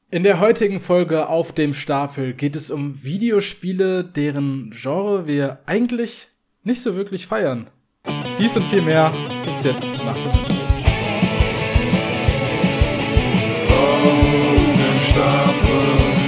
In der heutigen Folge auf dem Stapel geht es um Videospiele, deren Genre wir eigentlich nicht so wirklich feiern. Dies und viel mehr gibt's jetzt nach dem Intro. Auf dem Stapel.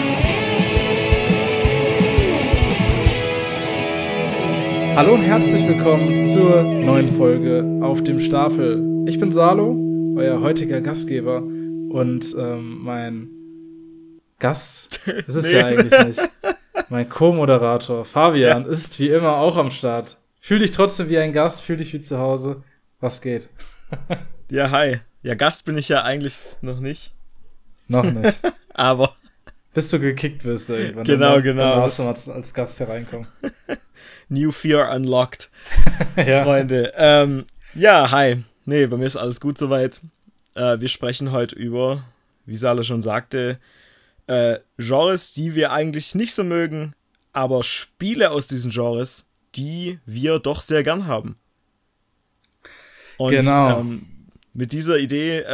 Hallo und herzlich willkommen zur neuen Folge auf dem Stapel. Ich bin Salo, euer heutiger Gastgeber und mein Gast, das ist ja eigentlich nicht. Mein Co-Moderator Fabian ist wie immer auch am Start. Fühl dich trotzdem wie ein Gast, fühl dich wie zu Hause. Was geht? Ja, hi. Ja, Gast bin ich ja eigentlich noch nicht. Noch nicht. Aber. Bis du gekickt wirst irgendwann. Genau. Dann darfst du mal als Gast hereinkommen. New Fear unlocked. Ja. Freunde. Ja, hi. Nee, bei mir ist alles gut soweit. Wir sprechen heute über, wie Salo schon sagte, Genres, die wir eigentlich nicht so mögen, aber Spiele aus diesen Genres, die wir doch sehr gern haben. Und Genau. mit dieser Idee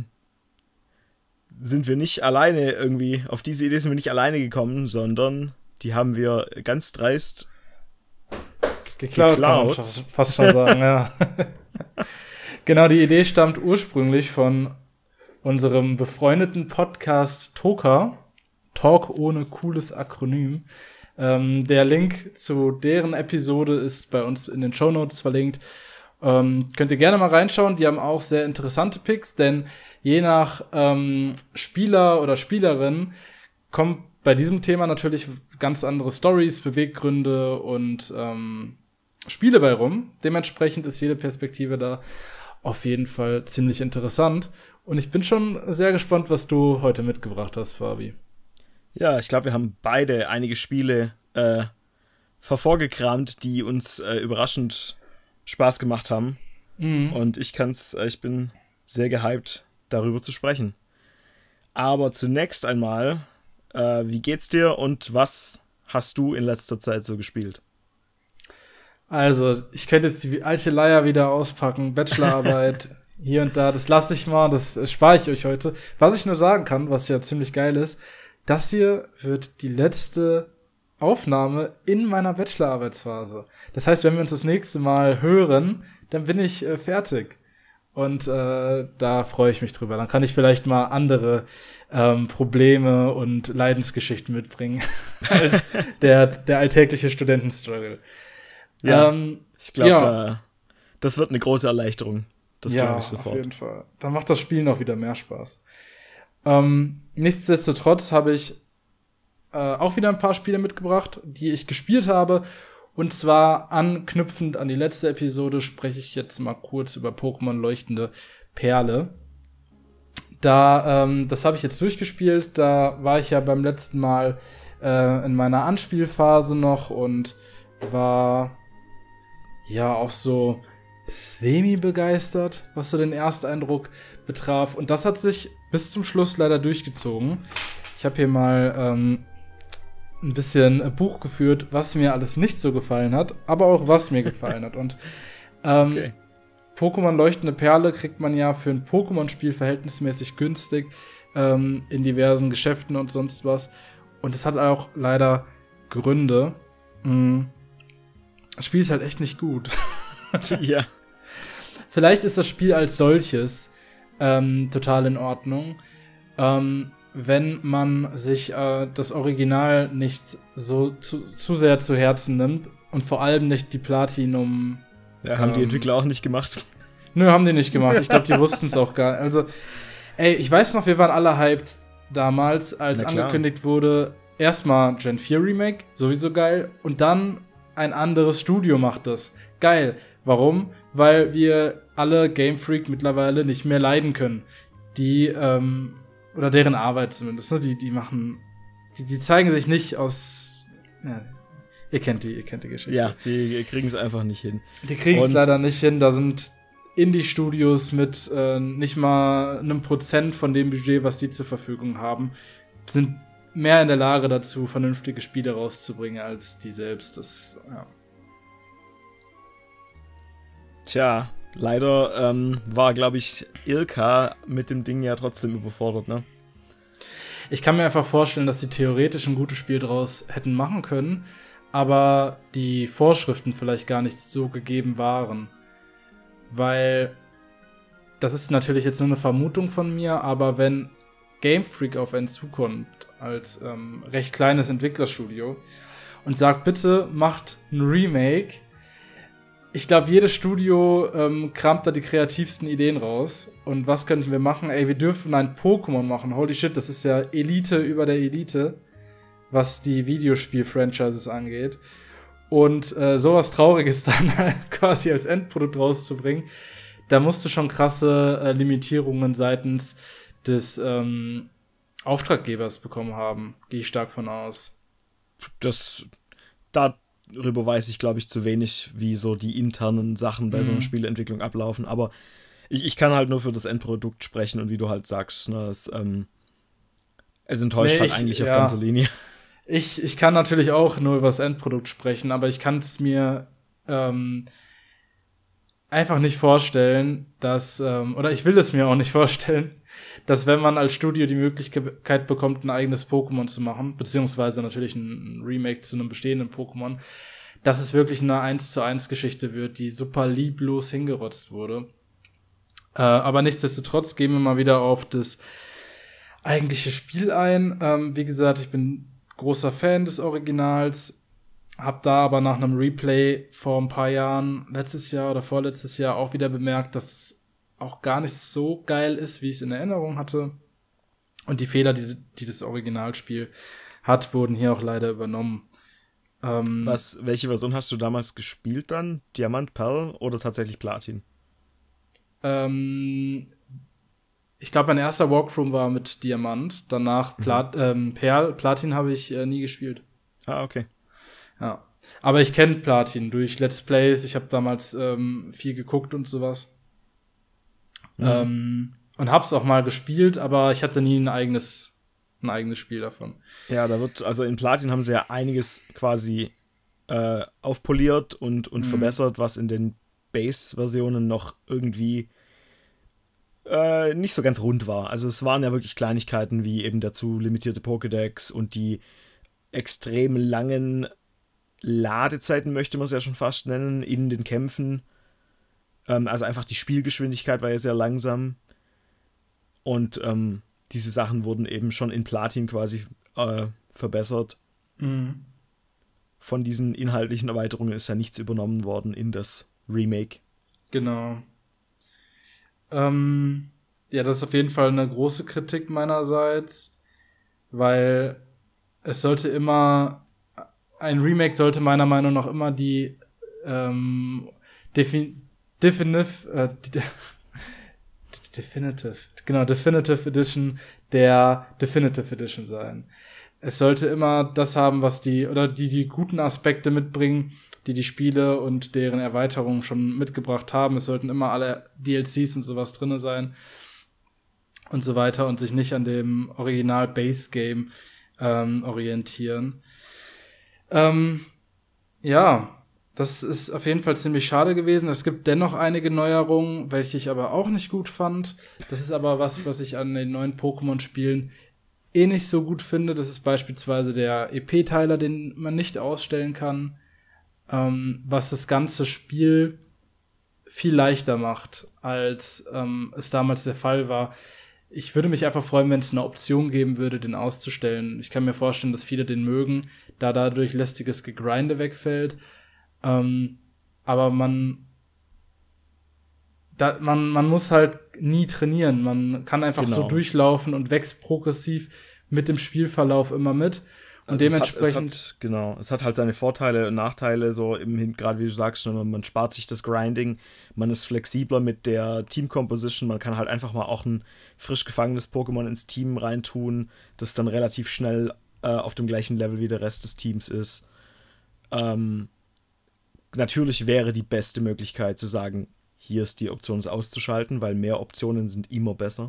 sind wir nicht alleine irgendwie, auf diese Idee sind wir nicht alleine gekommen, sondern die haben wir ganz dreist Geklaut. Kann man fast schon sagen, ja. Genau, die Idee stammt ursprünglich von unserem befreundeten Podcast Toka. Talk ohne cooles Akronym. Der Link zu deren Episode ist bei uns in den Shownotes verlinkt. Könnt ihr gerne mal reinschauen. Die haben auch sehr interessante Picks, denn je nach Spieler oder Spielerin kommen bei diesem Thema natürlich ganz andere Stories, Beweggründe und Spiele bei rum. Dementsprechend ist jede Perspektive da auf jeden Fall ziemlich interessant. Und ich bin schon sehr gespannt, was du heute mitgebracht hast, Fabi. Ja, ich glaube, wir haben beide einige Spiele hervorgekramt, die uns überraschend Spaß gemacht haben. Mhm. Und ich bin sehr gehypt, darüber zu sprechen. Aber zunächst einmal, wie geht's dir und was hast du in letzter Zeit so gespielt? Also, ich könnte jetzt die alte Leier wieder auspacken, Bachelorarbeit hier und da, das lasse ich mal, das spare ich euch heute. Was ich nur sagen kann, was ja ziemlich geil ist, das hier wird die letzte Aufnahme in meiner Bachelorarbeitsphase. Das heißt, wenn wir uns das nächste Mal hören, dann bin ich fertig. Und da freue ich mich drüber. Dann kann ich vielleicht mal andere Probleme und Leidensgeschichten mitbringen als der alltägliche Studentenstruggle. Ja, ich glaube, das wird eine große Erleichterung. Das glaube ich sofort. Auf jeden Fall. Dann macht das Spielen auch wieder mehr Spaß. Nichtsdestotrotz habe ich auch wieder ein paar Spiele mitgebracht, die ich gespielt habe. Und zwar anknüpfend an die letzte Episode spreche ich jetzt mal kurz über Pokémon Leuchtende Perle. Das habe ich jetzt durchgespielt. Da war ich ja beim letzten Mal in meiner Anspielphase noch und war ja auch so semi-begeistert, was so den Ersteindruck betraf. Und das hat sich bis zum Schluss leider durchgezogen. Ich habe hier mal ein bisschen Buch geführt, was mir alles nicht so gefallen hat, aber auch was mir gefallen hat. Und Okay. Pokémon Leuchtende Perle kriegt man ja für ein Pokémon-Spiel verhältnismäßig günstig in diversen Geschäften und sonst was. Und es hat auch leider Gründe. Das Spiel ist halt echt nicht gut. Ja. Vielleicht ist das Spiel als solches total in Ordnung, wenn man sich das Original nicht so zu sehr zu Herzen nimmt und vor allem nicht die Platinum. Ja, haben die Entwickler auch nicht gemacht. Nö, haben die nicht gemacht. Ich glaube, die wussten es auch gar nicht. Also, ich weiß noch, wir waren alle hyped damals, als angekündigt wurde, erstmal Gen 4 Remake, sowieso geil, und dann ein anderes Studio macht das. Geil. Warum? Weil wir alle Game Freak mittlerweile nicht mehr leiden können. Die, oder deren Arbeit zumindest, ne? Die machen, die zeigen sich nicht aus, ja, ihr kennt die Geschichte. Ja, die kriegen es einfach nicht hin. Die kriegen es leider nicht hin. Da sind Indie-Studios mit nicht mal einem Prozent von dem Budget, was die zur Verfügung haben, sind mehr in der Lage dazu, vernünftige Spiele rauszubringen, als die selbst. Das, ja. Tja, leider war, glaube ich, Ilka mit dem Ding ja trotzdem überfordert, ne? Ich kann mir einfach vorstellen, dass sie theoretisch ein gutes Spiel draus hätten machen können, aber die Vorschriften vielleicht gar nicht so gegeben waren. Weil, das ist natürlich jetzt nur eine Vermutung von mir, aber wenn Game Freak auf einen zukommt, als recht kleines Entwicklerstudio, und sagt, bitte macht ein Remake, ich glaube, jedes Studio kramt da die kreativsten Ideen raus. Und was könnten wir machen? Ey, wir dürfen ein Pokémon machen. Holy shit, das ist ja Elite über der Elite, was die Videospiel-Franchises angeht. Und sowas Trauriges dann quasi als Endprodukt rauszubringen, da musst du schon krasse Limitierungen seitens des Auftraggebers bekommen haben. Gehe ich stark von aus. Darüber weiß ich, glaube ich, zu wenig, wie so die internen Sachen bei so einer Spieleentwicklung ablaufen. Aber ich kann halt nur für das Endprodukt sprechen und wie du halt sagst, ne, es enttäuscht eigentlich auf ganzer Linie. Ich kann natürlich auch nur über das Endprodukt sprechen, aber ich kann es mir einfach nicht vorstellen, dass, oder ich will es mir auch nicht vorstellen, dass wenn man als Studio die Möglichkeit bekommt, ein eigenes Pokémon zu machen, beziehungsweise natürlich ein Remake zu einem bestehenden Pokémon, dass es wirklich eine 1:1 Geschichte wird, die super lieblos hingerotzt wurde. Aber nichtsdestotrotz gehen wir mal wieder auf das eigentliche Spiel ein. Wie gesagt, ich bin großer Fan des Originals, hab da aber nach einem Replay vor ein paar Jahren, letztes Jahr oder vorletztes Jahr, auch wieder bemerkt, dass es auch gar nicht so geil ist, wie ich es in Erinnerung hatte. Und die Fehler, die das Originalspiel hat, wurden hier auch leider übernommen. Welche Version hast du damals gespielt dann? Diamant, Perl oder tatsächlich Platin? Ich glaube, mein erster Walkthrough war mit Diamant. Danach Perl. Platin habe ich nie gespielt. Ah, okay. Ja. Aber ich kenne Platin durch Let's Plays. Ich habe damals viel geguckt und sowas. Und hab's auch mal gespielt, aber ich hatte nie ein eigenes Spiel davon. Ja, also in Platin haben sie ja einiges quasi aufpoliert und verbessert, was in den Base-Versionen noch irgendwie nicht so ganz rund war. Also es waren ja wirklich Kleinigkeiten wie eben dazu limitierte Pokédex und die extrem langen Ladezeiten, möchte man es ja schon fast nennen, in den Kämpfen. Also einfach die Spielgeschwindigkeit war ja sehr langsam. Und diese Sachen wurden eben schon in Platin quasi verbessert. Von diesen inhaltlichen Erweiterungen ist ja nichts übernommen worden in das Remake. Genau. Ja, das ist auf jeden Fall eine große Kritik meinerseits, weil es sollte immer, ein Remake sollte meiner Meinung nach immer die Definitive Edition der Definitive Edition sein. Es sollte immer das haben, was die guten Aspekte mitbringen, die Spiele und deren Erweiterungen schon mitgebracht haben. Es sollten immer alle DLCs und sowas drinne sein und so weiter und sich nicht an dem Original Base Game orientieren. Ja, das ist auf jeden Fall ziemlich schade gewesen. Es gibt dennoch einige Neuerungen, welche ich aber auch nicht gut fand. Das ist aber was ich an den neuen Pokémon-Spielen nicht so gut finde. Das ist beispielsweise der EP-Teiler, den man nicht ausstellen kann, was das ganze Spiel viel leichter macht, als es damals der Fall war. Ich würde mich einfach freuen, wenn es eine Option geben würde, den auszustellen. Ich kann mir vorstellen, dass viele den mögen, da dadurch lästiges Gegrinde wegfällt. Aber man muss halt nie trainieren. Man kann einfach so durchlaufen und wächst progressiv mit dem Spielverlauf immer mit. Und also dementsprechend. Es hat halt seine Vorteile und Nachteile, so gerade wie du sagst, man spart sich das Grinding, man ist flexibler mit der Team-Composition, man kann halt einfach mal auch ein frisch gefangenes Pokémon ins Team reintun, das dann relativ schnell auf dem gleichen Level wie der Rest des Teams ist. Natürlich wäre die beste Möglichkeit zu sagen, hier ist die Option, es auszuschalten, weil mehr Optionen sind immer besser.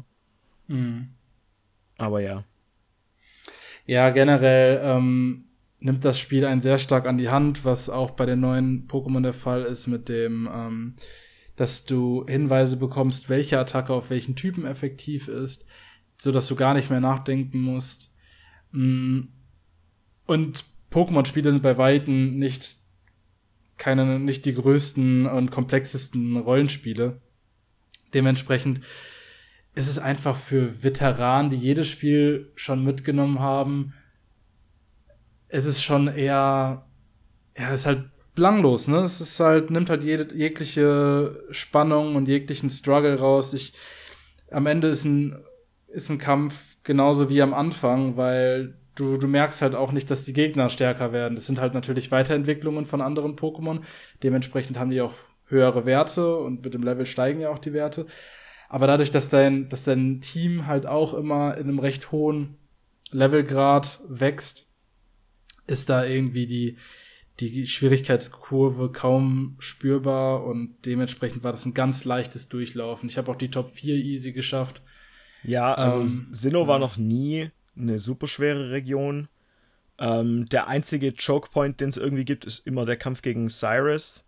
Aber ja. Ja, generell nimmt das Spiel einen sehr stark an die Hand, was auch bei den neuen Pokémon der Fall ist, mit dem, dass du Hinweise bekommst, welche Attacke auf welchen Typen effektiv ist. so dass du gar nicht mehr nachdenken musst. Und Pokémon-Spiele sind bei Weitem nicht die größten und komplexesten Rollenspiele. Dementsprechend ist es einfach für Veteranen, die jedes Spiel schon mitgenommen haben, es ist schon eher, ja, es ist halt belanglos, ne? Es ist halt, nimmt halt jegliche Spannung und jeglichen Struggle raus. Am Ende ist ein Kampf genauso wie am Anfang, weil du merkst halt auch nicht, dass die Gegner stärker werden. Das sind halt natürlich Weiterentwicklungen von anderen Pokémon. Dementsprechend haben die auch höhere Werte und mit dem Level steigen ja auch die Werte. Aber dadurch, dass dein Team halt auch immer in einem recht hohen Levelgrad wächst, ist da irgendwie die Schwierigkeitskurve kaum spürbar und dementsprechend war das ein ganz leichtes Durchlaufen. Ich habe auch die Top 4 easy geschafft. Ja, also Sinnoh war noch nie eine super schwere Region. Der einzige Chokepoint, den es irgendwie gibt, ist immer der Kampf gegen Cyrus.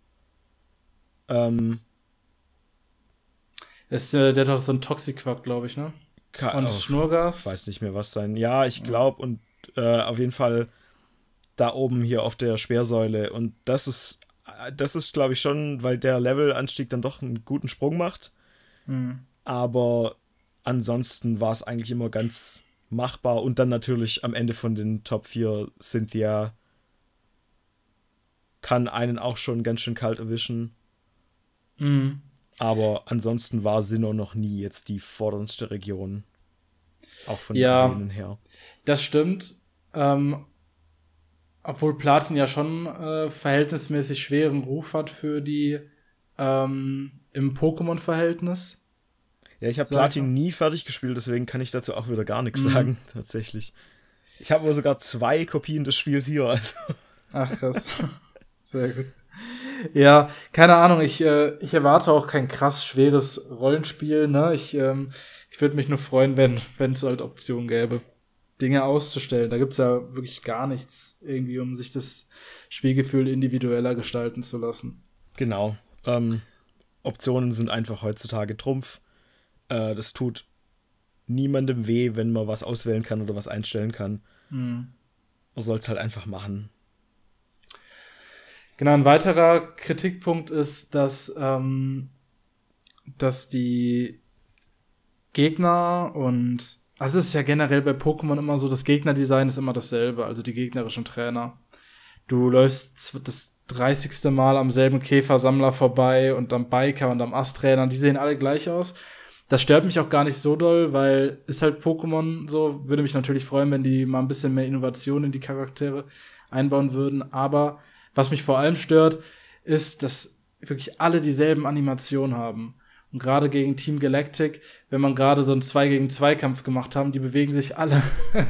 Der hat doch so ein Toxiquack, glaube ich, ne? Und Schnurgas. Ich weiß nicht mehr, was sein. Ja, ich glaube, und auf jeden Fall da oben hier auf der Speersäule. Und das ist, glaube ich, schon, weil der Levelanstieg dann doch einen guten Sprung macht. Mhm. Aber ansonsten war es eigentlich immer ganz machbar. Und dann natürlich am Ende von den Top 4 Cynthia kann einen auch schon ganz schön kalt erwischen. Mhm. Aber ansonsten war Sinnoh noch nie jetzt die forderndste Region. Auch von den Arenen her. Das stimmt. Obwohl Platin ja schon verhältnismäßig schweren Ruf hat für die im Pokémon-Verhältnis. Ja, ich habe Platin nie fertig gespielt, deswegen kann ich dazu auch wieder gar nichts sagen, tatsächlich. Ich habe aber sogar 2 Kopien des Spiels hier. Also. Ach, krass. Sehr gut. Ja, keine Ahnung, ich erwarte auch kein krass schweres Rollenspiel, ne? Ich würde mich nur freuen, wenn es halt Optionen gäbe, Dinge auszustellen. Da gibt's ja wirklich gar nichts irgendwie, um sich das Spielgefühl individueller gestalten zu lassen. Genau. Optionen sind einfach heutzutage Trumpf. Das tut niemandem weh, wenn man was auswählen kann oder was einstellen kann. Man soll es halt einfach machen. Genau, ein weiterer Kritikpunkt ist, dass die Gegner und also es ist ja generell bei Pokémon immer so, das Gegnerdesign ist immer dasselbe, also die gegnerischen Trainer. Du läufst das 30. Mal am selben Käfersammler vorbei und am Biker und am Ast-Trainer, die sehen alle gleich aus. Das stört mich auch gar nicht so doll, weil ist halt Pokémon so, würde mich natürlich freuen, wenn die mal ein bisschen mehr Innovation in die Charaktere einbauen würden, aber was mich vor allem stört, ist, dass wirklich alle dieselben Animationen haben. Und gerade gegen Team Galactic, wenn man gerade so einen 2-gegen-2-Kampf gemacht haben, die bewegen sich alle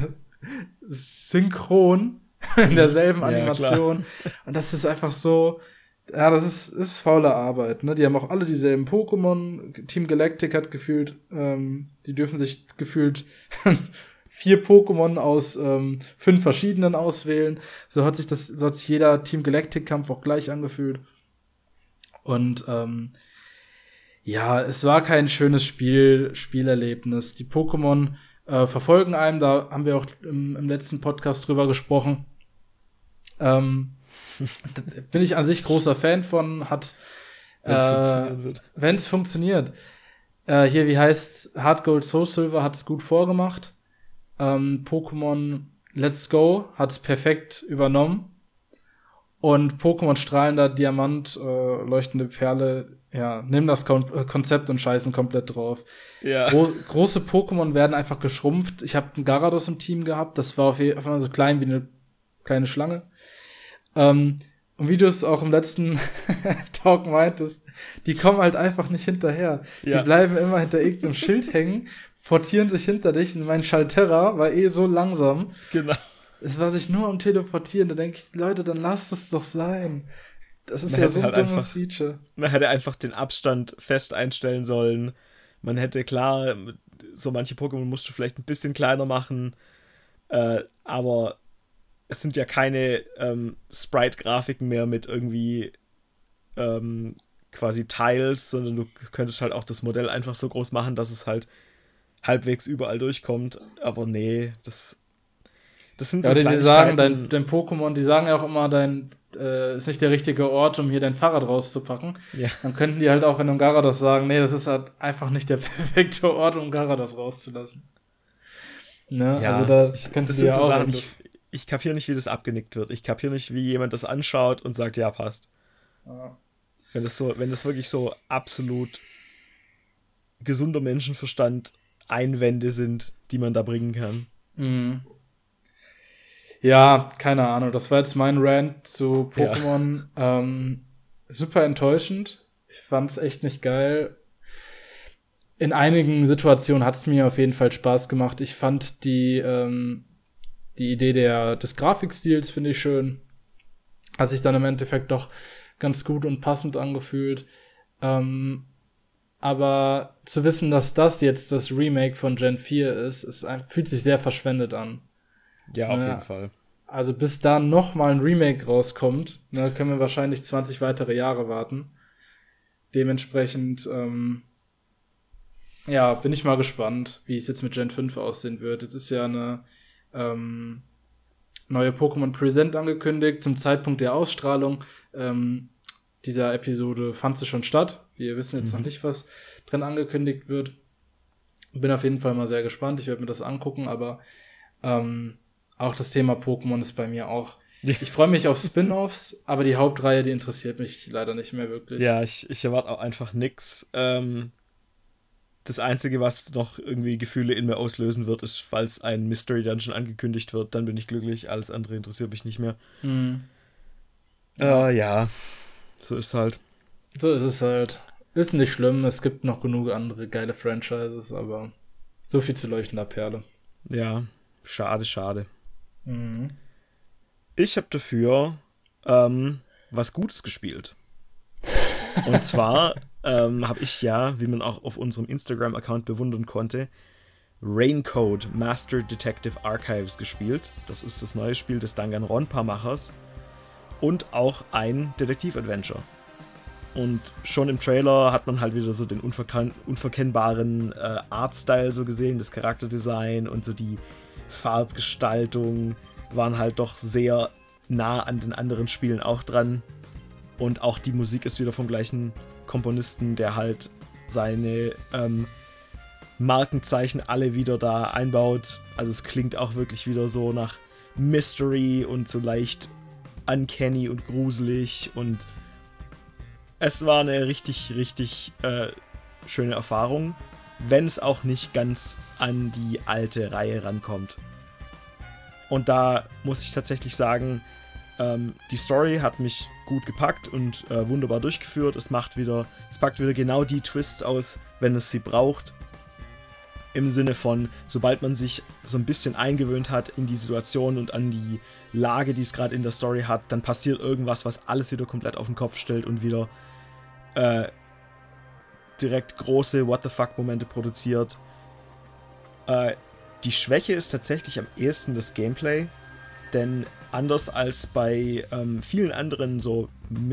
synchron in derselben Animation. Klar. Und das ist einfach so, ja, das ist faule Arbeit, ne? Die haben auch alle dieselben Pokémon. Team Galactic hat gefühlt, die dürfen sich gefühlt 4 Pokémon aus 5 verschiedenen auswählen. So hat sich jeder Team Galactic-Kampf auch gleich angefühlt. Und ja, es war kein schönes Spielerlebnis. Die Pokémon verfolgen einem, da haben wir auch im letzten Podcast drüber gesprochen. Bin ich an sich großer Fan von, wenn es funktioniert. Hier, wie heißt Hard Gold Soul Silver hat es gut vorgemacht. Pokémon Let's Go hat es perfekt übernommen. Und Pokémon strahlender Diamant, leuchtende Perle, ja, nimm das Konzept und scheißen komplett drauf. Ja. Große Pokémon werden einfach geschrumpft. Ich habe einen Gyarados im Team gehabt, das war auf jeden Fall so klein wie eine kleine Schlange. Und wie du es auch im letzten Talk meintest, die kommen halt einfach nicht hinterher. Ja. Die bleiben immer hinter irgendeinem Schild hängen, portieren sich hinter dich. Und mein Schalterra war so langsam. Genau. Es war sich nur am Teleportieren. Da denke ich, Leute, dann lasst es doch sein. Das ist ja so ein dummes Feature. Man hätte einfach den Abstand fest einstellen sollen. Man hätte klar, so manche Pokémon musst du vielleicht ein bisschen kleiner machen. Aber es sind ja keine Sprite-Grafiken mehr mit irgendwie quasi Tiles, sondern du könntest halt auch das Modell einfach so groß machen, dass es halt halbwegs überall durchkommt. Aber nee, das sind so Ja, die Kleinigkeiten. sagen, dein Pokémon, die sagen ja auch immer, ist nicht der richtige Ort, um hier dein Fahrrad rauszupacken. Ja. Dann könnten die halt auch, wenn du Gyarados sagen, nee, das ist halt einfach nicht der perfekte Ort, um Gyarados rauszulassen. Ne? Ja, also da könnten das die sind ja so auch Sachen, ich kapiere nicht, wie das abgenickt wird. Ich kapiere nicht, wie jemand das anschaut und sagt, ja, passt. Ja. Wenn das wirklich so absolut gesunder Menschenverstand Einwände sind, die man da bringen kann. Mhm. Ja, keine Ahnung. Das war jetzt mein Rant zu Pokémon. Ja. Super enttäuschend. Ich fand es echt nicht geil. In einigen Situationen hat es mir auf jeden Fall Spaß gemacht. Ich fand die Idee des Grafikstils finde ich schön. Hat sich dann im Endeffekt doch ganz gut und passend angefühlt. Aber zu wissen, dass das jetzt das Remake von Gen 4 ist, fühlt sich sehr verschwendet an. Ja, auf jeden Fall. Also bis da noch mal ein Remake rauskommt, können wir wahrscheinlich 20 weitere Jahre warten. Dementsprechend, bin ich mal gespannt, wie es jetzt mit Gen 5 aussehen wird. Jetzt ist ja eine neue Pokémon Present angekündigt. Zum Zeitpunkt der Ausstrahlung dieser Episode fand sie schon statt. Wir wissen jetzt noch nicht, was drin angekündigt wird. Bin auf jeden Fall mal sehr gespannt. Ich werde mir das angucken, aber auch das Thema Pokémon ist bei mir auch. Ja. Ich freue mich auf Spin-Offs, aber die Hauptreihe, die interessiert mich leider nicht mehr wirklich. Ja, ich erwarte auch einfach nix. Das Einzige, was noch irgendwie Gefühle in mir auslösen wird, ist, falls ein Mystery Dungeon angekündigt wird, dann bin ich glücklich. Alles andere interessiert mich nicht mehr. Ja, so ist es halt. So ist es halt. Ist nicht schlimm, es gibt noch genug andere geile Franchises, aber so viel zu leuchtender Perle. Ja, schade. Ich habe dafür was Gutes gespielt. Und zwar habe ich wie man auch auf unserem Instagram-Account bewundern konnte, Raincode Master Detective Archives gespielt. Das ist das neue Spiel des Danganronpa-Machers und auch ein Detektiv-Adventure. Und schon im Trailer hat man halt wieder so den unverkennbaren Artstyle so gesehen, das Charakterdesign und so die Farbgestaltung waren halt doch sehr nah an den anderen Spielen auch dran. Und auch die Musik ist wieder vom gleichen Komponisten, der halt seine Markenzeichen alle wieder da einbaut. Also es klingt auch wirklich wieder so nach Mystery und so leicht uncanny und gruselig. Und es war eine richtig, richtig schöne Erfahrung, wenn es auch nicht ganz an die alte Reihe rankommt. Und da muss ich tatsächlich sagen, die Story hat mich gut gepackt und wunderbar durchgeführt. Es packt wieder genau die Twists aus, wenn es sie braucht. Im Sinne von, sobald man sich so ein bisschen eingewöhnt hat in die Situation und an die Lage, die es gerade in der Story hat, dann passiert irgendwas, was alles wieder komplett auf den Kopf stellt und wieder direkt große What-the-fuck-Momente produziert. Die Schwäche ist tatsächlich am ehesten das Gameplay, denn anders als bei vielen anderen so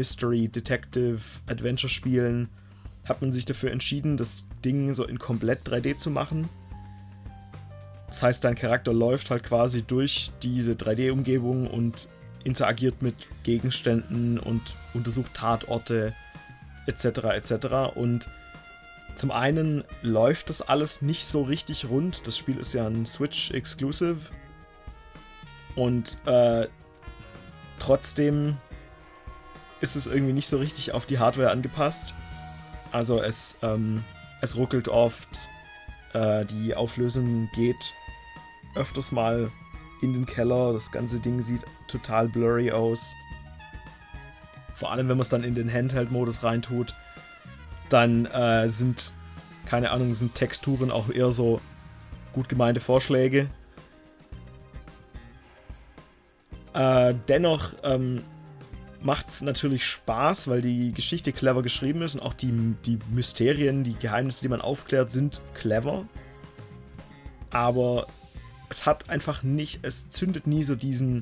Mystery-Detective-Adventure-Spielen hat man sich dafür entschieden, das Ding so in komplett 3D zu machen. Das heißt, dein Charakter läuft halt quasi durch diese 3D-Umgebung und interagiert mit Gegenständen und untersucht Tatorte etc. etc. Und zum einen läuft das alles nicht so richtig rund. Das Spiel ist ja ein Switch-Exclusive. Und trotzdem ist es irgendwie nicht so richtig auf die Hardware angepasst. Also es ruckelt oft, die Auflösung geht öfters mal in den Keller, das ganze Ding sieht total blurry aus. Vor allem, wenn man es dann in den Handheld-Modus reintut, dann sind Texturen auch eher so gut gemeinte Vorschläge. Dennoch macht es natürlich Spaß, weil die Geschichte clever geschrieben ist und auch die Mysterien, die Geheimnisse, die man aufklärt, sind clever. Aber es hat einfach nicht, es zündet nie so diesen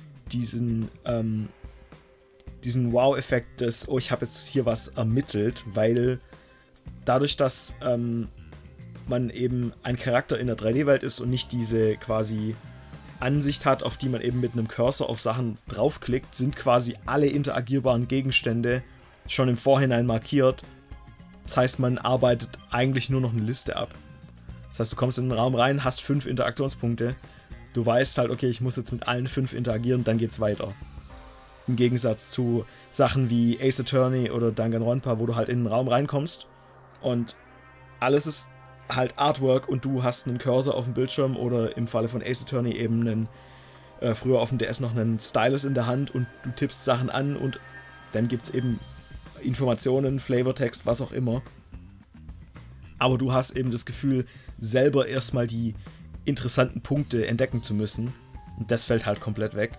Wow-Effekt des, oh, ich habe jetzt hier was ermittelt, weil dadurch, dass man eben ein Charakter in der 3D-Welt ist und nicht diese quasi Ansicht hat, auf die man eben mit einem Cursor auf Sachen draufklickt, sind quasi alle interagierbaren Gegenstände schon im Vorhinein markiert. Das heißt, man arbeitet eigentlich nur noch eine Liste ab. Das heißt, du kommst in den Raum rein, hast 5 Interaktionspunkte. Du weißt halt, okay, ich muss jetzt mit allen 5 interagieren, dann geht's weiter. Im Gegensatz zu Sachen wie Ace Attorney oder Danganronpa, wo du halt in den Raum reinkommst und alles ist halt Artwork und du hast einen Cursor auf dem Bildschirm oder im Falle von Ace Attorney eben einen, früher auf dem DS noch einen Stylus in der Hand und du tippst Sachen an und dann gibt's eben Informationen, Flavortext, was auch immer. Aber du hast eben das Gefühl, selber erstmal die interessanten Punkte entdecken zu müssen. Und das fällt halt komplett weg.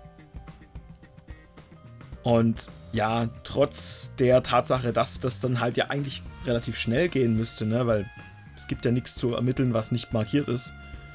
Und ja, trotz der Tatsache, dass das dann halt ja eigentlich relativ schnell gehen müsste, ne, weil es gibt ja nichts zu ermitteln, was nicht markiert ist,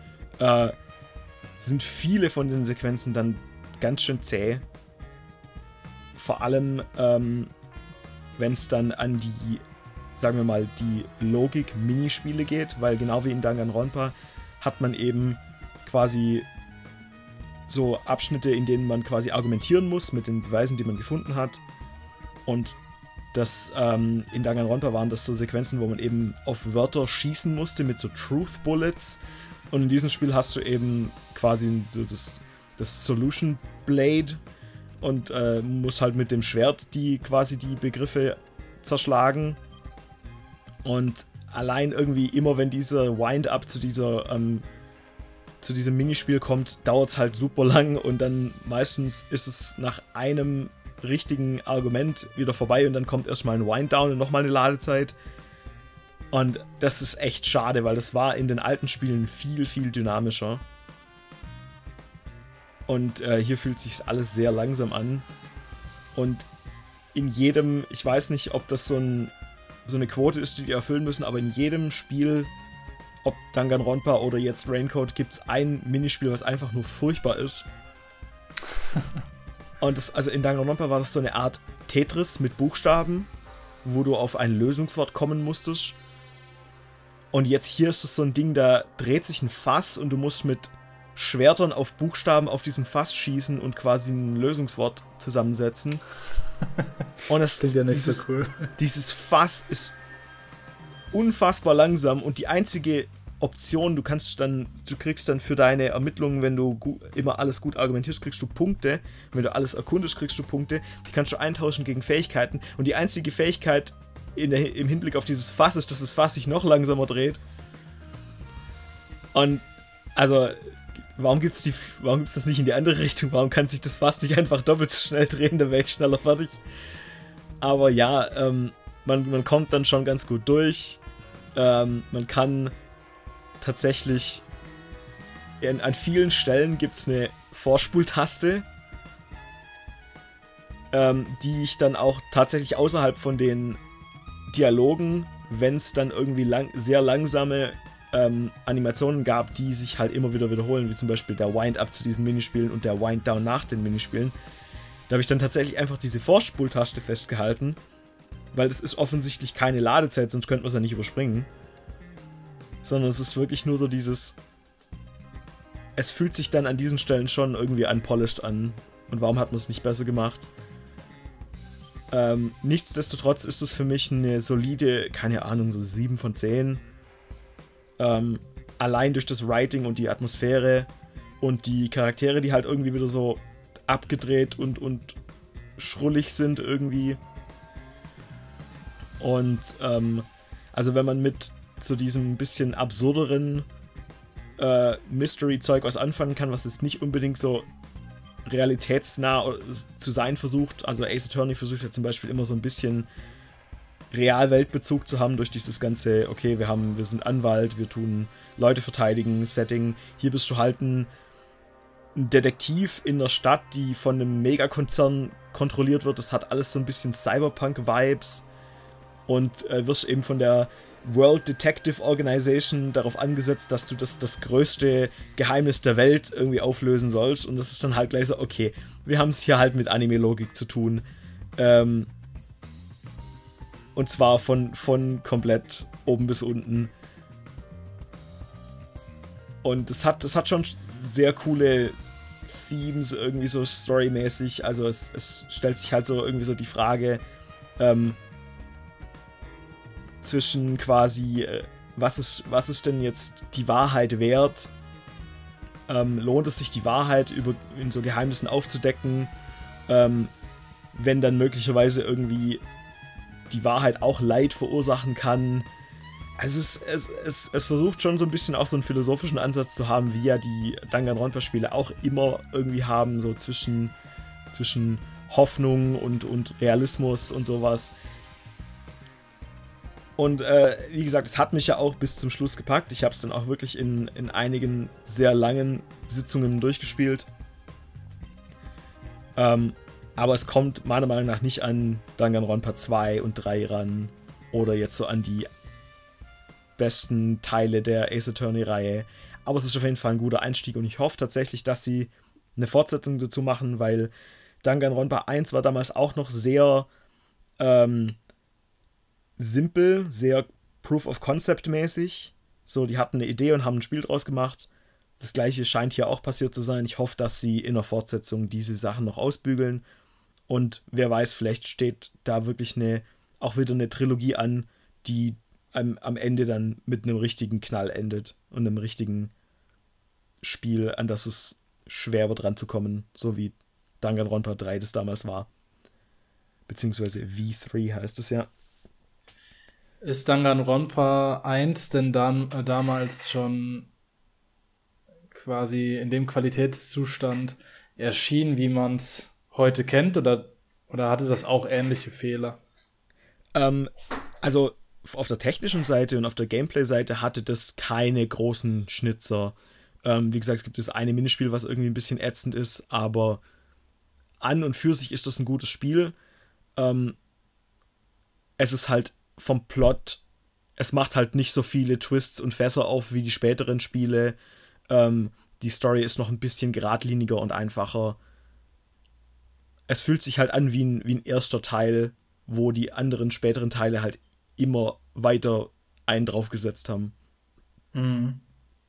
sind viele von den Sequenzen dann ganz schön zäh. Vor allem, wenn es dann an die, sagen wir mal, die Logik-Minispiele geht, weil genau wie in Danganronpa hat man eben quasi so Abschnitte, in denen man quasi argumentieren muss mit den Beweisen, die man gefunden hat. Und das in Danganronpa waren das so Sequenzen, wo man eben auf Wörter schießen musste mit so Truth Bullets. Und in diesem Spiel hast du eben quasi so das Solution Blade und musst halt mit dem Schwert die Begriffe zerschlagen. Und allein irgendwie immer, wenn dieser Wind-Up zu diesem Minispiel kommt, dauert es halt super lang und dann meistens ist es nach einem richtigen Argument wieder vorbei und dann kommt erstmal ein Wind-Down und nochmal eine Ladezeit. Und das ist echt schade, weil das war in den alten Spielen viel, viel dynamischer. Und hier fühlt sich alles sehr langsam an. Und in jedem, ich weiß nicht, ob das so eine Quote ist, die erfüllen müssen, aber in jedem Spiel, ob Danganronpa oder jetzt Raincoat, gibt es ein Minispiel, was einfach nur furchtbar ist. Und also in Danganronpa war das so eine Art Tetris mit Buchstaben, wo du auf ein Lösungswort kommen musstest. Und jetzt hier ist es so ein Ding, da dreht sich ein Fass und du musst mit Schwertern auf Buchstaben auf diesem Fass schießen und quasi ein Lösungswort zusammensetzen. Und das klingt ja nicht so cool. Dieses Fass ist unfassbar langsam und die einzige Option, du kriegst dann für deine Ermittlungen, wenn du immer alles gut argumentierst, kriegst du Punkte. Und wenn du alles erkundest, kriegst du Punkte. Die kannst du eintauschen gegen Fähigkeiten. Und die einzige Fähigkeit im Hinblick auf dieses Fass ist, dass das Fass sich noch langsamer dreht. Und also, warum gibt's das nicht in die andere Richtung? Warum kann sich das Fass nicht einfach doppelt so schnell drehen? Dann wäre ich schneller fertig. Aber ja, man kommt dann schon ganz gut durch. Man kann tatsächlich an vielen Stellen gibt es eine Vorspultaste, die ich dann auch tatsächlich außerhalb von den Dialogen, wenn es dann irgendwie sehr langsame Animationen gab, die sich halt immer wieder wiederholen, wie zum Beispiel der Wind-Up zu diesen Minispielen und der Wind-Down nach den Minispielen, da habe ich dann tatsächlich einfach diese Vorspultaste festgehalten, weil es ist offensichtlich keine Ladezeit, sonst könnte man es ja nicht überspringen. Sondern es ist wirklich nur so es fühlt sich dann an diesen Stellen schon irgendwie unpolished an. Und warum hat man es nicht besser gemacht? Nichtsdestotrotz ist es für mich eine solide, keine Ahnung, so 7 von 10. Allein durch das Writing und die Atmosphäre und die Charaktere, die halt irgendwie wieder so abgedreht und schrullig sind irgendwie. Und also wenn man mit zu diesem bisschen absurderen Mystery-Zeug was anfangen kann, was jetzt nicht unbedingt so realitätsnah zu sein versucht. Also Ace Attorney versucht ja zum Beispiel immer so ein bisschen Realweltbezug zu haben durch dieses ganze, okay, wir sind Anwalt, wir tun Leute verteidigen, Setting. Hier bist du halt ein Detektiv in einer Stadt, die von einem Megakonzern kontrolliert wird. Das hat alles so ein bisschen Cyberpunk-Vibes und wirst eben von der World Detective Organization darauf angesetzt, dass du das größte Geheimnis der Welt irgendwie auflösen sollst. Und das ist dann halt gleich so, okay, wir haben es hier halt mit Anime-Logik zu tun. Und zwar von komplett oben bis unten. Und es hat schon sehr coole Themes, irgendwie so storymäßig. Also es stellt sich halt so irgendwie so die Frage zwischen quasi, was ist denn jetzt die Wahrheit wert? Lohnt es sich, die Wahrheit in so Geheimnissen aufzudecken, wenn dann möglicherweise irgendwie die Wahrheit auch Leid verursachen kann? Also es versucht schon so ein bisschen auch so einen philosophischen Ansatz zu haben, wie ja die Danganronpa-Spiele auch immer irgendwie haben, so zwischen Hoffnung und Realismus und sowas. Und wie gesagt, es hat mich ja auch bis zum Schluss gepackt. Ich habe es dann auch wirklich in einigen sehr langen Sitzungen durchgespielt. Aber es kommt meiner Meinung nach nicht an Danganronpa 2 und 3 ran oder jetzt so an die besten Teile der Ace Attorney-Reihe. Aber es ist auf jeden Fall ein guter Einstieg und ich hoffe tatsächlich, dass sie eine Fortsetzung dazu machen, weil Danganronpa 1 war damals auch noch sehr simpel, sehr Proof-of-Concept-mäßig. So, die hatten eine Idee und haben ein Spiel draus gemacht. Das gleiche scheint hier auch passiert zu sein. Ich hoffe, dass sie in der Fortsetzung diese Sachen noch ausbügeln. Und wer weiß, vielleicht steht da wirklich auch wieder eine Trilogie an, die am Ende dann mit einem richtigen Knall endet und einem richtigen Spiel, an das es schwer wird ranzukommen, so wie Danganronpa 3 das damals war. Beziehungsweise V3 heißt es ja. Ist Danganronpa 1 denn dann damals schon quasi in dem Qualitätszustand erschienen, wie man es heute kennt, oder hatte das auch ähnliche Fehler? Also auf der technischen Seite und auf der Gameplay-Seite hatte das keine großen Schnitzer. Wie gesagt, es gibt das eine Minispiel, was irgendwie ein bisschen ätzend ist, aber an und für sich ist das ein gutes Spiel. Es ist halt vom Plot, es macht halt nicht so viele Twists und Fässer auf wie die späteren Spiele. Die Story ist noch ein bisschen geradliniger und einfacher. Es fühlt sich halt an wie ein erster Teil, wo die anderen späteren Teile halt immer weiter einen draufgesetzt haben. Mhm.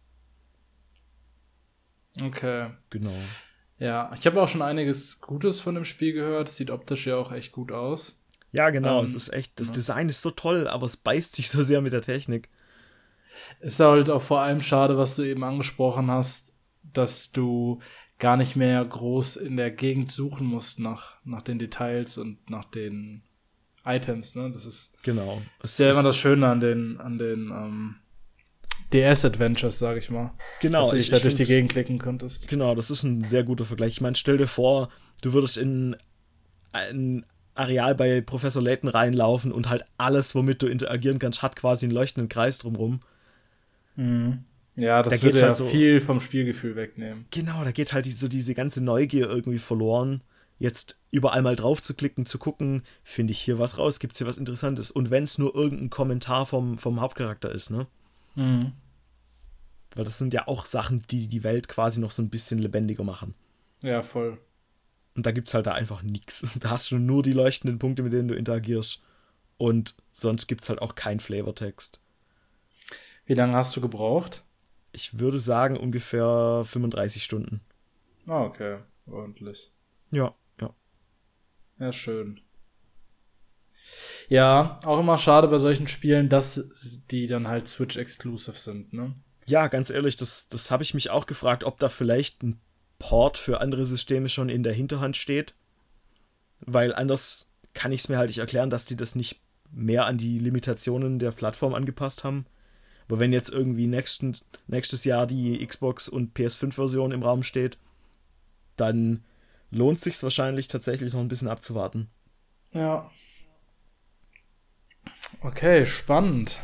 Okay. Genau. Ja, ich habe auch schon einiges Gutes von dem Spiel gehört. Sieht optisch ja auch echt gut aus. Ja, genau. Es ist echt, das Design ist so toll, aber es beißt sich so sehr mit der Technik. Ist halt auch vor allem schade, was du eben angesprochen hast, dass du gar nicht mehr groß in der Gegend suchen musst nach den Details und nach den Items, ne? Das ist genau. Ja immer das Schöne an den DS-Adventures, sag ich mal. Genau. Dass du dich da durch die Gegend klicken konntest. Genau, das ist ein sehr guter Vergleich. Ich meine, stell dir vor, du würdest in ein Areal bei Professor Layton reinlaufen und halt alles, womit du interagieren kannst, hat quasi einen leuchtenden Kreis drumrum. Mhm. Ja, das würde ja so viel vom Spielgefühl wegnehmen. Genau, da geht halt diese ganze Neugier irgendwie verloren. Jetzt überall mal drauf zu klicken, zu gucken, finde ich hier was raus, gibt es hier was Interessantes. Und wenn es nur irgendein Kommentar vom Hauptcharakter ist, ne? Mhm. Weil das sind ja auch Sachen, die die Welt quasi noch so ein bisschen lebendiger machen. Ja, voll. Und da gibt's halt da einfach nichts. Da hast du nur die leuchtenden Punkte, mit denen du interagierst. Und sonst gibt's halt auch keinen Flavortext. Wie lange hast du gebraucht? Ich würde sagen ungefähr 35 Stunden. Ah, okay. Ordentlich. Ja. Ja, schön. Ja, auch immer schade bei solchen Spielen, dass die dann halt Switch-exclusive sind, ne? Ja, ganz ehrlich, das habe ich mich auch gefragt, ob da vielleicht ein Port für andere Systeme schon in der Hinterhand steht. Weil anders kann ich es mir halt nicht erklären, dass die das nicht mehr an die Limitationen der Plattform angepasst haben. Aber wenn jetzt irgendwie nächstes Jahr die Xbox- und PS5-Version im Raum steht, dann lohnt es sich wahrscheinlich tatsächlich noch ein bisschen abzuwarten. Ja. Okay, spannend.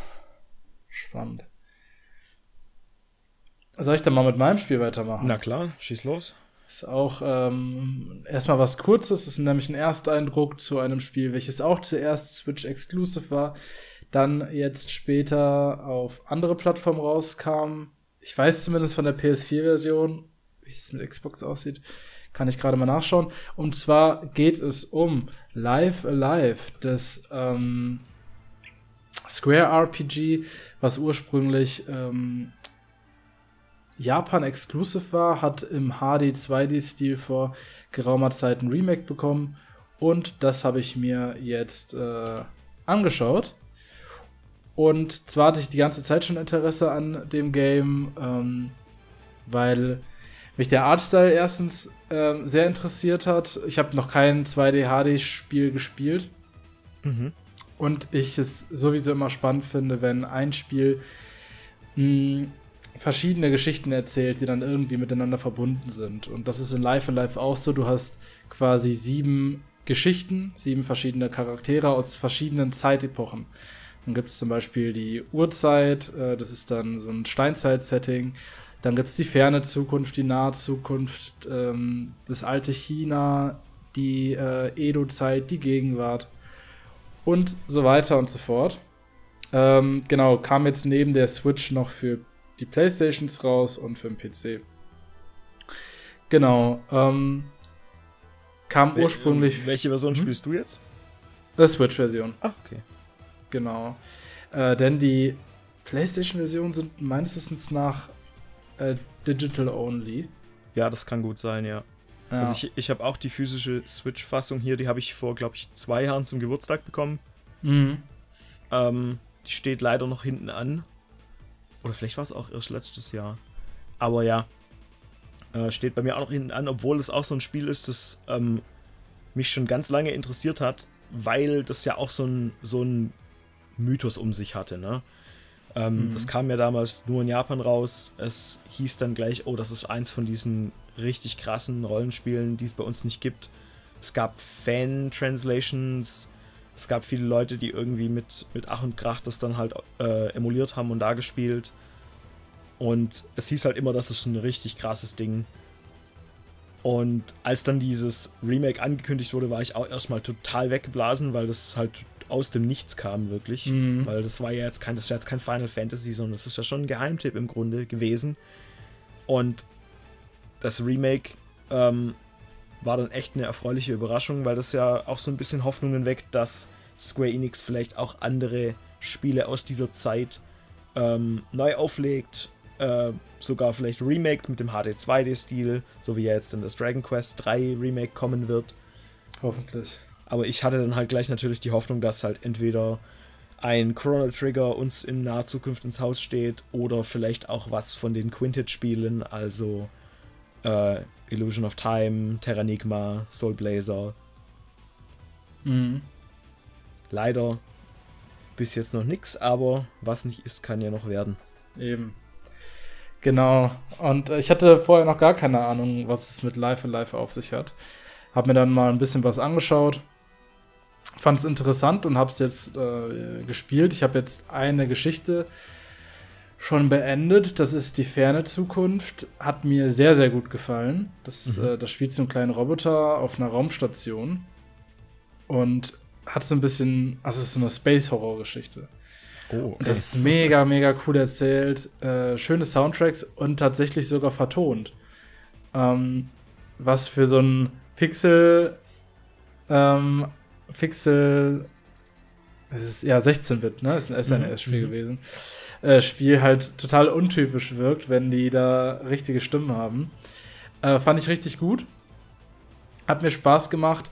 Soll ich dann mal mit meinem Spiel weitermachen? Na klar, schieß los. Ist auch erstmal was Kurzes. Das ist nämlich ein Ersteindruck zu einem Spiel, welches auch zuerst Switch-exclusive war, dann jetzt später auf andere Plattformen rauskam. Ich weiß zumindest von der PS4-Version, wie es mit Xbox aussieht. Kann ich gerade mal nachschauen. Und zwar geht es um Live Alive, das Square RPG, was ursprünglich Japan-exclusive war, hat im HD 2D-Stil vor geraumer Zeit ein Remake bekommen. Und das habe ich mir jetzt angeschaut. Und zwar hatte ich die ganze Zeit schon Interesse an dem Game, weil mich der Artstyle erstens sehr interessiert hat. Ich habe noch kein 2D-HD-Spiel gespielt. Und ich es sowieso immer spannend finde, wenn ein Spiel verschiedene Geschichten erzählt, die dann irgendwie miteinander verbunden sind. Und das ist in Life Alive auch so. Du hast quasi 7 Geschichten, 7 verschiedene Charaktere aus verschiedenen Zeitepochen. Dann gibt es zum Beispiel die Urzeit, das ist dann so ein Steinzeit-Setting. Dann gibt es die ferne Zukunft, die nahe Zukunft, das alte China, die Edo-Zeit, die Gegenwart und so weiter und so fort. Genau, kam jetzt neben der Switch noch für die Playstations raus und für den PC. Genau, kam ursprünglich... Welche Version spielst du jetzt? Switch-Version. Ach, okay. Genau. Denn die PlayStation-Versionen sind meines Wissens nach Digital Only. Ja, das kann gut sein, ja. Also ich habe auch die physische Switch-Fassung hier, die habe ich vor, glaube ich, 2 Jahren zum Geburtstag bekommen. Die steht leider noch hinten an. Oder vielleicht war es auch erst letztes Jahr. Aber ja, steht bei mir auch noch hinten an, obwohl es auch so ein Spiel ist, das mich schon ganz lange interessiert hat, weil das ja auch so ein Mythos um sich hatte, ne? Das kam ja damals nur in Japan raus. Es hieß dann gleich, oh, das ist eins von diesen richtig krassen Rollenspielen, die es bei uns nicht gibt. Es gab Fan-Translations, es gab viele Leute, die irgendwie mit Ach und Krach das dann halt emuliert haben und da gespielt. Und es hieß halt immer, das ist ein richtig krasses Ding. Und als dann dieses Remake angekündigt wurde, war ich auch erstmal total weggeblasen, weil das halt aus dem Nichts kam, wirklich. Weil das war ja jetzt kein Final Fantasy, sondern das ist ja schon ein Geheimtipp im Grunde gewesen. Und das Remake war dann echt eine erfreuliche Überraschung, weil das ja auch so ein bisschen Hoffnungen weckt, dass Square Enix vielleicht auch andere Spiele aus dieser Zeit neu auflegt, sogar vielleicht remaked mit dem HD 2D-Stil, so wie ja jetzt dann das Dragon Quest 3 Remake kommen wird. Hoffentlich. Aber ich hatte dann halt gleich natürlich die Hoffnung, dass halt entweder ein Chrono Trigger uns in naher Zukunft ins Haus steht oder vielleicht auch was von den Quintet-Spielen, also Illusion of Time, Terranigma, Soul Blazer. Leider bis jetzt noch nix, aber was nicht ist, kann ja noch werden. Eben. Genau. Und ich hatte vorher noch gar keine Ahnung, was es mit Life Alive auf sich hat. Hab mir dann mal ein bisschen was angeschaut. Fand es interessant und habe es jetzt gespielt. Ich habe jetzt eine Geschichte schon beendet. Das ist die ferne Zukunft. Hat mir sehr, sehr gut gefallen. Das spielt so einen kleinen Roboter auf einer Raumstation. Und hat so ein bisschen, also es ist so eine Space-Horror-Geschichte. Oh, okay. Und das ist mega, mega cool erzählt. Schöne Soundtracks und tatsächlich sogar vertont. Was für so ein Pixel, es ist ja 16-Bit, ne? Ist ein SNES-Spiel gewesen. Spiel halt total untypisch wirkt, wenn die da richtige Stimmen haben. Fand ich richtig gut. Hat mir Spaß gemacht.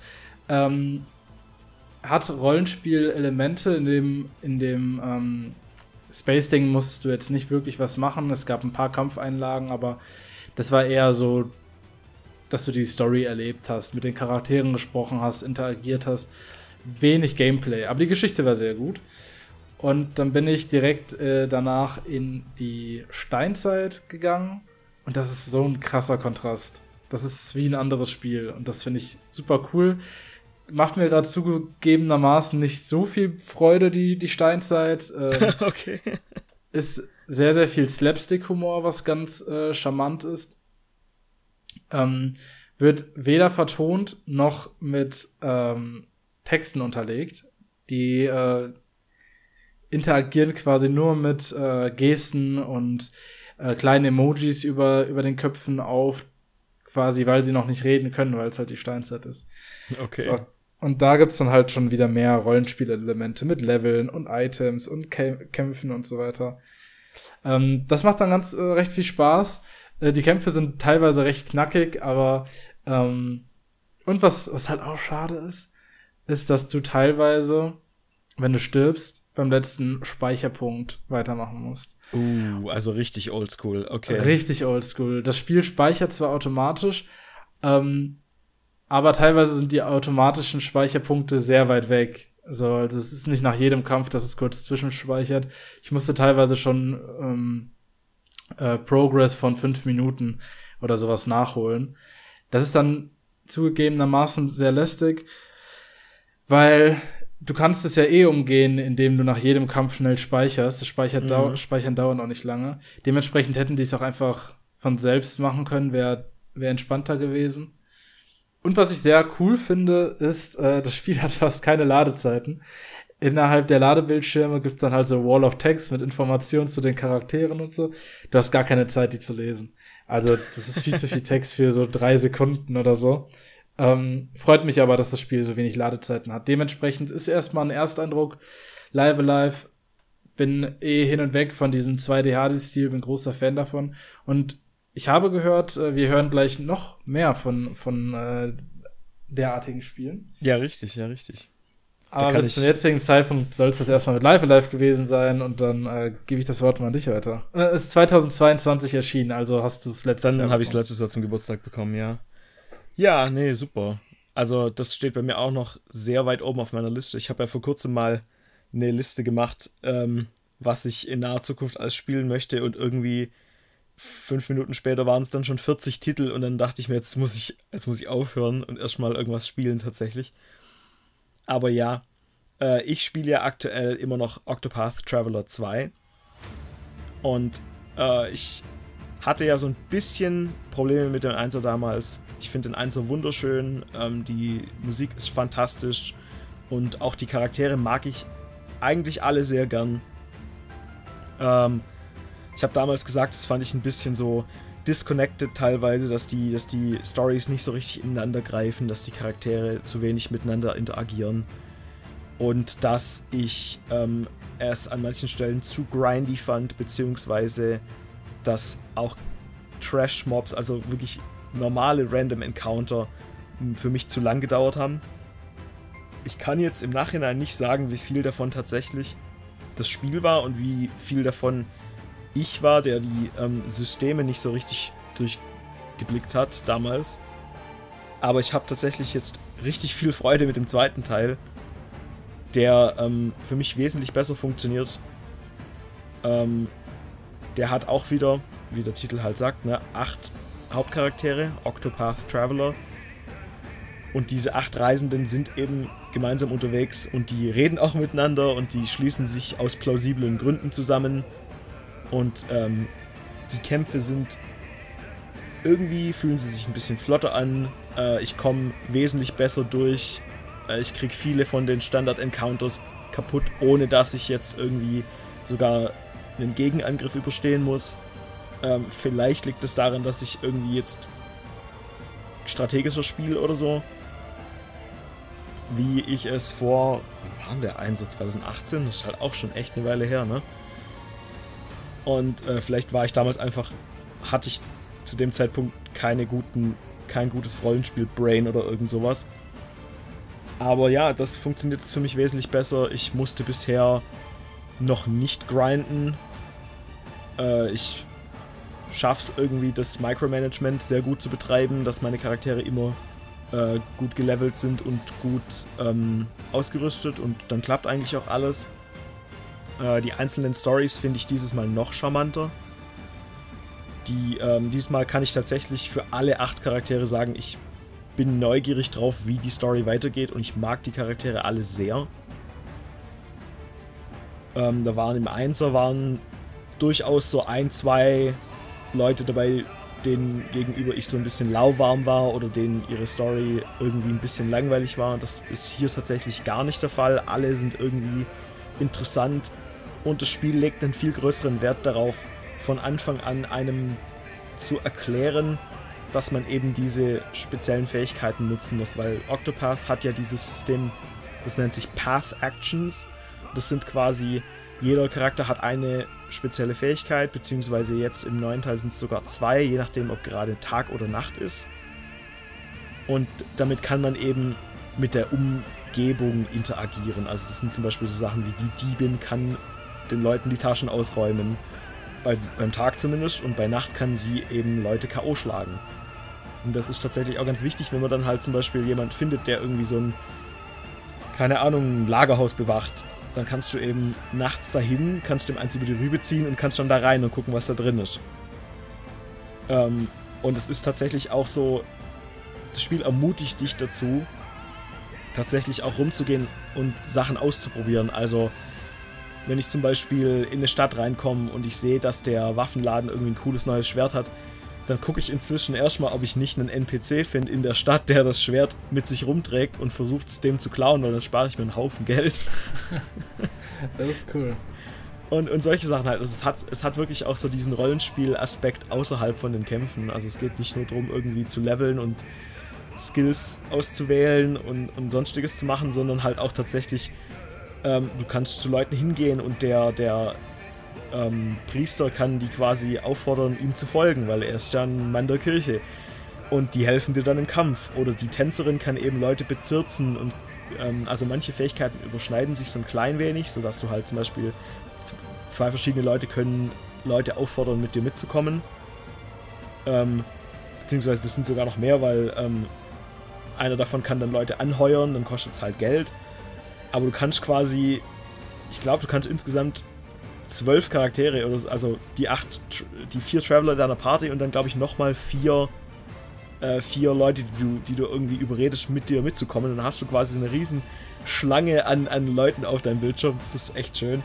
Hat Rollenspiel-Elemente. In dem Space-Ding musstest du jetzt nicht wirklich was machen. Es gab ein paar Kampfeinlagen, aber das war eher so, dass du die Story erlebt hast, mit den Charakteren gesprochen hast, interagiert hast. Wenig Gameplay, aber die Geschichte war sehr gut. Und dann bin ich direkt danach in die Steinzeit gegangen. Und das ist so ein krasser Kontrast. Das ist wie ein anderes Spiel. Und das finde ich super cool. Macht mir gerade zugegebenermaßen nicht so viel Freude, die Steinzeit. Okay. Ist sehr, sehr viel Slapstick-Humor, was ganz charmant ist. Wird weder vertont noch mit Texten unterlegt. Die interagieren quasi nur mit Gesten und kleinen Emojis über den Köpfen auf, quasi, weil sie noch nicht reden können, weil es halt die Steinzeit ist. Okay. So. Und da gibt's dann halt schon wieder mehr Rollenspielelemente mit Leveln und Items und Kämpfen und so weiter. Das macht dann ganz recht viel Spaß. Die Kämpfe sind teilweise recht knackig, aber und was halt auch schade ist, dass du teilweise, wenn du stirbst, beim letzten Speicherpunkt weitermachen musst. Also richtig oldschool, okay. Richtig oldschool. Das Spiel speichert zwar automatisch, aber teilweise sind die automatischen Speicherpunkte sehr weit weg. Also es ist nicht nach jedem Kampf, dass es kurz zwischenspeichert. Ich musste teilweise schon Progress von 5 Minuten oder sowas nachholen. Das ist dann zugegebenermaßen sehr lästig, weil du kannst es ja umgehen, indem du nach jedem Kampf schnell speicherst. Das Speichern dauert auch nicht lange. Dementsprechend hätten die es auch einfach von selbst machen können, wäre entspannter gewesen. Und was ich sehr cool finde, ist, das Spiel hat fast keine Ladezeiten. Innerhalb der Ladebildschirme gibt's dann halt so Wall of Text mit Informationen zu den Charakteren und so. Du hast gar keine Zeit, die zu lesen. Also das ist viel zu viel Text für so 3 Sekunden oder so. Freut mich aber, dass das Spiel so wenig Ladezeiten hat. Dementsprechend ist erstmal ein Ersteindruck Live Alive. Bin hin und weg von diesem 2D-HD-Stil, bin großer Fan davon. Und ich habe gehört, wir hören gleich noch mehr von derartigen Spielen. Ja, richtig. Aber bis zum jetzigen Zeitpunkt soll es das erstmal mit Live Alive gewesen sein und dann gebe ich das Wort mal an dich weiter. Es ist 2022 erschienen, also hast du es letztes Jahr. Dann habe ich es letztes Jahr zum Geburtstag bekommen, ja. Ja, nee, super. Also das steht bei mir auch noch sehr weit oben auf meiner Liste. Ich habe ja vor kurzem mal eine Liste gemacht, was ich in naher Zukunft alles spielen möchte und irgendwie 5 Minuten später waren es dann schon 40 Titel und dann dachte ich mir, jetzt muss ich aufhören und erstmal irgendwas spielen tatsächlich. Aber ja, ich spiele ja aktuell immer noch Octopath Traveler 2 und ich hatte ja so ein bisschen Probleme mit dem 1er damals. Ich finde den 1er wunderschön, die Musik ist fantastisch und auch die Charaktere mag ich eigentlich alle sehr gern. Ich habe damals gesagt, das fand ich ein bisschen so disconnected teilweise, dass die Storys nicht so richtig ineinander greifen, dass die Charaktere zu wenig miteinander interagieren und dass ich es an manchen Stellen zu grindy fand, beziehungsweise dass auch Trash-Mobs, also wirklich normale Random Encounter, für mich zu lang gedauert haben. Ich kann jetzt im Nachhinein nicht sagen, wie viel davon tatsächlich das Spiel war und wie viel davon ich war, der die Systeme nicht so richtig durchgeblickt hat damals. Aber ich habe tatsächlich jetzt richtig viel Freude mit dem zweiten Teil, der für mich wesentlich besser funktioniert. Der hat auch wieder, wie der Titel halt sagt, 8 Hauptcharaktere, Octopath Traveler. Und diese 8 Reisenden sind eben gemeinsam unterwegs und die reden auch miteinander und die schließen sich aus plausiblen Gründen zusammen. Und die Kämpfe sind irgendwie, fühlen sie sich ein bisschen flotter an. Ich komme wesentlich besser durch. Ich kriege viele von den Standard-Encounters kaputt, ohne dass ich jetzt irgendwie sogar einen Gegenangriff überstehen muss. Vielleicht liegt es daran, dass ich irgendwie jetzt strategischer spiele oder so. Wie ich es vor, wann war denn der Einsatz? 2018? Das ist halt auch schon echt eine Weile her, ne? Und vielleicht war ich damals einfach, hatte ich zu dem Zeitpunkt kein gutes Rollenspiel-Brain oder irgend sowas. Aber ja, das funktioniert jetzt für mich wesentlich besser. Ich musste bisher noch nicht grinden. Ich schaff's irgendwie, das Micromanagement sehr gut zu betreiben, dass meine Charaktere immer gut gelevelt sind und gut ausgerüstet und dann klappt eigentlich auch alles. Die einzelnen Stories finde ich dieses Mal noch charmanter. Dieses Mal kann ich tatsächlich für alle 8 Charaktere sagen, ich bin neugierig drauf, wie die Story weitergeht und ich mag die Charaktere alle sehr. Im 1er waren durchaus so 1, 2 Leute dabei, denen gegenüber ich so ein bisschen lauwarm war oder denen ihre Story irgendwie ein bisschen langweilig war. Das ist hier tatsächlich gar nicht der Fall. Alle sind irgendwie interessant und das Spiel legt einen viel größeren Wert darauf, von Anfang an einem zu erklären, dass man eben diese speziellen Fähigkeiten nutzen muss, weil Octopath hat ja dieses System, das nennt sich Path Actions. Das sind quasi, jeder Charakter hat eine spezielle Fähigkeit, beziehungsweise jetzt im neuen Teil sind es sogar 2, je nachdem, ob gerade Tag oder Nacht ist. Und damit kann man eben mit der Umgebung interagieren. Also das sind zum Beispiel so Sachen wie die Diebin kann den Leuten die Taschen ausräumen, beim Tag zumindest, und bei Nacht kann sie eben Leute K.O. schlagen. Und das ist tatsächlich auch ganz wichtig, wenn man dann halt zum Beispiel jemand findet, der irgendwie so ein, keine Ahnung, ein Lagerhaus bewacht. Dann kannst du eben nachts dahin, kannst dem eins über die Rübe ziehen und kannst dann da rein und gucken, was da drin ist. Und es ist tatsächlich auch so, das Spiel ermutigt dich dazu, tatsächlich auch rumzugehen und Sachen auszuprobieren. Also, wenn ich zum Beispiel in eine Stadt reinkomme und ich sehe, dass der Waffenladen irgendwie ein cooles neues Schwert hat, dann gucke ich inzwischen erstmal, ob ich nicht einen NPC finde in der Stadt, der das Schwert mit sich rumträgt und versucht es dem zu klauen, weil dann spare ich mir einen Haufen Geld. Das ist cool. Und solche Sachen halt. Also es hat wirklich auch so diesen Rollenspiel-Aspekt außerhalb von den Kämpfen. Also es geht nicht nur darum, irgendwie zu leveln und Skills auszuwählen und sonstiges zu machen, sondern halt auch tatsächlich, du kannst zu Leuten hingehen und der Priester kann die quasi auffordern, ihm zu folgen, weil er ist ja ein Mann der Kirche. Und die helfen dir dann im Kampf. Oder die Tänzerin kann eben Leute bezirzen. Und also manche Fähigkeiten überschneiden sich so ein klein wenig, sodass du halt zum Beispiel 2 verschiedene Leute können Leute auffordern, mit dir mitzukommen. Beziehungsweise das sind sogar noch mehr, weil einer davon kann dann Leute anheuern, dann kostet es halt Geld. Aber du kannst quasi, ich glaube, du kannst insgesamt 12 Charaktere, oder also die 4 Traveler deiner Party und dann glaube ich nochmal 4 Leute, die du irgendwie überredest, mit dir mitzukommen. Und dann hast du quasi eine riesen Schlange an Leuten auf deinem Bildschirm. Das ist echt schön.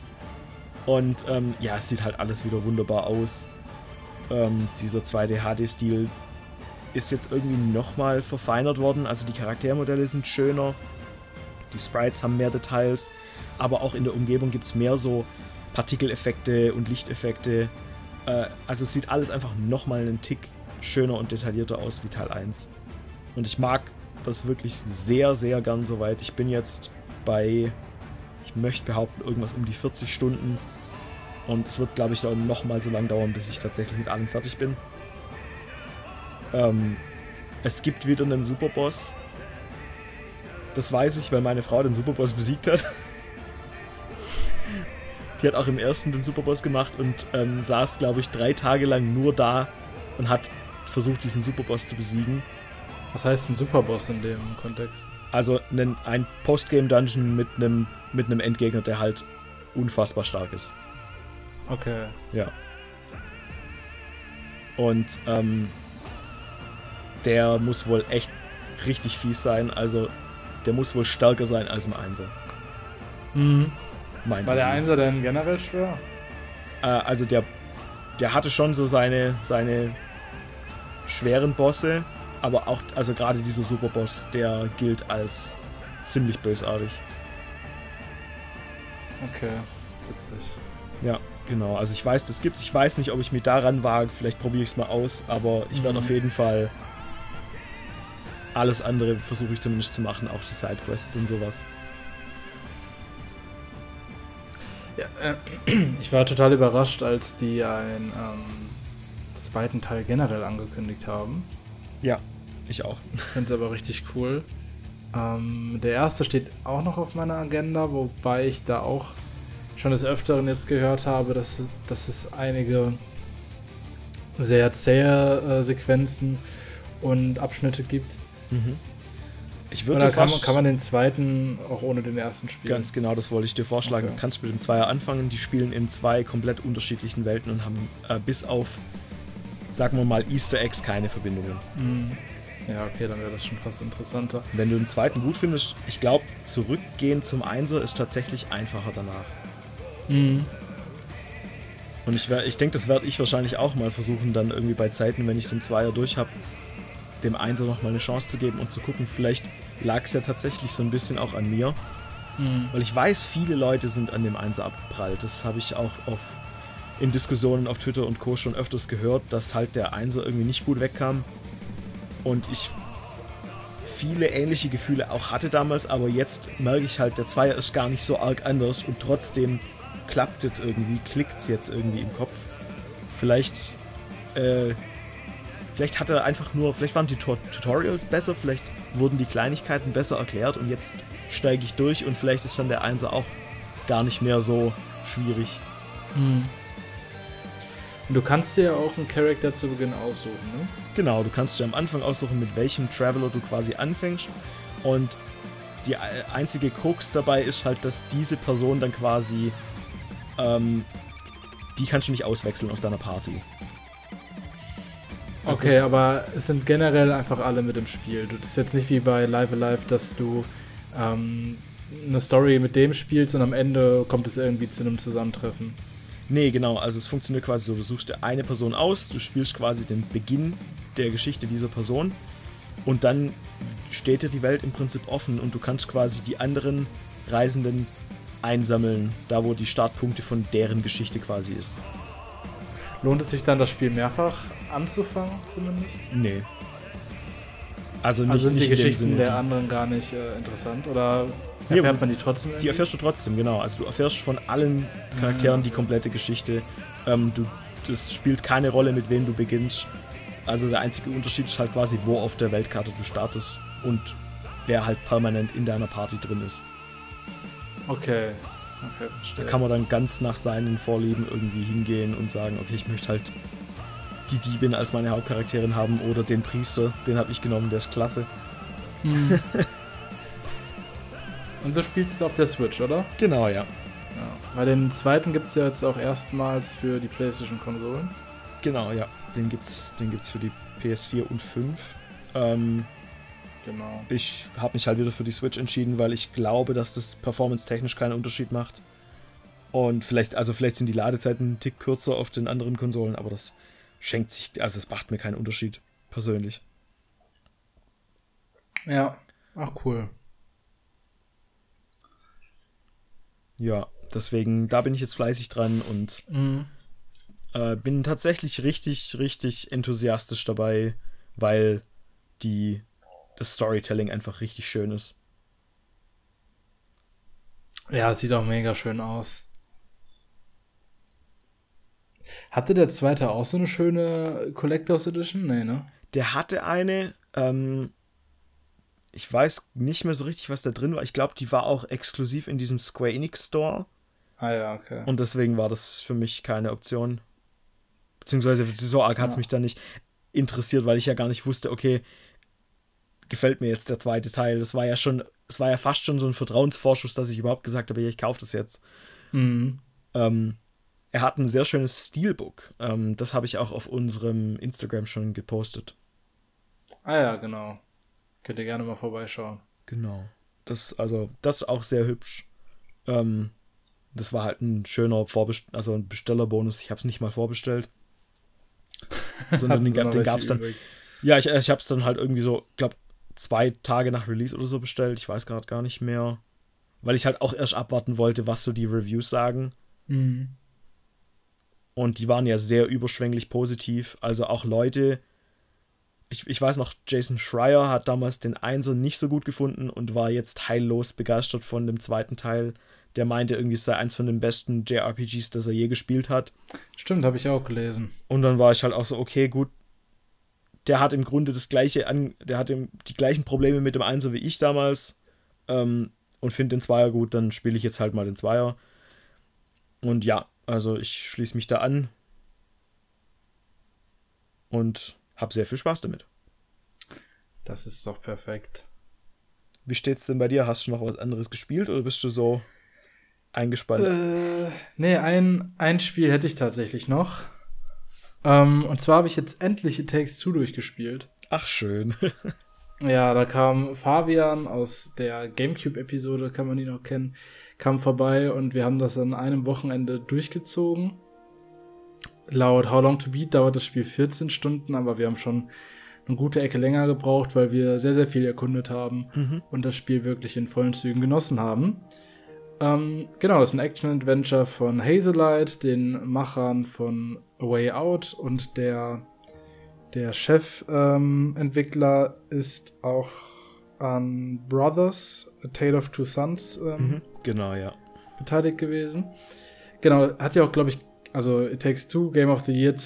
Und ja, es sieht halt alles wieder wunderbar aus. Dieser 2D HD-Stil ist jetzt irgendwie nochmal verfeinert worden. Also die Charaktermodelle sind schöner. Die Sprites haben mehr Details. Aber auch in der Umgebung gibt es mehr so Partikeleffekte und Lichteffekte. Also es sieht alles einfach nochmal einen Tick schöner und detaillierter aus wie Teil 1. Und ich mag das wirklich sehr, sehr gern soweit. Ich bin jetzt bei, ich möchte behaupten, irgendwas um die 40 Stunden. Und es wird, glaube ich, nochmal so lange dauern, bis ich tatsächlich mit allem fertig bin. Es gibt wieder einen Superboss. Das weiß ich, weil meine Frau den Superboss besiegt hat. Die hat auch im ersten den Superboss gemacht und saß, glaube ich, 3 Tage lang nur da und hat versucht, diesen Superboss zu besiegen. Was heißt ein Superboss in dem Kontext? Also ein Postgame-Dungeon mit einem Endgegner, der halt unfassbar stark ist. Okay. Ja. Und der muss wohl echt richtig fies sein. Also der muss wohl stärker sein als im Einser. Mhm. War der Einser denn generell schwer? Also der hatte schon so seine schweren Bosse, aber auch, also gerade dieser Superboss, der gilt als ziemlich bösartig. Okay, witzig. Ja, genau. Also ich weiß, das gibt's. Ich weiß nicht, ob ich mich daran wage. Vielleicht probiere ich es mal aus, aber ich werde auf jeden Fall alles andere versuche ich zumindest zu machen, auch die Sidequests und sowas. Ja, ich war total überrascht, als die einen zweiten Teil generell angekündigt haben. Ja, ich auch. Ich finde es aber richtig cool. Der erste steht auch noch auf meiner Agenda, wobei ich da auch schon des Öfteren jetzt gehört habe, dass es einige sehr zähe Sequenzen und Abschnitte gibt. Mhm. Oder kann man den zweiten auch ohne den ersten spielen? Ganz genau, das wollte ich dir vorschlagen. Okay. Du kannst mit dem Zweier anfangen. Die spielen in 2 komplett unterschiedlichen Welten und haben bis auf, sagen wir mal, Easter Eggs keine Verbindungen. Mhm. Ja, okay, dann wäre das schon fast interessanter. Wenn du den zweiten gut findest, ich glaube, zurückgehen zum Einser ist tatsächlich einfacher danach. Mhm. Und ich denke, das werde ich wahrscheinlich auch mal versuchen, dann irgendwie bei Zeiten, wenn ich den Zweier durch habe, dem Einser noch mal eine Chance zu geben und zu gucken, vielleicht lag es ja tatsächlich so ein bisschen auch an mir. Mhm. Weil ich weiß, viele Leute sind an dem Einser abgeprallt. Das habe ich auch in Diskussionen auf Twitter und Co. schon öfters gehört, dass halt der Einser irgendwie nicht gut wegkam. Und ich viele ähnliche Gefühle auch hatte damals, aber jetzt merke ich halt, der Zweier ist gar nicht so arg anders und trotzdem klappt's jetzt irgendwie, klickt's jetzt irgendwie im Kopf. Vielleicht hat er einfach nur, vielleicht waren die Tutorials besser, vielleicht wurden die Kleinigkeiten besser erklärt und jetzt steige ich durch und vielleicht ist dann der Einser auch gar nicht mehr so schwierig. Und du kannst dir ja auch einen Charakter zu Beginn aussuchen, ne? Genau, du kannst dir am Anfang aussuchen, mit welchem Traveler du quasi anfängst und die einzige Krux dabei ist halt, dass diese Person dann quasi die kannst du nicht auswechseln aus deiner Party. Also okay, aber es sind generell einfach alle mit im Spiel. Das ist jetzt nicht wie bei Live Alive, dass du eine Story mit dem spielst und am Ende kommt es irgendwie zu einem Zusammentreffen. Nee, genau, also es funktioniert quasi so, du suchst dir eine Person aus, du spielst quasi den Beginn der Geschichte dieser Person und dann steht dir die Welt im Prinzip offen und du kannst quasi die anderen Reisenden einsammeln, da wo die Startpunkte von deren Geschichte quasi ist. Lohnt es sich dann, das Spiel mehrfach anzufangen, zumindest? Nee. Also nicht, sind die nicht Geschichten der anderen gar nicht interessant? Oder erfährt man die trotzdem irgendwie? Die erfährst du trotzdem, genau. Also du erfährst von allen Charakteren die komplette Geschichte. Das spielt keine Rolle, mit wem du beginnst. Also der einzige Unterschied ist halt quasi, wo auf der Weltkarte du startest und wer halt permanent in deiner Party drin ist. Okay, Da kann man dann ganz nach seinen Vorlieben irgendwie hingehen und sagen, okay, ich möchte halt die Diebin als meine Hauptcharakterin haben oder den Priester, den habe ich genommen, der ist klasse. Und du spielst es auf der Switch, oder? Genau, ja. Weil den zweiten gibt es ja jetzt auch erstmals für die PlayStation-Konsolen. Genau, ja. Den gibt's für die PS4 und 5. Genau. Ich habe mich halt wieder für die Switch entschieden, weil ich glaube, dass das performance-technisch keinen Unterschied macht. Und vielleicht sind die Ladezeiten einen Tick kürzer auf den anderen Konsolen, aber das es macht mir keinen Unterschied, persönlich. Ja, ach cool. Ja, deswegen, da bin ich jetzt fleißig dran und bin tatsächlich richtig, richtig enthusiastisch dabei, weil das Storytelling einfach richtig schön ist. Ja, es sieht auch mega schön aus. Hatte der zweite auch so eine schöne Collectors Edition? Nee, ne? Der hatte eine, ich weiß nicht mehr so richtig, was da drin war. Ich glaube, die war auch exklusiv in diesem Square Enix Store. Ah ja, okay. Und deswegen war das für mich keine Option. Beziehungsweise so arg hat es mich dann nicht interessiert, weil ich ja gar nicht wusste, okay, gefällt mir jetzt der zweite Teil. Es war ja fast schon so ein Vertrauensvorschuss, dass ich überhaupt gesagt habe, ja, ich kaufe das jetzt. Er hat ein sehr schönes Steelbook. Das habe ich auch auf unserem Instagram schon gepostet. Ah ja, genau. Könnt ihr gerne mal vorbeischauen. Genau. Das ist auch sehr hübsch. Das war halt ein schöner ein Bestellerbonus. Ich habe es nicht mal vorbestellt. Sondern den gab es dann. Ja, ich habe es dann halt irgendwie so, glaube 2 Tage nach Release oder so bestellt. Ich weiß gerade gar nicht mehr. Weil ich halt auch erst abwarten wollte, was so die Reviews sagen. Und die waren ja sehr überschwänglich positiv. Also auch Leute, ich weiß noch, Jason Schreier hat damals den Einser nicht so gut gefunden und war jetzt heillos begeistert von dem zweiten Teil. Der meinte irgendwie, es sei eins von den besten JRPGs, das er je gespielt hat. Stimmt, habe ich auch gelesen. Und dann war ich halt auch so, okay, gut. Der hat im Grunde die gleichen Probleme mit dem Einser wie ich damals. Und finde den Zweier gut, dann spiele ich jetzt halt mal den Zweier. Und ja, also ich schließe mich da an. Und habe sehr viel Spaß damit. Das ist doch perfekt. Wie steht's denn bei dir? Hast du noch was anderes gespielt oder bist du so eingespannt? Nee, ein Spiel hätte ich tatsächlich noch. Und zwar habe ich jetzt endlich It Takes Two durchgespielt. Ach, schön. Ja, da kam Fabian aus der GameCube-Episode, kann man ihn auch kennen, kam vorbei und wir haben das an einem Wochenende durchgezogen. Laut How Long to Beat dauert das Spiel 14 Stunden, aber wir haben schon eine gute Ecke länger gebraucht, weil wir sehr, sehr viel erkundet haben und das Spiel wirklich in vollen Zügen genossen haben. Genau, es ist ein Action-Adventure von Hazelight, den Machern von A Way Out, und der Chef-Entwickler ist auch an Brothers, A Tale of Two Sons Genau, ja. beteiligt gewesen. Genau, hat ja auch, glaube ich, also It Takes Two, Game of the Year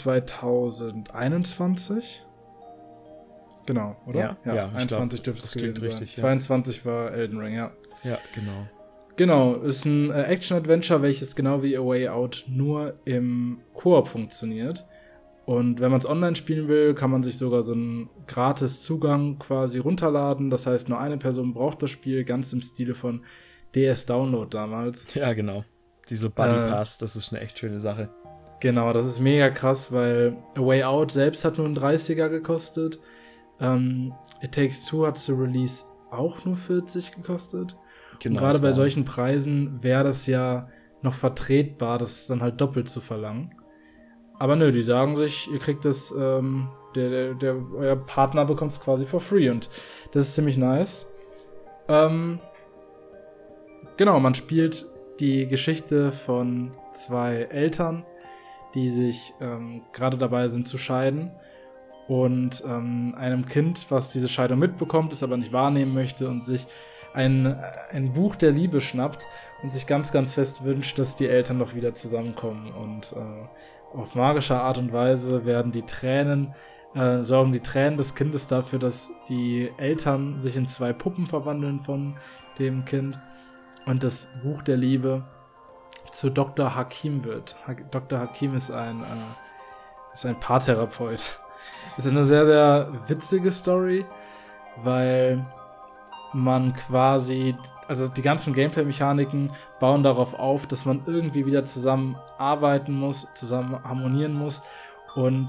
2021. Genau, oder? Ja, 21 dürfte es gewesen sein. Richtig, 22 war Elden Ring, ja. Ja, genau. Genau, ist ein Action-Adventure, welches genau wie A Way Out nur im Koop funktioniert. Und wenn man es online spielen will, kann man sich sogar so einen gratis Zugang quasi runterladen. Das heißt, nur eine Person braucht das Spiel, ganz im Stile von DS Download damals. Ja, genau. Dieser Buddy Pass, das ist eine echt schöne Sache. Genau, das ist mega krass, weil A Way Out selbst hat nur einen 30er gekostet. It Takes Two hat zu Release auch nur 40 gekostet. Genau, und gerade bei solchen Preisen wäre das ja noch vertretbar, das dann halt doppelt zu verlangen. Aber nö, die sagen sich, ihr kriegt das, euer Partner bekommt es quasi for free und das ist ziemlich nice. Genau, man spielt die Geschichte von zwei Eltern, die sich gerade dabei sind zu scheiden und einem Kind, was diese Scheidung mitbekommt, es aber nicht wahrnehmen möchte und sich ein Buch der Liebe schnappt und sich ganz, ganz fest wünscht, dass die Eltern noch wieder zusammenkommen und auf magische Art und Weise sorgen die Tränen des Kindes dafür, dass die Eltern sich in zwei Puppen verwandeln von dem Kind und das Buch der Liebe zu Dr. Hakim wird. Dr. Hakim ist ein Paartherapeut. Ist eine sehr, sehr witzige Story, weil man quasi, also die ganzen Gameplay-Mechaniken bauen darauf auf, dass man irgendwie wieder zusammen arbeiten muss, zusammen harmonieren muss und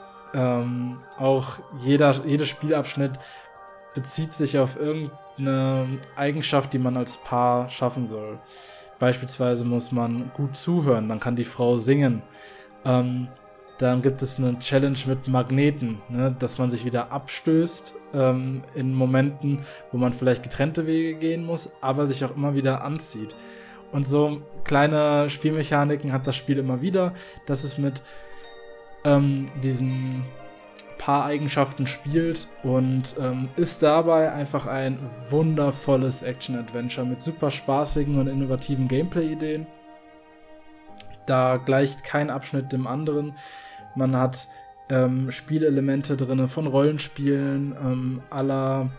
auch jeder Spielabschnitt bezieht sich auf irgendeine Eigenschaft, die man als Paar schaffen soll. Beispielsweise muss man gut zuhören, dann kann die Frau singen. Dann gibt es eine Challenge mit Magneten, ne, dass man sich wieder abstößt in Momenten, wo man vielleicht getrennte Wege gehen muss, aber sich auch immer wieder anzieht. Und so kleine Spielmechaniken hat das Spiel immer wieder, dass es mit diesen Paareigenschaften spielt und ist dabei einfach ein wundervolles Action-Adventure mit super spaßigen und innovativen Gameplay-Ideen. Da gleicht kein Abschnitt dem anderen. Man hat Spielelemente drin von Rollenspielen à la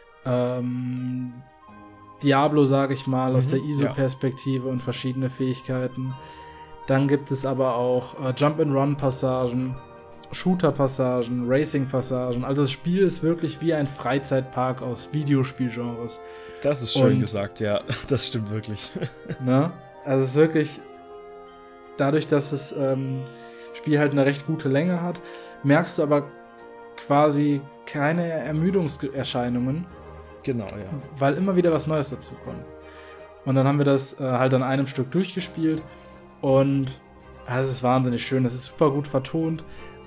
Diablo, sage ich mal, aus der ISO-Perspektive und verschiedene Fähigkeiten. Dann gibt es aber auch Jump-and-Run-Passagen, Shooter-Passagen, Racing-Passagen. Also das Spiel ist wirklich wie ein Freizeitpark aus Videospielgenres. Das ist schön gesagt, ja. Das stimmt wirklich. Ne? Also es ist wirklich, dadurch, dass das Spiel halt eine recht gute Länge hat, merkst du aber quasi keine Ermüdungserscheinungen. Genau, ja. Weil immer wieder was Neues dazu kommt. Und dann haben wir das halt an einem Stück durchgespielt und es ist wahnsinnig schön. Es ist super gut vertont.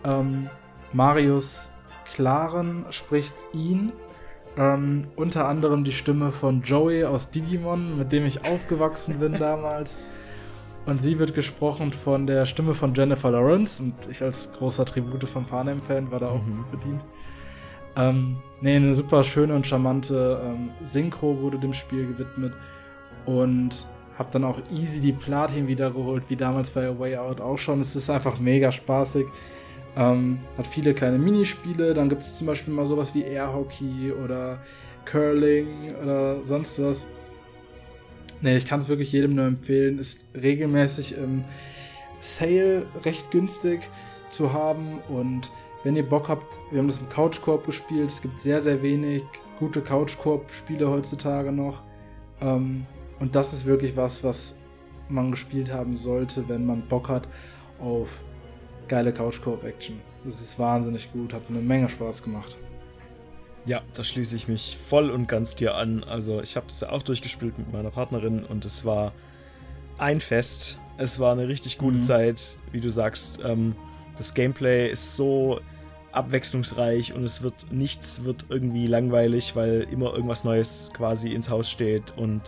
Marius Klaren spricht ihn. Unter anderem die Stimme von Joey aus Digimon, mit dem ich aufgewachsen bin damals. Und sie wird gesprochen von der Stimme von Jennifer Lawrence. Und ich als großer Tribute von Panem-Fan war da auch bedient. Eine super schöne und charmante Synchro wurde dem Spiel gewidmet. Und hab dann auch easy die Platin wiedergeholt, wie damals bei A Way Out auch schon. Es ist einfach mega spaßig. Hat viele kleine Minispiele. Dann gibt es zum Beispiel mal sowas wie Airhockey oder Curling oder sonst was. Nee, ich kann es wirklich jedem nur empfehlen. Ist regelmäßig im Sale recht günstig zu haben. Und wenn ihr Bock habt, wir haben das im Couch-Koop gespielt. Es gibt sehr, sehr wenig gute Couch-Koop-Spiele heutzutage noch. Und das ist wirklich was man gespielt haben sollte, wenn man Bock hat auf geile Couch-Koop-Action. Das ist wahnsinnig gut, hat eine Menge Spaß gemacht. Ja, da schließe ich mich voll und ganz dir an. Also ich habe das ja auch durchgespielt mit meiner Partnerin und es war ein Fest. Es war eine richtig gute Zeit, wie du sagst. Das Gameplay ist so abwechslungsreich und nichts wird irgendwie langweilig, weil immer irgendwas Neues quasi ins Haus steht und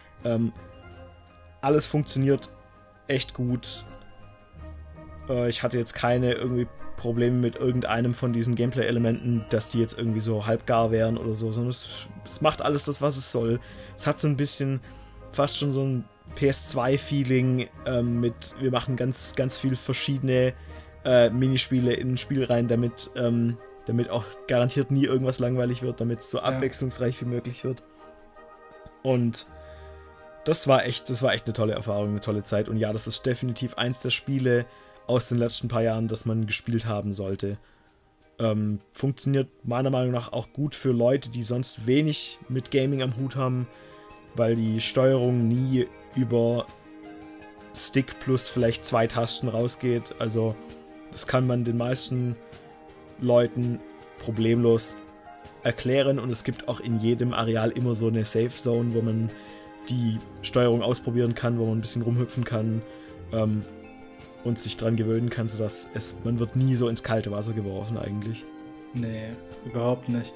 alles funktioniert echt gut. Ich hatte jetzt keine irgendwie Probleme mit irgendeinem von diesen Gameplay-Elementen, dass die jetzt irgendwie so halbgar wären oder so, sondern es macht alles das, was es soll. Es hat so ein bisschen, fast schon so ein PS2-Feeling mit, wir machen ganz, ganz viel verschiedene Minispiele in ein Spiel rein, damit auch garantiert nie irgendwas langweilig wird, damit es so abwechslungsreich wie möglich wird. Und das war echt eine tolle Erfahrung, eine tolle Zeit. Und ja, das ist definitiv eins der Spiele aus den letzten paar Jahren, das man gespielt haben sollte. Funktioniert meiner Meinung nach auch gut für Leute, die sonst wenig mit Gaming am Hut haben, weil die Steuerung nie über Stick plus vielleicht 2 Tasten rausgeht. Also das kann man den meisten Leuten problemlos erklären und es gibt auch in jedem Areal immer so eine Safe Zone, wo man die Steuerung ausprobieren kann, wo man ein bisschen rumhüpfen kann und sich dran gewöhnen kann, sodass man wird nie so ins kalte Wasser geworfen eigentlich. Nee, überhaupt nicht.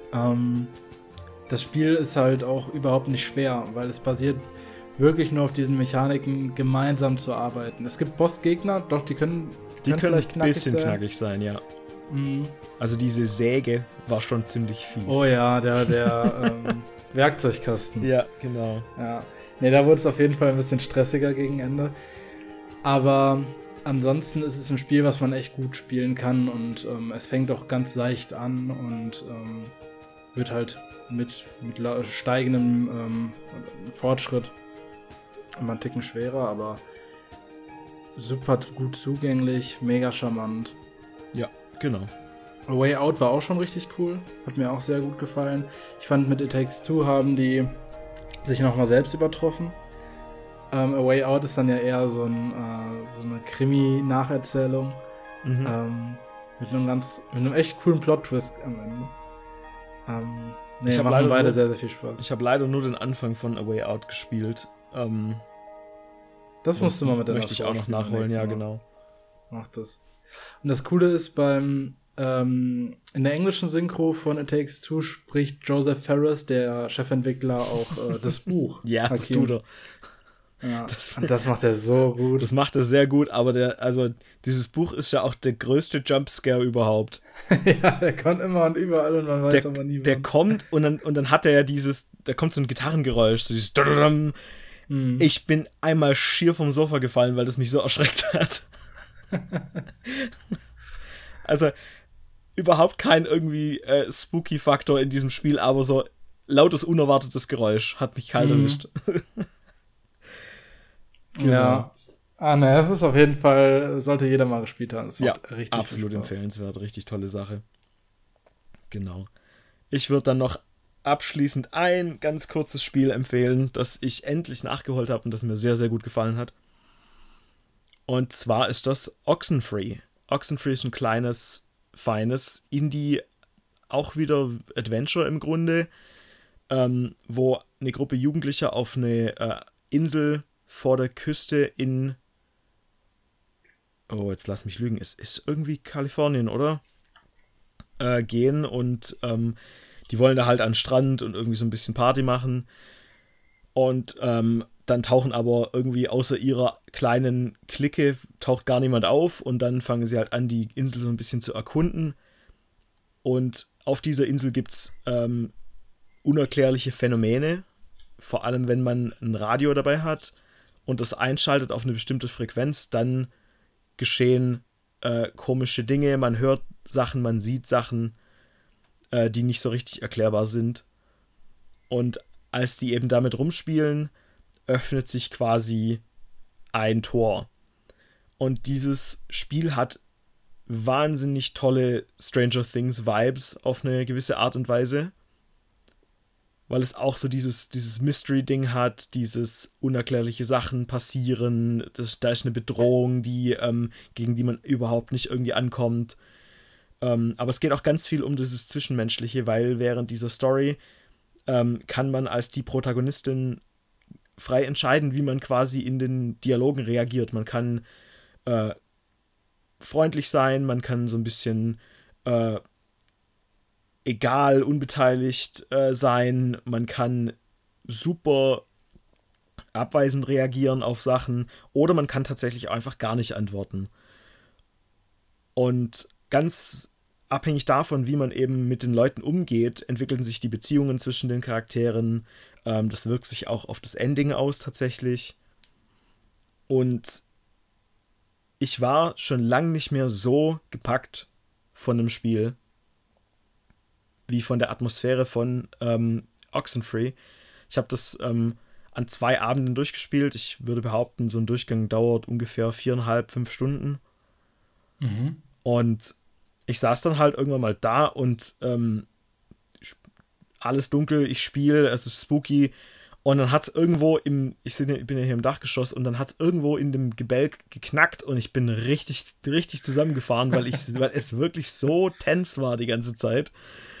Das Spiel ist halt auch überhaupt nicht schwer, weil es basiert wirklich nur auf diesen Mechaniken, gemeinsam zu arbeiten. Es gibt Bossgegner, doch die können vielleicht ein bisschen knackig sein, ja. Mhm. Also diese Säge war schon ziemlich fies. Oh ja, der Werkzeugkasten. Ja, genau. Ja. Ne, da wurde es auf jeden Fall ein bisschen stressiger gegen Ende. Aber ansonsten ist es ein Spiel, was man echt gut spielen kann und es fängt auch ganz seicht an und wird halt mit steigendem Fortschritt immer einen Ticken schwerer, aber super gut zugänglich, mega charmant. Ja, genau. A Way Out war auch schon richtig cool, hat mir auch sehr gut gefallen. Ich fand, mit It Takes Two haben die sich nochmal selbst übertroffen. A Way Out ist dann ja eher so eine Krimi-Nacherzählung mit einem echt coolen Plot-Twist am Ende. Ich habe leider beide sehr, sehr viel Spaß. Ich habe leider nur den Anfang von A Way Out gespielt. Das musst du mal mit der möchte ich auch noch nachholen, ja, genau. Mach das. Und das Coole ist, in der englischen Synchro von It Takes Two spricht Joseph Ferris, der Chefentwickler, auch das Buch. Ja, das tut er. Ja, das macht er so gut. Das macht er sehr gut, aber dieses Buch ist ja auch der größte Jumpscare überhaupt. Ja, der kommt immer und überall und man weiß aber nie wann. Der kommt und dann hat er ja da kommt so ein Gitarrengeräusch, so dieses Ich bin einmal schier vom Sofa gefallen, weil das mich so erschreckt hat. Also überhaupt kein irgendwie Spooky-Faktor in diesem Spiel, aber so lautes, unerwartetes Geräusch hat mich kalt erwischt. Genau. Ja. Das ist auf jeden Fall, sollte jeder mal gespielt haben. Das macht richtig absolut empfehlenswert, richtig tolle Sache. Genau. Ich würde dann noch abschließend ein ganz kurzes Spiel empfehlen, das ich endlich nachgeholt habe und das mir sehr, sehr gut gefallen hat. Und zwar ist das Oxenfree. Oxenfree ist ein kleines, feines Indie, auch wieder Adventure im Grunde, wo eine Gruppe Jugendlicher auf eine Insel vor der Küste jetzt lass mich lügen, es ist irgendwie Kalifornien, oder? Gehen und die wollen da halt an den Strand und irgendwie so ein bisschen Party machen und dann tauchen aber irgendwie außer ihrer kleinen Clique taucht gar niemand auf und dann fangen sie halt an, die Insel so ein bisschen zu erkunden und auf dieser Insel gibt's unerklärliche Phänomene, vor allem wenn man ein Radio dabei hat und das einschaltet auf eine bestimmte Frequenz, dann geschehen komische Dinge, man hört Sachen, man sieht Sachen, die nicht so richtig erklärbar sind. Und als die eben damit rumspielen, öffnet sich quasi ein Tor. Und dieses Spiel hat wahnsinnig tolle Stranger Things Vibes auf eine gewisse Art und Weise, weil es auch so dieses Mystery-Ding hat, dieses unerklärliche Sachen passieren, da ist eine Bedrohung, gegen die man überhaupt nicht irgendwie ankommt. Aber es geht auch ganz viel um dieses Zwischenmenschliche, weil während dieser Story kann man als die Protagonistin frei entscheiden, wie man quasi in den Dialogen reagiert. Man kann freundlich sein, man kann so ein bisschen egal, unbeteiligt sein, man kann super abweisend reagieren auf Sachen oder man kann tatsächlich einfach gar nicht antworten. Und ganz abhängig davon, wie man eben mit den Leuten umgeht, entwickeln sich die Beziehungen zwischen den Charakteren. Das wirkt sich auch auf das Ending aus tatsächlich. Und ich war schon lange nicht mehr so gepackt von einem Spiel wie von der Atmosphäre von Oxenfree. Ich habe das an 2 Abenden durchgespielt. Ich würde behaupten, so ein Durchgang dauert ungefähr 4,5, 5 Stunden. Mhm. Und ich saß dann halt irgendwann mal da und alles dunkel, ich spiele, es ist spooky. Und dann hat es irgendwo bin ja hier im Dachgeschoss und dann hat es irgendwo in dem Gebälk geknackt und ich bin richtig, richtig zusammengefahren, weil es wirklich so tense war die ganze Zeit.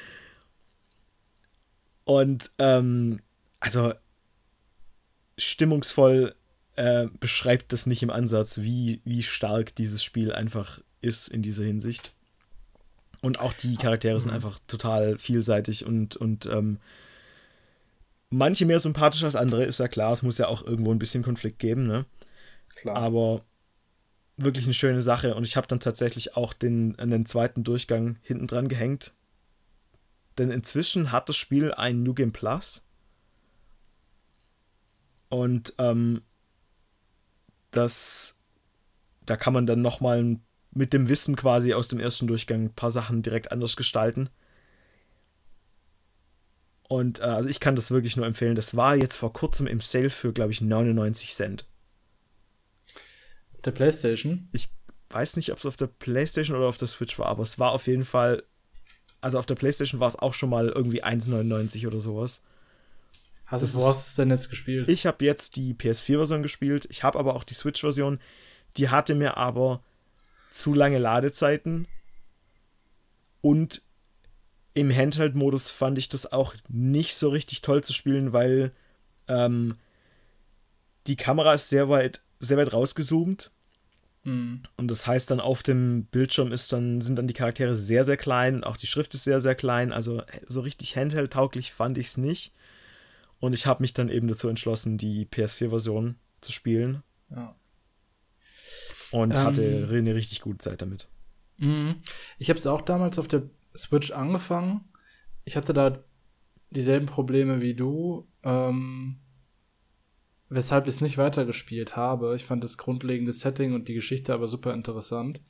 Und also stimmungsvoll beschreibt das nicht im Ansatz, wie stark dieses Spiel einfach ist in dieser Hinsicht. Und auch die Charaktere sind einfach total vielseitig und manche mehr sympathisch als andere, ist ja klar. Es muss ja auch irgendwo ein bisschen Konflikt geben, ne? Klar. Aber wirklich eine schöne Sache. Und ich habe dann tatsächlich auch an den zweiten Durchgang hinten dran gehängt. Denn inzwischen hat das Spiel ein New Game Plus. Und da kann man dann nochmal mit dem Wissen quasi aus dem ersten Durchgang ein paar Sachen direkt anders gestalten. Und also ich kann das wirklich nur empfehlen. Das war jetzt vor kurzem im Sale für, glaube ich, 99 Cent. Auf der PlayStation? Ich weiß nicht, ob es auf der PlayStation oder auf der Switch war, aber es war auf jeden Fall, also auf der PlayStation war es auch schon mal irgendwie 1,99 oder sowas. Wo hast du es denn jetzt gespielt? Ich habe jetzt die PS4-Version gespielt. Ich habe aber auch die Switch-Version. Die hatte mir aber zu lange Ladezeiten. Und im Handheld-Modus fand ich das auch nicht so richtig toll zu spielen, weil die Kamera ist sehr weit rausgezoomt. Mhm. Und das heißt dann, auf dem Bildschirm sind dann die Charaktere sehr, sehr klein. Auch die Schrift ist sehr, sehr klein. Also so richtig Handheld-tauglich fand ich es nicht. Und ich habe mich dann eben dazu entschlossen, die PS4-Version zu spielen. Ja. Und hatte eine richtig gute Zeit damit. Ich habe es auch damals auf der Switch angefangen. Ich hatte da dieselben Probleme wie du, weshalb ich es nicht weitergespielt habe. Ich fand das grundlegende Setting und die Geschichte aber super interessant.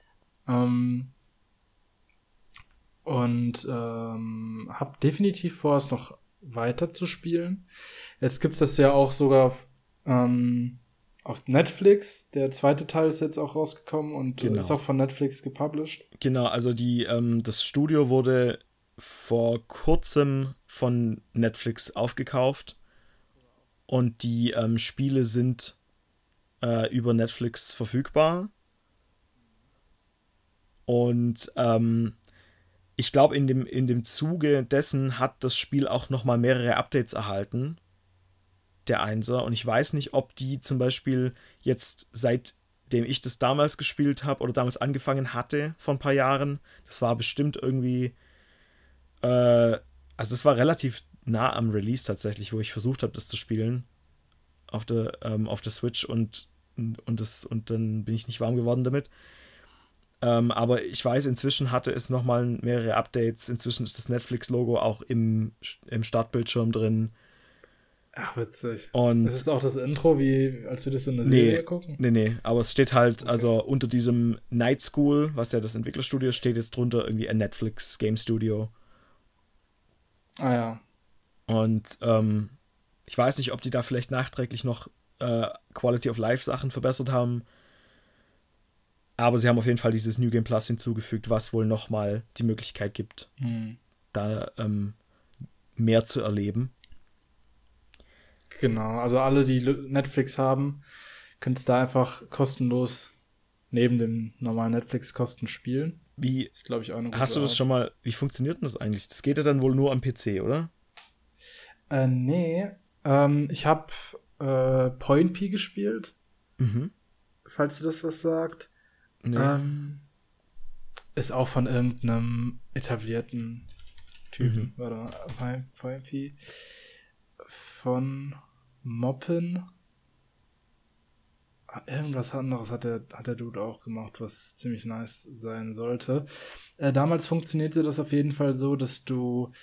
Und habe definitiv vor, es noch weiter zu spielen. Jetzt gibt's das ja auch sogar auf Netflix. Der zweite Teil ist jetzt auch rausgekommen und ist auch von Netflix gepublished. Genau, also das Studio wurde vor kurzem von Netflix aufgekauft und die Spiele sind über Netflix verfügbar. Und ich glaube, in dem Zuge dessen hat das Spiel auch nochmal mehrere Updates erhalten, der Einser. Und ich weiß nicht, ob die zum Beispiel jetzt, seitdem ich das damals gespielt habe oder damals angefangen hatte, vor ein paar Jahren, das war bestimmt irgendwie, also das war relativ nah am Release tatsächlich, wo ich versucht habe, das zu spielen auf der Switch und dann bin ich nicht warm geworden damit. Aber ich weiß, inzwischen hatte es nochmal mehrere Updates. Inzwischen ist das Netflix-Logo auch im Startbildschirm drin. Ach, witzig. Und ist es auch das Intro, wie als wir das in der Serie gucken? Nee. Aber es steht halt, also unter diesem Night School, was ja das Entwicklerstudio ist, steht jetzt drunter irgendwie ein Netflix Game Studio. Ah ja. Und ich weiß nicht, ob die da vielleicht nachträglich noch Quality of Life Sachen verbessert haben. Aber sie haben auf jeden Fall dieses New Game Plus hinzugefügt, was wohl nochmal die Möglichkeit gibt, da mehr zu erleben. Genau, also alle, die Netflix haben, können es da einfach kostenlos neben dem normalen Netflix-Kosten spielen. Wie, ist, glaube ich, auch eine gute hast du das Art. schon mal, wie funktioniert denn das eigentlich? Das geht ja dann wohl nur am PC, oder? Nee, ich habe Point P gespielt, falls dir das was sagt. Nee. Ist auch von irgendeinem etablierten Typen. Warte mal, Point P von Moppen. irgendwas anderes hat der Dude auch gemacht, was ziemlich nice sein sollte. Damals funktionierte das auf jeden Fall so, dass du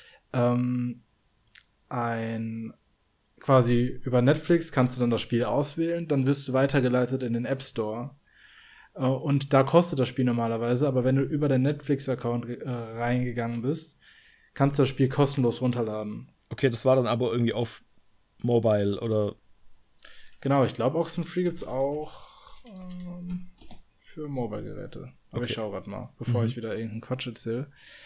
quasi über Netflix kannst du dann das Spiel auswählen, dann wirst du weitergeleitet in den App Store. Und da kostet das Spiel normalerweise, aber wenn du über deinen Netflix-Account reingegangen bist, kannst du das Spiel kostenlos runterladen. Okay, das war dann aber irgendwie auf Mobile oder... Genau, ich glaube, Oxenfree gibt's auch für Mobile-Geräte. Aber Okay. ich schaue gerade mal, bevor ich wieder irgendeinen Quatsch erzähle.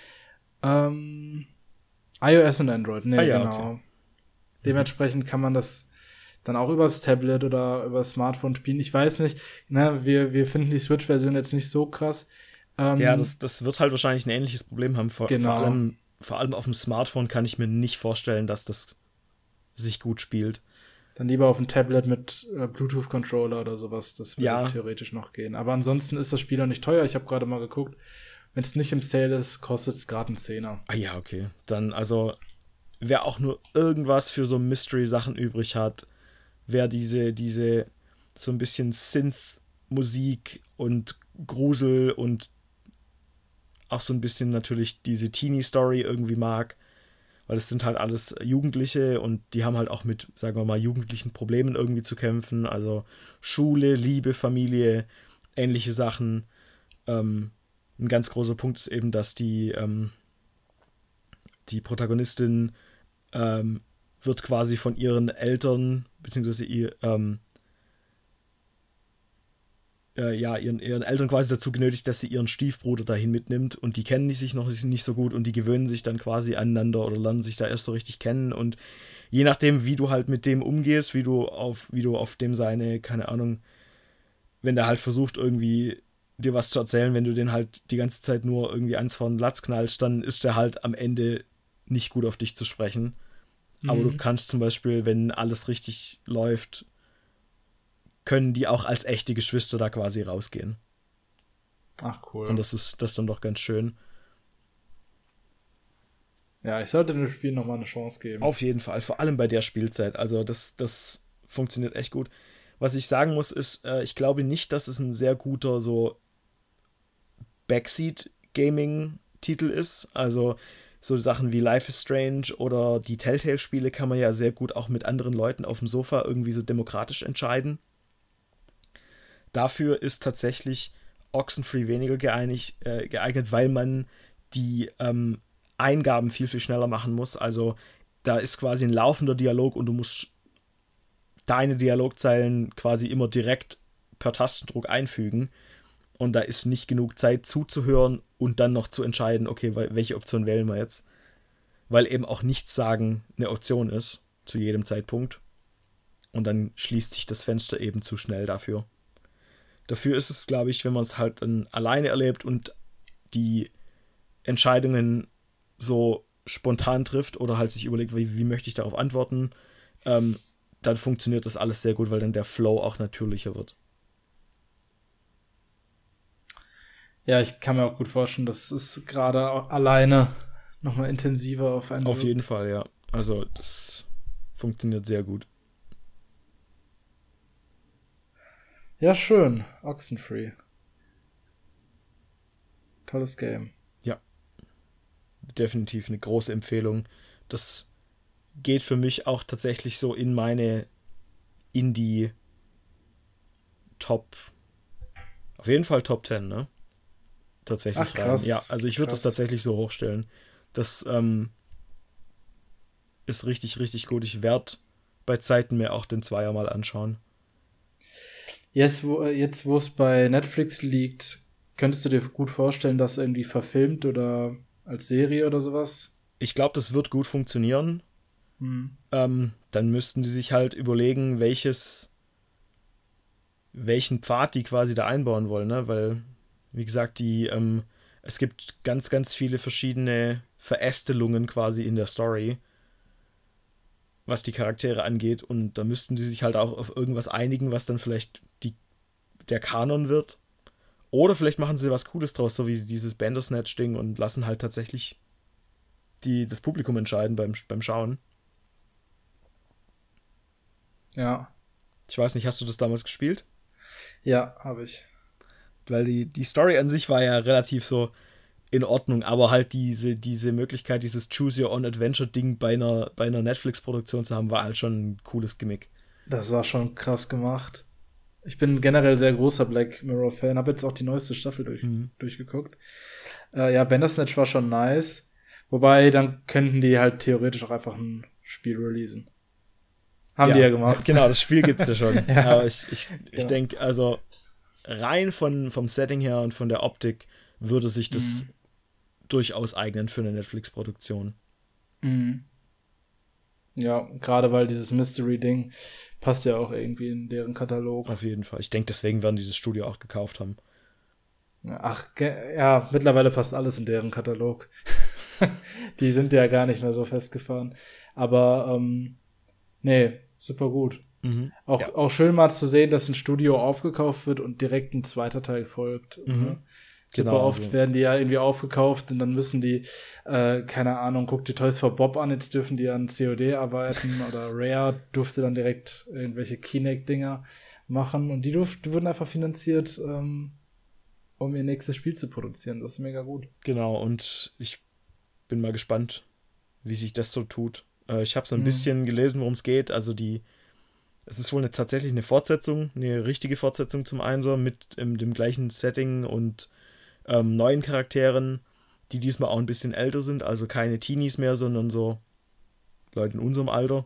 iOS und Android, genau. Okay. Dementsprechend kann man das dann auch übers Tablet oder übers Smartphone spielen. Ich weiß nicht, ne, wir finden die Switch-Version jetzt nicht so krass. Ja, das wird halt wahrscheinlich ein ähnliches Problem haben. Vor allem auf dem Smartphone kann ich mir nicht vorstellen, dass das sich gut spielt. Dann lieber auf dem Tablet mit Bluetooth-Controller oder sowas. Das würde theoretisch noch gehen. Aber ansonsten ist das Spiel auch nicht teuer. Ich habe gerade mal geguckt. Wenn es nicht im Sale ist, kostet es gerade einen Zehner. Ah ja, okay. Dann, also, wer auch nur irgendwas für so Mystery-Sachen übrig hat, wer diese so ein bisschen Synth-Musik und Grusel und auch so ein bisschen natürlich diese Teenie-Story irgendwie mag, weil es sind halt alles Jugendliche und die haben halt auch mit, sagen wir mal, jugendlichen Problemen irgendwie zu kämpfen, also Schule, Liebe, Familie, ähnliche Sachen. Ein ganz großer Punkt ist eben, dass die Protagonistin wird quasi von ihren Eltern, beziehungsweise ihren Eltern quasi dazu genötigt, dass sie ihren Stiefbruder dahin mitnimmt und die kennen sich noch nicht so gut und die gewöhnen sich dann quasi aneinander oder lernen sich da erst so richtig kennen und je nachdem, wie du halt mit dem umgehst, wie du auf dem seine, keine Ahnung, wenn der halt versucht irgendwie dir was zu erzählen, wenn du den halt die ganze Zeit nur irgendwie eins vor den Latz knallst, dann ist der halt am Ende nicht gut auf dich zu sprechen. Aber du kannst zum Beispiel, wenn alles richtig läuft, können die auch als echte Geschwister da quasi rausgehen. Ach, cool. Und das ist dann doch ganz schön. Ja, ich sollte dem Spiel nochmal eine Chance geben. Auf jeden Fall, vor allem bei der Spielzeit. Also das funktioniert echt gut. Was ich sagen muss, ist, ich glaube nicht, dass es ein sehr guter so Backseat-Gaming-Titel ist. Also so Sachen wie Life is Strange oder die Telltale-Spiele kann man ja sehr gut auch mit anderen Leuten auf dem Sofa irgendwie so demokratisch entscheiden. Dafür ist tatsächlich Oxenfree weniger geeignet, weil man die Eingaben viel, viel schneller machen muss. Also da ist quasi ein laufender Dialog und du musst deine Dialogzeilen quasi immer direkt per Tastendruck einfügen. Und da ist nicht genug Zeit zuzuhören und dann noch zu entscheiden, okay, welche Option wählen wir jetzt. Weil eben auch nichts sagen eine Option ist, zu jedem Zeitpunkt. Und dann schließt sich das Fenster eben zu schnell dafür. Dafür ist es, glaube ich, wenn man es halt dann alleine erlebt und die Entscheidungen so spontan trifft oder halt sich überlegt, wie möchte ich darauf antworten, dann funktioniert das alles sehr gut, weil dann der Flow auch natürlicher wird. Ja, ich kann mir auch gut vorstellen, dass es gerade alleine nochmal intensiver auf einen Auf jeden Fall, ja. Also das funktioniert sehr gut. Ja, schön. Oxenfree. Tolles Game. Ja. Definitiv eine große Empfehlung. Das geht für mich auch tatsächlich so in meine Indie-Top, auf jeden Fall Top 10, ne? Tatsächlich. Ach, krass. Rein. Ja, also ich würde das tatsächlich so hochstellen. Das ist richtig, richtig gut. Ich werde bei Zeiten mir auch den Zweier mal anschauen. Jetzt, wo es bei Netflix liegt, könntest du dir gut vorstellen, das irgendwie verfilmt oder als Serie oder sowas? Ich glaube, das wird gut funktionieren. Dann müssten die sich halt überlegen, welchen Pfad die quasi da einbauen wollen, ne? Weil, wie gesagt, es gibt ganz, ganz viele verschiedene Verästelungen quasi in der Story, was die Charaktere angeht. Und da müssten die sich halt auch auf irgendwas einigen, was dann vielleicht der Kanon wird. Oder vielleicht machen sie was Cooles draus, so wie dieses Bandersnatch-Ding und lassen halt tatsächlich das Publikum entscheiden beim Schauen. Ja. Ich weiß nicht, hast du das damals gespielt? Ja, habe ich. Weil die Story an sich war ja relativ so in Ordnung, aber halt diese Möglichkeit, dieses Choose-Your-Own-Adventure-Ding bei einer Netflix-Produktion zu haben, war halt schon ein cooles Gimmick. Das war schon krass gemacht. Ich bin generell sehr großer Black Mirror-Fan, habe jetzt auch die neueste Staffel durchgeguckt. Ja, Bandersnatch war schon nice. Wobei, dann könnten die halt theoretisch auch einfach ein Spiel releasen. Haben die ja gemacht. Genau, das Spiel gibt's ja schon. Ja. Aber ich denke, also rein vom Setting her und von der Optik würde sich das durchaus eignen für eine Netflix-Produktion. Mhm. Ja, gerade weil dieses Mystery-Ding passt ja auch irgendwie in deren Katalog. Auf jeden Fall. Ich denke, deswegen werden die das Studio auch gekauft haben. Ach, ja, mittlerweile passt alles in deren Katalog. Die sind ja gar nicht mehr so festgefahren. Aber, nee, super gut. Auch schön mal zu sehen, dass ein Studio aufgekauft wird und direkt ein zweiter Teil folgt. Ne? Super oft werden die ja irgendwie aufgekauft und dann müssen die, keine Ahnung, guck dir Toys for Bob an, jetzt dürfen die an COD arbeiten oder Rare durfte dann direkt irgendwelche Kinect-Dinger machen und die wurden einfach finanziert, um ihr nächstes Spiel zu produzieren. Das ist mega gut. Genau, und ich bin mal gespannt, wie sich das so tut. Ich habe so ein bisschen gelesen, worum es geht. Also es ist wohl tatsächlich eine Fortsetzung, eine richtige Fortsetzung zum Einser mit dem gleichen Setting und neuen Charakteren, die diesmal auch ein bisschen älter sind. Also keine Teenies mehr, sondern so Leute in unserem Alter.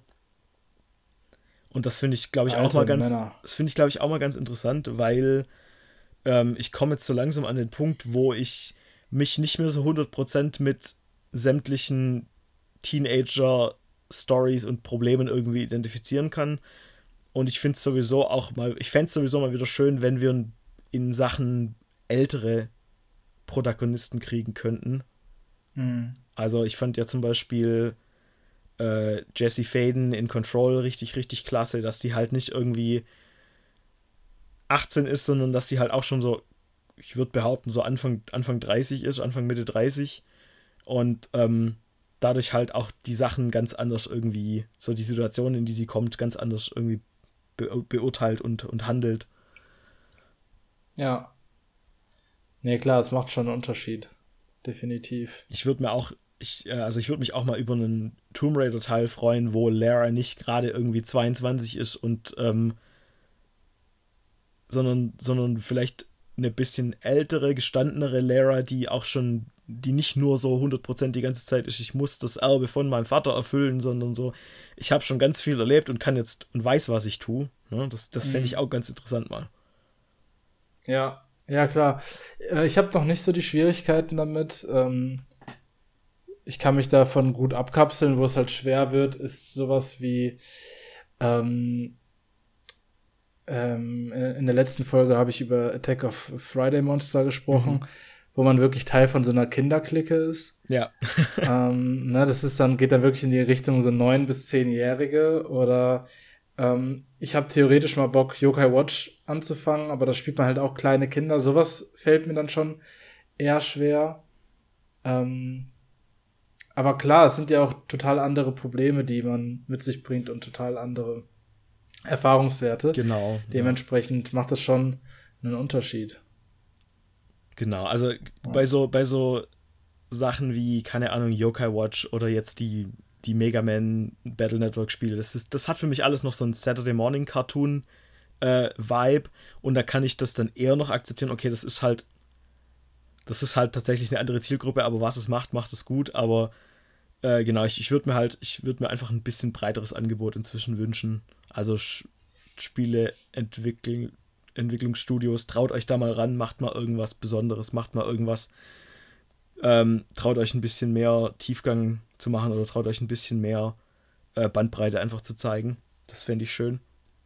Und das finde ich, glaube ich, auch mal ganz interessant, weil ich komme jetzt so langsam an den Punkt, wo ich mich nicht mehr so 100% mit sämtlichen Teenager-Stories und Problemen irgendwie identifizieren kann. Und ich fände es sowieso mal wieder schön, wenn wir in Sachen ältere Protagonisten kriegen könnten. Also ich fand ja zum Beispiel Jesse Faden in Control richtig, richtig klasse, dass die halt nicht irgendwie 18 ist, sondern dass die halt auch schon so, ich würde behaupten, so Anfang 30 ist, Anfang Mitte 30 und dadurch halt auch die Sachen ganz anders irgendwie, so die Situation, in die sie kommt, ganz anders irgendwie beurteilt und handelt. Ja. Nee, klar, es macht schon einen Unterschied. Definitiv. Ich würde mich auch mal über einen Tomb Raider Teil freuen, wo Lara nicht gerade irgendwie 22 ist und sondern vielleicht eine bisschen ältere, gestandenere Lara, die nicht nur so 100% die ganze Zeit ist, ich muss das Erbe von meinem Vater erfüllen, sondern so, ich habe schon ganz viel erlebt und kann jetzt und weiß, was ich tue. Ne? Das fände ich auch ganz interessant mal. Ja, klar. Ich habe noch nicht so die Schwierigkeiten damit. Ich kann mich davon gut abkapseln. Wo es halt schwer wird, ist sowas wie in der letzten Folge habe ich über Attack of Friday Monster gesprochen, wo man wirklich Teil von so einer Kinderclique ist. Ja. Das geht dann wirklich in die Richtung so 9- bis 10-Jährige oder ich habe theoretisch mal Bock, Yokai Watch anzufangen, aber da spielt man halt auch kleine Kinder. Sowas fällt mir dann schon eher schwer. Aber klar, es sind ja auch total andere Probleme, die man mit sich bringt und total andere Erfahrungswerte. Genau. Dementsprechend macht das schon einen Unterschied. Genau, also bei so Sachen wie, keine Ahnung, Yokai Watch oder jetzt die Mega Man Battle Network Spiele, das hat für mich alles noch so einen Saturday Morning Cartoon Vibe und da kann ich das dann eher noch akzeptieren, okay, das ist halt tatsächlich eine andere Zielgruppe, aber was es macht es gut, aber genau, ich würde mir einfach ein bisschen breiteres Angebot inzwischen wünschen. Also Spiele Entwicklungsstudios, traut euch da mal ran, macht mal irgendwas Besonderes, macht mal irgendwas, traut euch ein bisschen mehr Tiefgang zu machen oder traut euch ein bisschen mehr Bandbreite einfach zu zeigen. Das fände ich schön.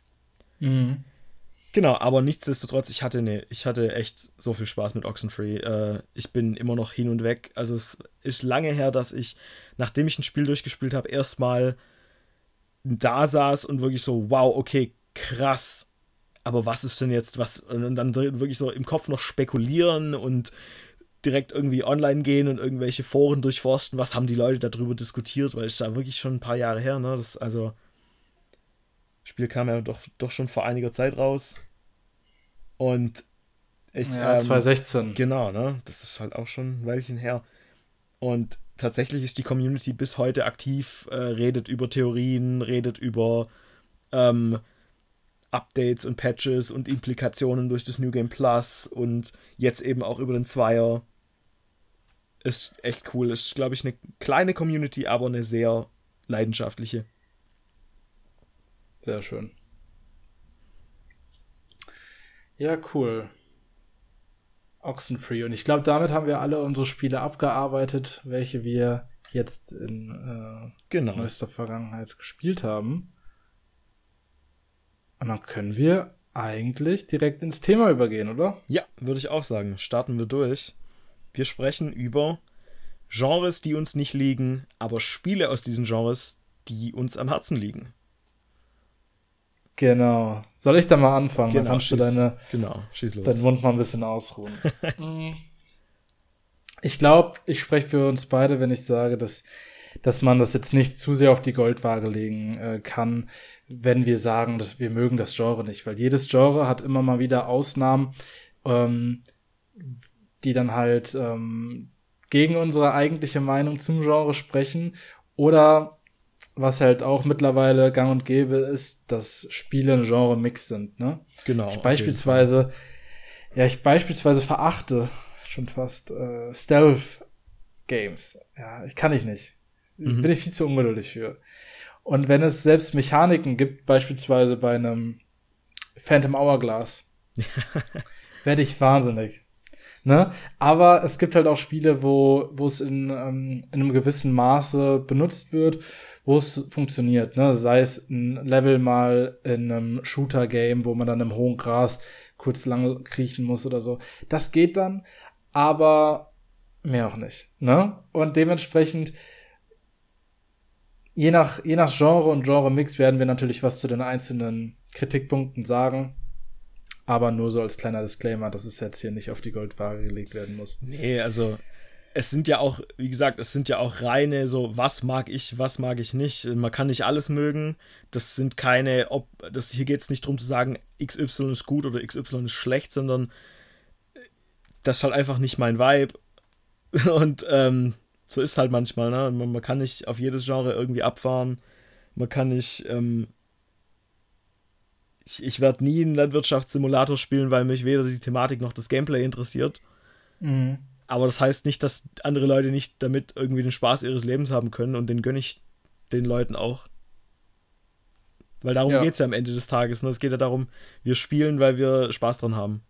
Genau, aber nichtsdestotrotz, ich hatte echt so viel Spaß mit Oxenfree. Ich bin immer noch hin und weg. Also es ist lange her, dass ich, nachdem ich ein Spiel durchgespielt habe, erstmal da saß und wirklich so, wow, okay, krass, aber was ist denn jetzt, was, und dann wirklich so im Kopf noch spekulieren und direkt irgendwie online gehen und irgendwelche Foren durchforsten, was haben die Leute darüber diskutiert, weil es ist da wirklich schon ein paar Jahre her, ne, das Spiel kam ja doch schon vor einiger Zeit raus. Und 2016. Genau, ne? Das ist halt auch schon ein Weilchen her. Und tatsächlich ist die Community bis heute aktiv, redet über Theorien, redet über Updates und Patches und Implikationen durch das New Game Plus und jetzt eben auch über den Zweier. Ist echt cool. Ist, glaube ich, eine kleine Community, aber eine sehr leidenschaftliche. Sehr schön. Ja, cool. Oxenfree. Und ich glaube, damit haben wir alle unsere Spiele abgearbeitet, welche wir jetzt in neuester Vergangenheit gespielt haben. Und dann können wir eigentlich direkt ins Thema übergehen, oder? Ja, würde ich auch sagen. Starten wir durch. Wir sprechen über Genres, die uns nicht liegen, aber Spiele aus diesen Genres, die uns am Herzen liegen. Genau. Soll ich da mal anfangen? Genau, dann kannst du schieß los. deinen Mund mal ein bisschen ausruhen. Ich glaube, ich spreche für uns beide, wenn ich sage, dass man das jetzt nicht zu sehr auf die Goldwaage legen kann, wenn wir sagen, dass wir mögen das Genre nicht. Weil jedes Genre hat immer mal wieder Ausnahmen, die dann halt gegen unsere eigentliche Meinung zum Genre sprechen. Oder was halt auch mittlerweile gang und gäbe ist, dass Spiele ein Genre-Mix sind, ne? Genau. Ich beispielsweise verachte schon fast Stealth-Games. Ja, kann ich nicht. Bin ich viel zu ungeduldig für. Und wenn es selbst Mechaniken gibt, beispielsweise bei einem Phantom Hourglass, werde ich wahnsinnig. Ne? Aber es gibt halt auch Spiele, wo es in einem gewissen Maße benutzt wird, wo es funktioniert, ne? Sei es ein Level mal in einem Shooter-Game, wo man dann im hohen Gras kurz lang kriechen muss oder so. Das geht dann, aber mehr auch nicht, ne? Und dementsprechend je nach Genre und Genre-Mix werden wir natürlich was zu den einzelnen Kritikpunkten sagen. Aber nur so als kleiner Disclaimer, dass es jetzt hier nicht auf die Goldwaage gelegt werden muss. Nee, also es sind ja auch, wie gesagt, reine so, was mag ich nicht. Man kann nicht alles mögen. Das sind keine, hier geht es nicht darum zu sagen, XY ist gut oder XY ist schlecht, sondern das ist halt einfach nicht mein Vibe. Und so ist halt manchmal, ne? Man kann nicht auf jedes Genre irgendwie abfahren. Man kann nicht, ich werde nie einen Landwirtschaftssimulator spielen, weil mich weder die Thematik noch das Gameplay interessiert. Mhm. Aber das heißt nicht, dass andere Leute nicht damit irgendwie den Spaß ihres Lebens haben können und den gönne ich den Leuten auch. Weil darum geht es ja am Ende des Tages. Ne? Es geht ja darum, wir spielen, weil wir Spaß dran haben.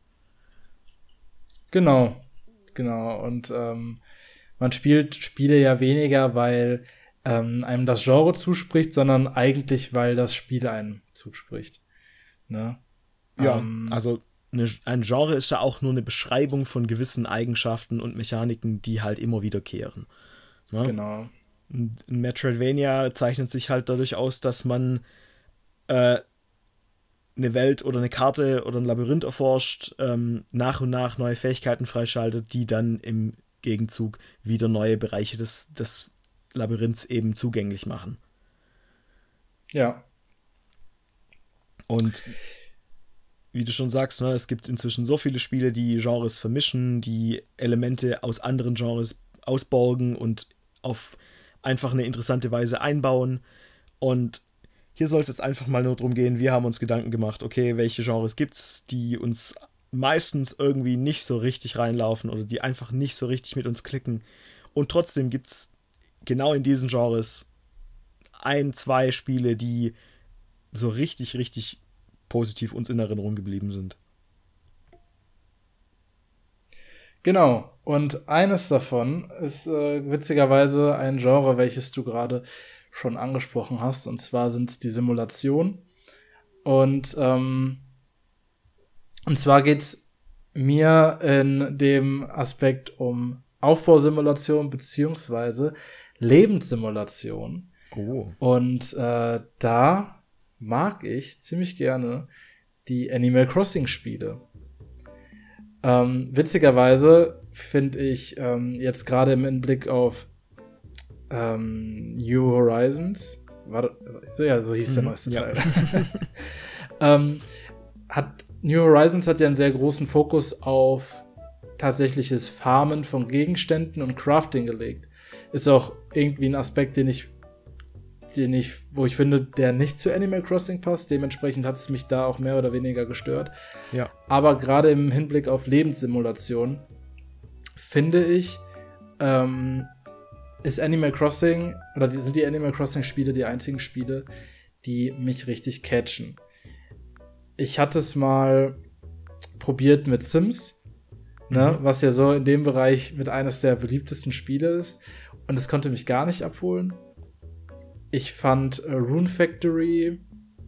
Genau. Und man spielt Spiele ja weniger, weil einem das Genre zuspricht, sondern eigentlich, weil das Spiel einem zuspricht. Ne? Ja, also ein Genre ist ja auch nur eine Beschreibung von gewissen Eigenschaften und Mechaniken, die halt immer wiederkehren. Ne? Genau. Ein Metroidvania zeichnet sich halt dadurch aus, dass man eine Welt oder eine Karte oder ein Labyrinth erforscht, nach und nach neue Fähigkeiten freischaltet, die dann im Gegenzug wieder neue Bereiche des Labyrinths eben zugänglich machen. Ja. Und wie du schon sagst, ne, es gibt inzwischen so viele Spiele, die Genres vermischen, die Elemente aus anderen Genres ausborgen und auf einfach eine interessante Weise einbauen. Und hier soll es jetzt einfach mal nur darum gehen, wir haben uns Gedanken gemacht, okay, welche Genres gibt's, die uns meistens irgendwie nicht so richtig reinlaufen oder die einfach nicht so richtig mit uns klicken. Und trotzdem gibt's genau in diesen Genres 1-2 Spiele, die so richtig, richtig positiv uns in Erinnerung geblieben sind. Genau. Und eines davon ist witzigerweise ein Genre, welches du gerade schon angesprochen hast. Und zwar sind es die Simulationen. Und zwar geht's mir in dem Aspekt um Aufbausimulation beziehungsweise Lebenssimulation. Oh. Und da mag ich ziemlich gerne die Animal Crossing Spiele. Witzigerweise finde ich jetzt gerade im Hinblick auf New Horizons, so hieß der neueste Teil, New Horizons hat ja einen sehr großen Fokus auf tatsächliches Farmen von Gegenständen und Crafting gelegt. Ist auch irgendwie ein Aspekt, wo ich finde, der nicht zu Animal Crossing passt. Dementsprechend hat es mich da auch mehr oder weniger gestört. Ja. Aber gerade im Hinblick auf Lebenssimulation finde ich, ist Animal Crossing, oder sind die Animal Crossing Spiele die einzigen Spiele, die mich richtig catchen. Ich hatte es mal probiert mit Sims, ne, was ja so in dem Bereich mit eines der beliebtesten Spiele ist. Und es konnte mich gar nicht abholen. Ich fand Rune Factory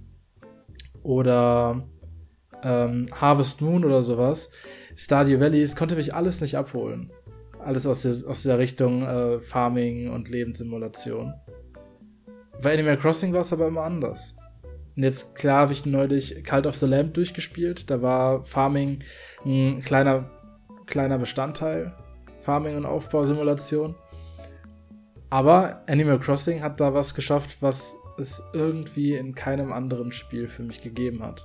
oder Harvest Moon oder sowas, Stardew Valley, es konnte mich alles nicht abholen. Alles aus dieser Richtung Farming und Lebenssimulation. Bei Animal Crossing war es aber immer anders. Und jetzt, klar, habe ich neulich Cult of the Lamb durchgespielt. Da war Farming ein kleiner Bestandteil. Farming- und Aufbausimulation. Aber Animal Crossing hat da was geschafft, was es irgendwie in keinem anderen Spiel für mich gegeben hat.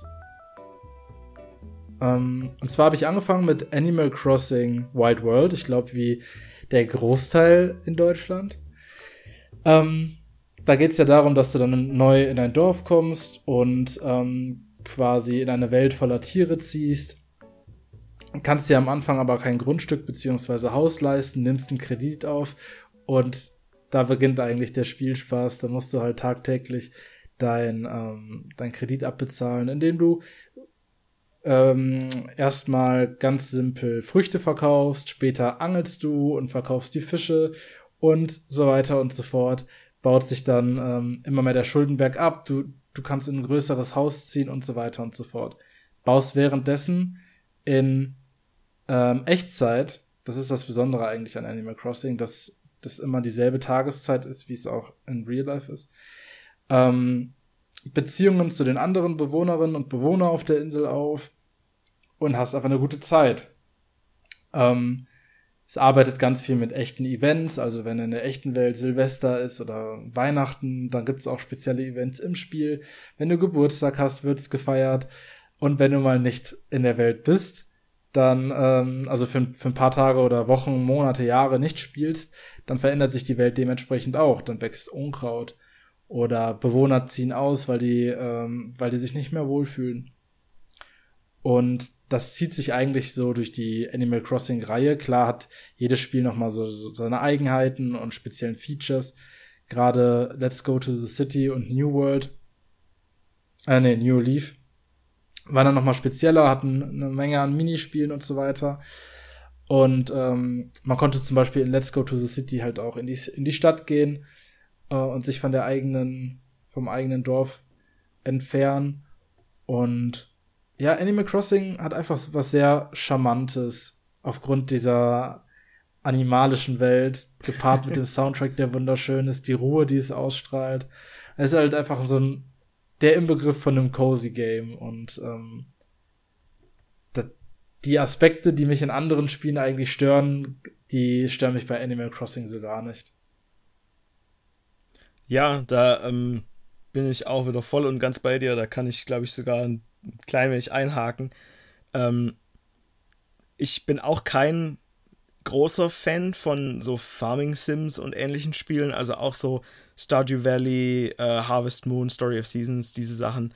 Und zwar habe ich angefangen mit Animal Crossing Wild World. Ich glaube, wie der Großteil in Deutschland. Da geht es ja darum, dass du dann neu in ein Dorf kommst und quasi in eine Welt voller Tiere ziehst. Kannst dir am Anfang aber kein Grundstück bzw. Haus leisten, nimmst einen Kredit auf und da beginnt eigentlich der Spielspaß. Da musst du halt tagtäglich dein Kredit abbezahlen, indem du erstmal ganz simpel Früchte verkaufst, später angelst du und verkaufst die Fische und so weiter und so fort. Baut sich dann immer mehr der Schuldenberg ab, du kannst in ein größeres Haus ziehen und so weiter und so fort. Baust währenddessen in Echtzeit, das ist das Besondere eigentlich an Animal Crossing, dass das immer dieselbe Tageszeit ist, wie es auch in Real Life ist, Beziehungen zu den anderen Bewohnerinnen und Bewohnern auf der Insel auf und hast einfach eine gute Zeit. Es arbeitet ganz viel mit echten Events, also wenn in der echten Welt Silvester ist oder Weihnachten, dann gibt es auch spezielle Events im Spiel. Wenn du Geburtstag hast, wird es gefeiert. Und wenn du mal nicht in der Welt bist, dann, also für ein paar Tage oder Wochen, Monate, Jahre nicht spielst, dann verändert sich die Welt dementsprechend auch. Dann wächst Unkraut oder Bewohner ziehen aus, weil die sich nicht mehr wohlfühlen. Und das zieht sich eigentlich so durch die Animal Crossing-Reihe. Klar hat jedes Spiel nochmal so seine Eigenheiten und speziellen Features. Gerade Let's Go to the City und New World, New Leaf, waren dann nochmal spezieller, hatten eine Menge an Minispielen und so weiter. Und man konnte zum Beispiel in Let's Go to the City halt auch in die Stadt gehen und sich vom eigenen Dorf entfernen. Und ja, Animal Crossing hat einfach was sehr Charmantes aufgrund dieser animalischen Welt, gepaart mit dem Soundtrack, der wunderschön ist, die Ruhe, die es ausstrahlt. Es ist halt einfach der Inbegriff von einem Cozy Game und die Aspekte, die mich in anderen Spielen eigentlich stören, die stören mich bei Animal Crossing so gar nicht. Ja, da bin ich auch wieder voll und ganz bei dir. Da kann ich, glaube ich, sogar ein klein wenig einhaken. Ich bin auch kein großer Fan von so Farming Sims und ähnlichen Spielen, also auch so Stardew Valley, Harvest Moon, Story of Seasons, diese Sachen.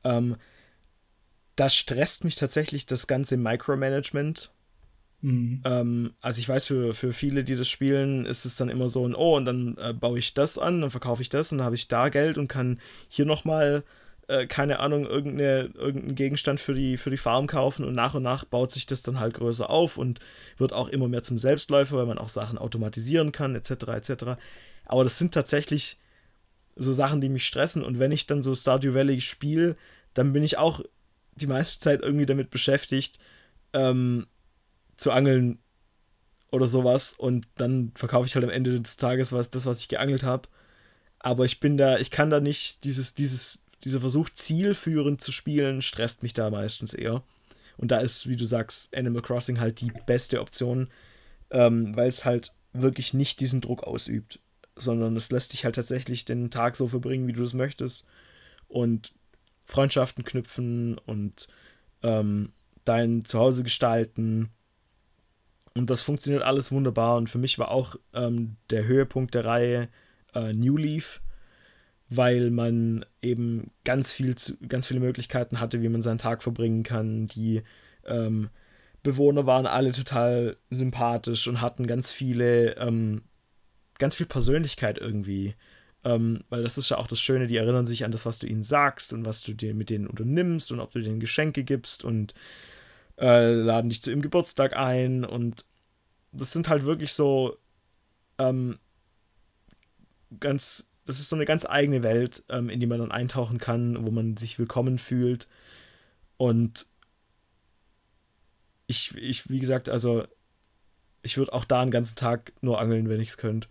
Das stresst mich tatsächlich, das ganze Micromanagement. Also ich weiß, für viele, die das spielen, ist es dann immer so und dann baue ich das an, dann verkaufe ich das und dann habe ich da Geld und kann hier nochmal keine Ahnung, irgendeinen Gegenstand für die Farm kaufen und nach baut sich das dann halt größer auf und wird auch immer mehr zum Selbstläufer, weil man auch Sachen automatisieren kann, etc., etc. Aber das sind tatsächlich so Sachen, die mich stressen und wenn ich dann so Stardew Valley spiele, dann bin ich auch die meiste Zeit irgendwie damit beschäftigt, zu angeln oder sowas und dann verkaufe ich halt am Ende des Tages was ich geangelt habe. Aber ich kann da nicht dieser Versuch, zielführend zu spielen, stresst mich da meistens eher. Und da ist, wie du sagst, Animal Crossing halt die beste Option, weil es halt wirklich nicht diesen Druck ausübt, sondern es lässt dich halt tatsächlich den Tag so verbringen, wie du es möchtest. Und Freundschaften knüpfen und dein Zuhause gestalten. Und das funktioniert alles wunderbar. Und für mich war auch der Höhepunkt der Reihe New Leaf, weil man eben ganz viele Möglichkeiten hatte, wie man seinen Tag verbringen kann. Die Bewohner waren alle total sympathisch und hatten ganz viel Persönlichkeit irgendwie. Weil das ist ja auch das Schöne, die erinnern sich an das, was du ihnen sagst und was du dir mit denen unternimmst und ob du denen Geschenke gibst und laden dich zu ihrem Geburtstag ein. Und das sind halt wirklich so das ist so eine ganz eigene Welt, in die man dann eintauchen kann, wo man sich willkommen fühlt. Und ich wie gesagt, also ich würde auch da einen ganzen Tag nur angeln, wenn ich es könnte.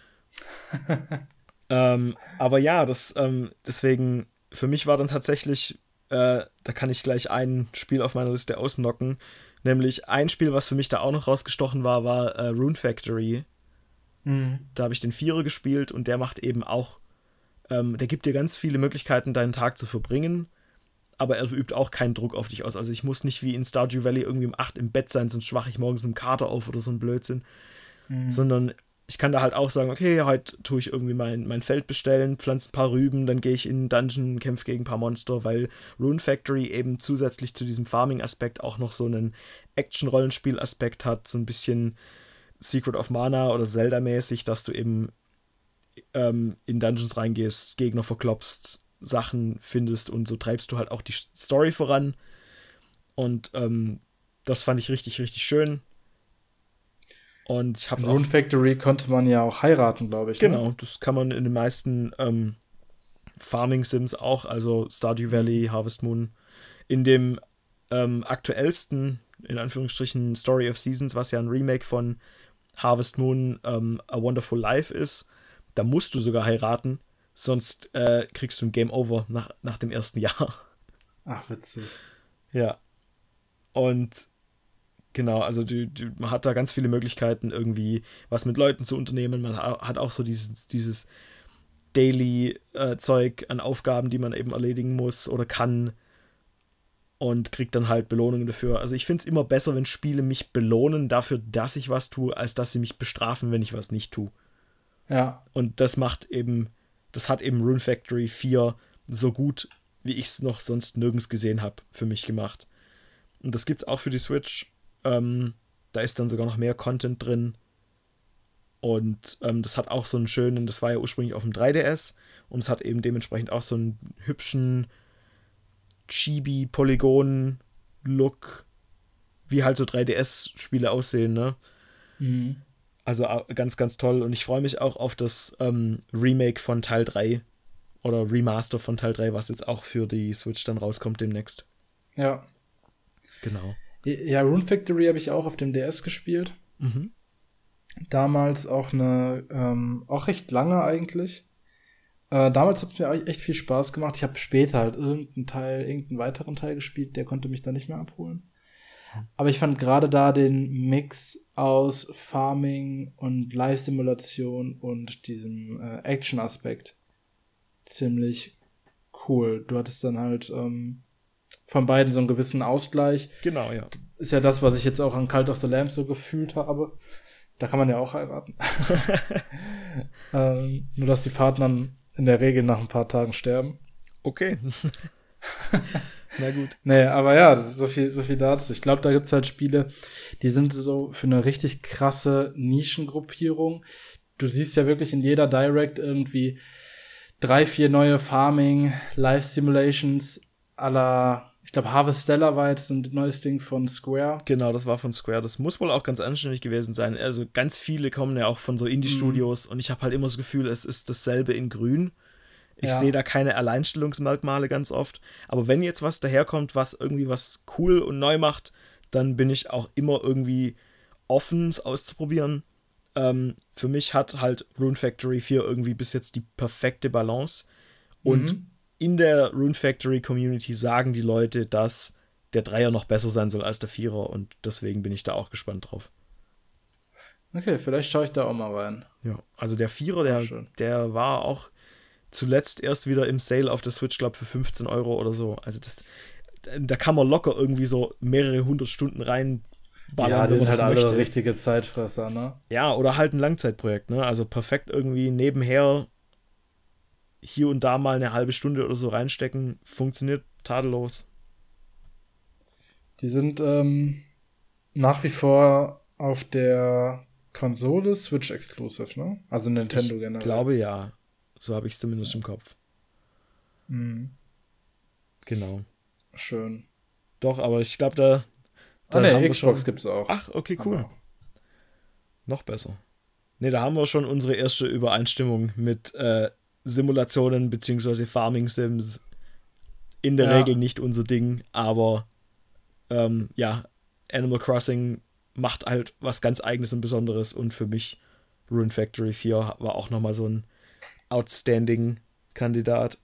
Aber ja, deswegen, für mich war dann tatsächlich, da kann ich gleich ein Spiel auf meiner Liste ausnocken, nämlich ein Spiel, was für mich da auch noch rausgestochen war Rune Factory. Da habe ich den 4er gespielt und der macht eben auch, der gibt dir ganz viele Möglichkeiten, deinen Tag zu verbringen, aber er übt auch keinen Druck auf dich aus. Also ich muss nicht wie in Stardew Valley irgendwie um 8 im Bett sein, sonst schwache ich morgens mit dem Kater auf oder so ein Blödsinn. Sondern ich kann da halt auch sagen, okay, heute tue ich irgendwie mein Feld bestellen, pflanze ein paar Rüben, dann gehe ich in einen Dungeon, kämpfe gegen ein paar Monster, weil Rune Factory eben zusätzlich zu diesem Farming-Aspekt auch noch so einen Action-Rollenspiel-Aspekt hat, so ein bisschen Secret of Mana oder Zelda-mäßig, dass du eben in Dungeons reingehst, Gegner verklopfst, Sachen findest und so treibst du halt auch die Story voran. Und das fand ich richtig, richtig schön. Und ich hab's in Rune Factory konnte man ja auch heiraten, glaube ich. Genau, ne? Das kann man in den meisten Farming-Sims auch, also Stardew Valley, Harvest Moon. In dem aktuellsten, in Anführungsstrichen, Story of Seasons, was ja ein Remake von Harvest Moon A Wonderful Life ist, da musst du sogar heiraten, sonst kriegst du ein Game Over nach dem ersten Jahr. Ach, witzig. Ja. Und genau, also man hat da ganz viele Möglichkeiten, irgendwie was mit Leuten zu unternehmen. Man hat auch so dieses Daily-Zeug an Aufgaben, die man eben erledigen muss oder kann und kriegt dann halt Belohnungen dafür. Also ich finde es immer besser, wenn Spiele mich belohnen dafür, dass ich was tue, als dass sie mich bestrafen, wenn ich was nicht tue. Ja. Und das hat eben Rune Factory 4 so gut, wie ich es noch sonst nirgends gesehen habe, für mich gemacht. Und das gibt's auch für die Switch. Da ist dann sogar noch mehr Content drin. Und das hat auch so einen schönen, das war ja ursprünglich auf dem 3DS und es hat eben dementsprechend auch so einen hübschen Chibi-Polygon-Look, wie halt so 3DS-Spiele aussehen, ne? Also ganz, ganz toll. Und ich freue mich auch auf das Remake von Teil 3 oder Remaster von Teil 3, was jetzt auch für die Switch dann rauskommt demnächst. Ja. Genau. Ja, Rune Factory habe ich auch auf dem DS gespielt. Damals auch auch recht lange eigentlich. Damals hat es mir echt viel Spaß gemacht. Ich habe später halt irgendeinen weiteren Teil gespielt, der konnte mich dann nicht mehr abholen. Aber ich fand gerade da den Mix aus Farming und Live-Simulation und diesem Action-Aspekt ziemlich cool. Du hattest dann halt von beiden so einen gewissen Ausgleich. Genau, ja. Ist ja das, was ich jetzt auch an Cult of the Lamb so gefühlt habe. Da kann man ja auch heiraten. Nur, dass die Partner in der Regel nach ein paar Tagen sterben. Okay. Na gut. Nee, aber ja, so viel dazu. Ich glaube, da gibt's halt Spiele, die sind so für eine richtig krasse Nischengruppierung. Du siehst ja wirklich in jeder Direct irgendwie 3, 4 neue Farming, Live-Simulations à la, ich glaube, Harvestella war jetzt ein neues Ding von Square. Genau, das war von Square. Das muss wohl auch ganz anständig gewesen sein. Also ganz viele kommen ja auch von so Indie-Studios und ich habe halt immer das Gefühl, es ist dasselbe in grün. Ich sehe da keine Alleinstellungsmerkmale ganz oft. Aber wenn jetzt was daherkommt, was irgendwie was cool und neu macht, dann bin ich auch immer irgendwie offen, es auszuprobieren. Für mich hat halt Rune Factory 4 irgendwie bis jetzt die perfekte Balance. Und in der Rune Factory Community sagen die Leute, dass der 3er noch besser sein soll als der 4er. Und deswegen bin ich da auch gespannt drauf. Okay, vielleicht schaue ich da auch mal rein. Ja, also der 4er, der war auch zuletzt erst wieder im Sale auf der Switch, glaube ich, für 15 € oder so. Also da kann man locker irgendwie so mehrere 100 Stunden reinballern. Ja, die sind halt alle richtige Zeitfresser, ne? Ja, oder halt ein Langzeitprojekt, ne? Also perfekt irgendwie nebenher hier und da mal eine halbe Stunde oder so reinstecken, funktioniert tadellos. Die sind nach wie vor auf der Konsole Switch Exclusive, ne? Also Nintendo generell. Ich glaube ja. So habe ich es zumindest im Kopf. Mhm. Genau. Schön. Doch, aber ich glaube, da ne, Xbox gibt's auch. Ach, okay, cool. Noch besser. Ne, da haben wir schon unsere erste Übereinstimmung mit Simulationen bzw. Farming Sims. In der Regel nicht unser Ding, aber ja, Animal Crossing macht halt was ganz Eigenes und Besonderes und für mich Rune Factory 4 war auch nochmal so ein outstanding Kandidat.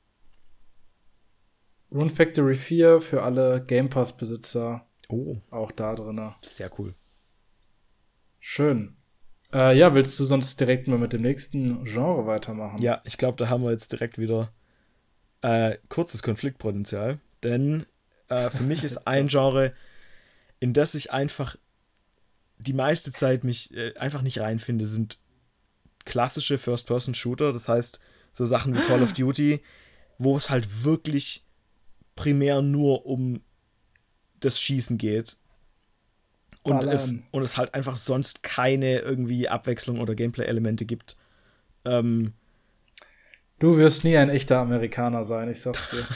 Rune Factory 4 für alle Game Pass-Besitzer. Oh. Auch da drin. Sehr cool. Schön. Ja, willst du sonst direkt mal mit dem nächsten Genre weitermachen? Ja, ich glaube, da haben wir jetzt direkt wieder kurzes Konfliktpotenzial. Denn für mich ist ein Genre, in das ich einfach die meiste Zeit mich einfach nicht reinfinde, sind klassische First-Person-Shooter. Das heißt, so Sachen wie Call of Duty, wo es halt wirklich primär nur um das Schießen geht. Und es halt einfach sonst keine irgendwie Abwechslung oder Gameplay-Elemente gibt. Du wirst nie ein echter Amerikaner sein, ich sag's dir.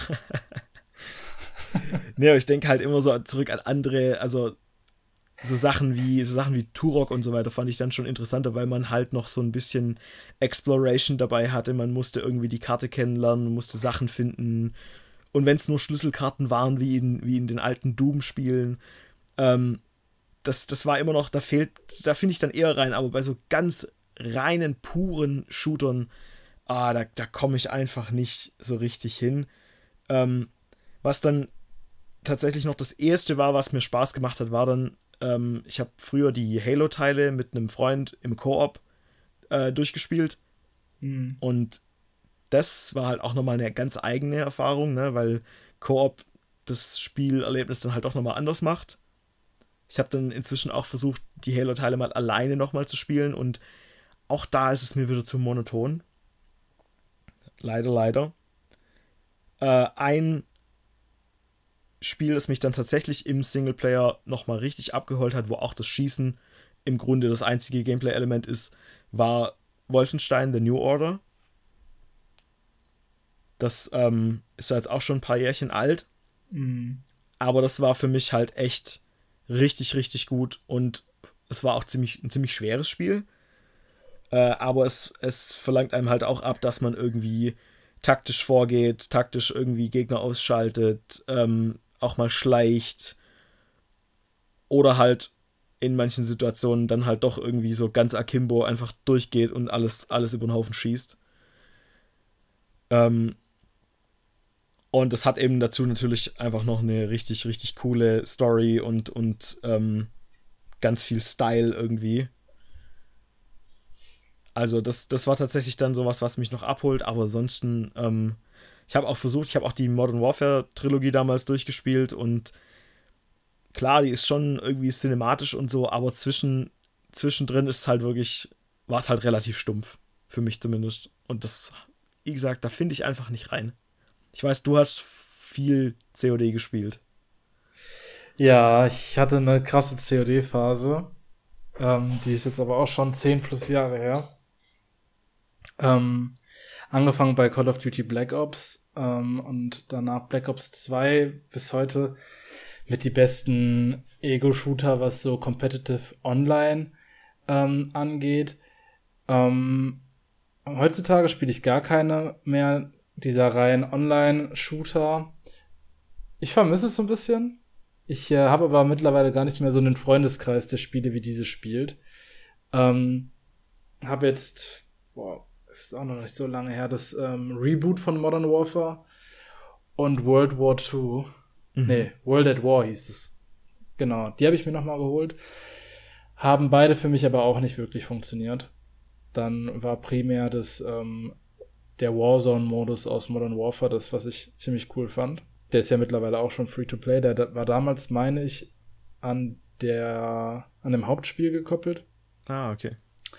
Nee, aber ich denke halt immer so zurück an andere, also so Sachen wie Turok und so weiter fand ich dann schon interessanter, weil man halt noch so ein bisschen Exploration dabei hatte. Man musste irgendwie die Karte kennenlernen, man musste Sachen finden. Und wenn es nur Schlüsselkarten waren, wie in den alten Doom-Spielen, das war immer noch, da finde ich dann eher rein, aber bei so ganz reinen, puren Shootern, da komme ich einfach nicht so richtig hin. Was dann tatsächlich noch das erste war, was mir Spaß gemacht hat, war dann, ich habe früher die Halo-Teile mit einem Freund im Koop durchgespielt. Mhm. Und das war halt auch nochmal eine ganz eigene Erfahrung, ne, weil Koop das Spielerlebnis dann halt auch nochmal anders macht. Ich habe dann inzwischen auch versucht, die Halo-Teile mal alleine nochmal zu spielen und auch da ist es mir wieder zu monoton. Leider. Ein Spiel, das mich dann tatsächlich im Singleplayer nochmal richtig abgeholt hat, wo auch das Schießen im Grunde das einzige Gameplay-Element ist, war Wolfenstein The New Order. Das ist ja jetzt auch schon ein paar Jährchen alt. Mhm. Aber das war für mich halt echt richtig, richtig gut. Und es war auch ein ziemlich schweres Spiel. Aber es verlangt einem halt auch ab, dass man irgendwie taktisch vorgeht, taktisch irgendwie Gegner ausschaltet, auch mal schleicht. Oder halt in manchen Situationen dann halt doch irgendwie so ganz akimbo einfach durchgeht und alles über den Haufen schießt. Und es hat eben dazu natürlich einfach noch eine richtig, richtig coole Story und ganz viel Style irgendwie. Also das war tatsächlich dann sowas, was mich noch abholt, aber ansonsten, ich habe auch die Modern Warfare Trilogie damals durchgespielt und klar, die ist schon irgendwie cinematisch und so, aber zwischendrin ist es halt wirklich, war es halt relativ stumpf, für mich zumindest. Und das, wie gesagt, da finde ich einfach nicht rein. Ich weiß, du hast viel COD gespielt. Ja, ich hatte eine krasse COD-Phase. Die ist jetzt aber auch schon 10+ Jahre her. Angefangen bei Call of Duty Black Ops und danach Black Ops 2 bis heute mit die besten Ego-Shooter, was so Competitive Online angeht. Heutzutage spiele ich gar keine mehr dieser reinen Online-Shooter. Ich vermisse es so ein bisschen. Ich habe aber mittlerweile gar nicht mehr so einen Freundeskreis, der Spiele wie diese spielt. Habe jetzt, ist auch noch nicht so lange her, das Reboot von Modern Warfare und World War II. Nee, World at War hieß es. Genau, die habe ich mir nochmal geholt. Haben beide für mich aber auch nicht wirklich funktioniert. Dann war primär der Warzone-Modus aus Modern Warfare das, was ich ziemlich cool fand. Der ist ja mittlerweile auch schon Free-to-Play. Der war damals, meine ich, an dem Hauptspiel gekoppelt. Ah, okay.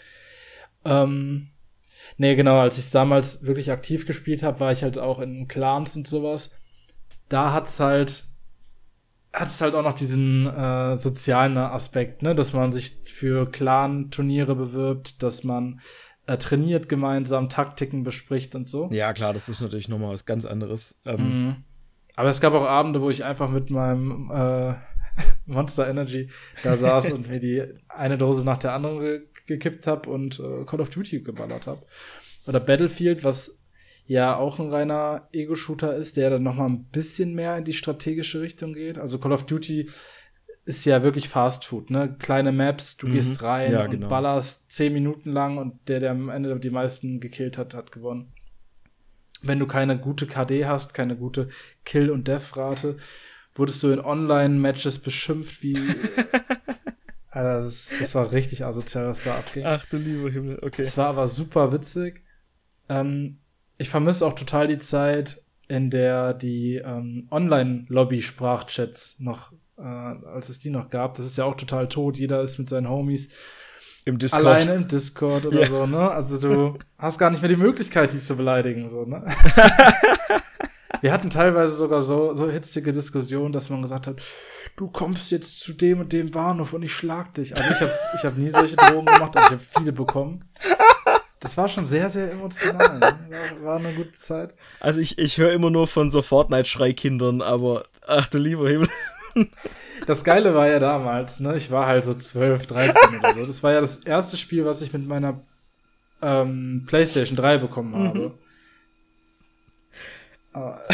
Nee, genau, als ich damals wirklich aktiv gespielt habe, war ich halt auch in Clans und sowas. Da hat es halt auch noch diesen sozialen Aspekt, ne, dass man sich für Clan-Turniere bewirbt, dass man trainiert gemeinsam, Taktiken bespricht und so. Ja, klar, das ist natürlich nochmal was ganz anderes. Aber es gab auch Abende, wo ich einfach mit meinem Monster Energy da saß und mir die eine Dose nach der anderen gekippt habe und Call of Duty geballert habe. Oder Battlefield, was ja auch ein reiner Ego-Shooter ist, der dann noch mal ein bisschen mehr in die strategische Richtung geht. Also Call of Duty ist ja wirklich Fast Food, ne? Kleine Maps, du gehst rein und ballerst 10 Minuten lang und der am Ende die meisten gekillt hat, hat gewonnen. Wenn du keine gute KD hast, keine gute Kill- und Death-Rate, wurdest du in Online-Matches beschimpft wie Alter, das war richtig asozial, was da abging. Ach du lieber Himmel, okay. Es war aber super witzig. Ich vermisse auch total die Zeit, in der die Online-Lobby-Sprachchats noch, als es die noch gab. Das ist ja auch total tot. Jeder ist mit seinen Homies im Discord. Alleine im Discord oder so, ne? Also du hast gar nicht mehr die Möglichkeit, die zu beleidigen, so, ne? Wir hatten teilweise sogar so hitzige Diskussionen, dass man gesagt hat, du kommst jetzt zu dem und dem Bahnhof und ich schlag dich. Also ich hab nie solche Drohungen gemacht, aber ich habe viele bekommen. Das war schon sehr, sehr emotional. Ne? War eine gute Zeit. Also ich höre immer nur von so Fortnite-Schreikindern, aber ach du lieber Himmel. Das Geile war ja damals, ne? Ich war halt so 12, 13 oder so. Das war ja das erste Spiel, was ich mit meiner PlayStation 3 bekommen habe. Aber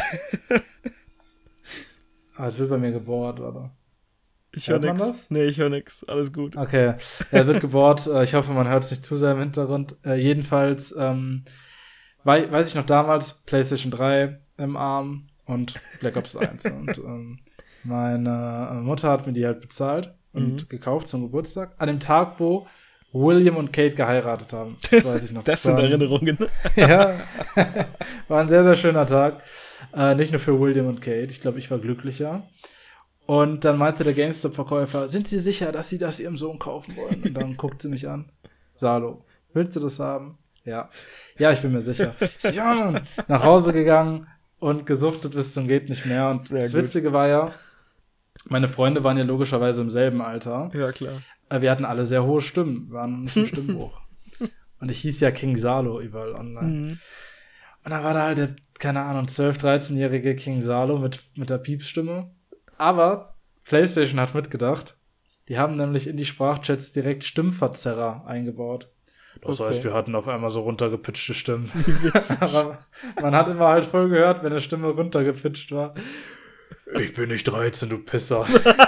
es wird bei mir gebohrt, oder? Ich höre nix. Nee, ich höre nix. Alles gut. Okay, er wird gebohrt. Ich hoffe, man hört es nicht zu sehr im Hintergrund. Jedenfalls weiß ich noch damals PlayStation 3 im Arm und Black Ops 1. Und meine Mutter hat mir die halt bezahlt und gekauft zum Geburtstag. An dem Tag, wo William und Kate geheiratet haben. Das weiß ich noch. Das sind Erinnerungen. Ja, war ein sehr, sehr schöner Tag. Nicht nur für William und Kate. Ich glaube, ich war glücklicher. Und dann meinte der GameStop-Verkäufer, sind Sie sicher, dass Sie das Ihrem Sohn kaufen wollen? Und dann guckt sie mich an. Salo, willst du das haben? Ja. Ja, ich bin mir sicher. Ich so, ja, Mann. Nach Hause gegangen und gesuchtet bis zum geht nicht mehr. Und das Witzige war ja, meine Freunde waren ja logischerweise im selben Alter. Ja, klar. Wir hatten alle sehr hohe Stimmen, waren nicht im Stimmbruch. Und ich hieß ja King Salo überall online. Und dann war da halt der, keine Ahnung, 12-, 13-jährige King Salo mit der Piepsstimme. Aber PlayStation hat mitgedacht. Die haben nämlich in die Sprachchats direkt Stimmverzerrer eingebaut. Das heißt, wir hatten auf einmal so runtergepitchte Stimmen. Aber man hat immer halt voll gehört, wenn eine Stimme runtergepitcht war. Ich bin nicht 13, du Pisser.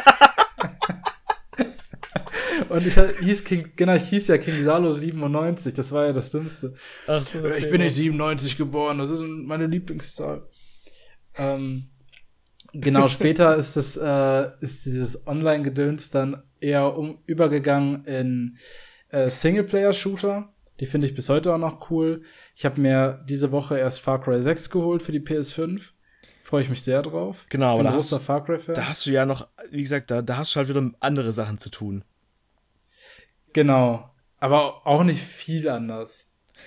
Und ich hieß ja King Salo 97, das war ja das Dümmste. Ach so, ich bin nicht 97 geboren, das ist meine Lieblingszahl. Genau, später ist dieses Online-Gedöns dann eher übergegangen in Singleplayer-Shooter. Die finde ich bis heute auch noch cool. Ich habe mir diese Woche erst Far Cry 6 geholt für die PS5. Freue ich mich sehr drauf. Genau, aber da hast du ja noch, wie gesagt, da hast du halt wieder andere Sachen zu tun. Genau, aber auch nicht viel anders.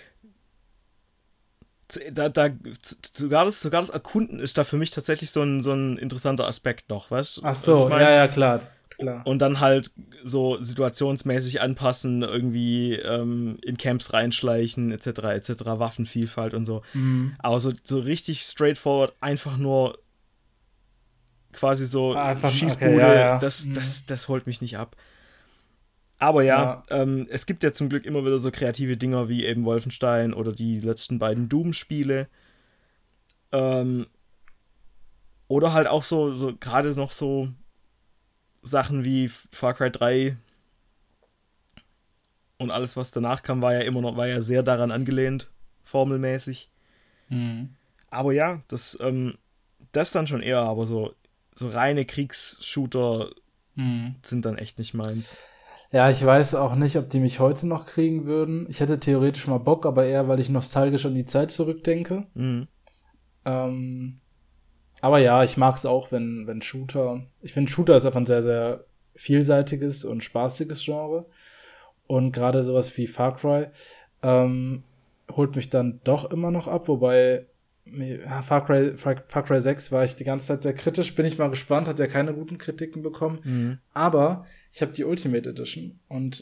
Sogar das Erkunden ist da für mich tatsächlich so ein interessanter Aspekt noch, weißt du? Ach so, ja, klar. Und dann halt so situationsmäßig anpassen, irgendwie in Camps reinschleichen, etc., Waffenvielfalt und so. Aber so richtig straightforward, einfach nur quasi so Schießbude, okay, das holt mich nicht ab. Aber es gibt ja zum Glück immer wieder so kreative Dinger wie eben Wolfenstein oder die letzten beiden Doom-Spiele. Oder halt auch so gerade noch so Sachen wie Far Cry 3 und alles, was danach kam, war ja sehr daran angelehnt, formelmäßig. Aber ja, das dann schon eher, aber so reine Kriegsshooter sind dann echt nicht meins. Ja, ich weiß auch nicht, ob die mich heute noch kriegen würden. Ich hätte theoretisch mal Bock, aber eher, weil ich nostalgisch an die Zeit zurückdenke. Aber Aber ja, ich mag es auch, wenn Shooter. Ich finde, Shooter ist einfach ein sehr, sehr vielseitiges und spaßiges Genre. Und gerade sowas wie Far Cry holt mich dann doch immer noch ab, wobei Far Cry 6 war ich die ganze Zeit sehr kritisch. Bin ich mal gespannt, hat ja keine guten Kritiken bekommen. Mhm. Aber ich habe die Ultimate Edition und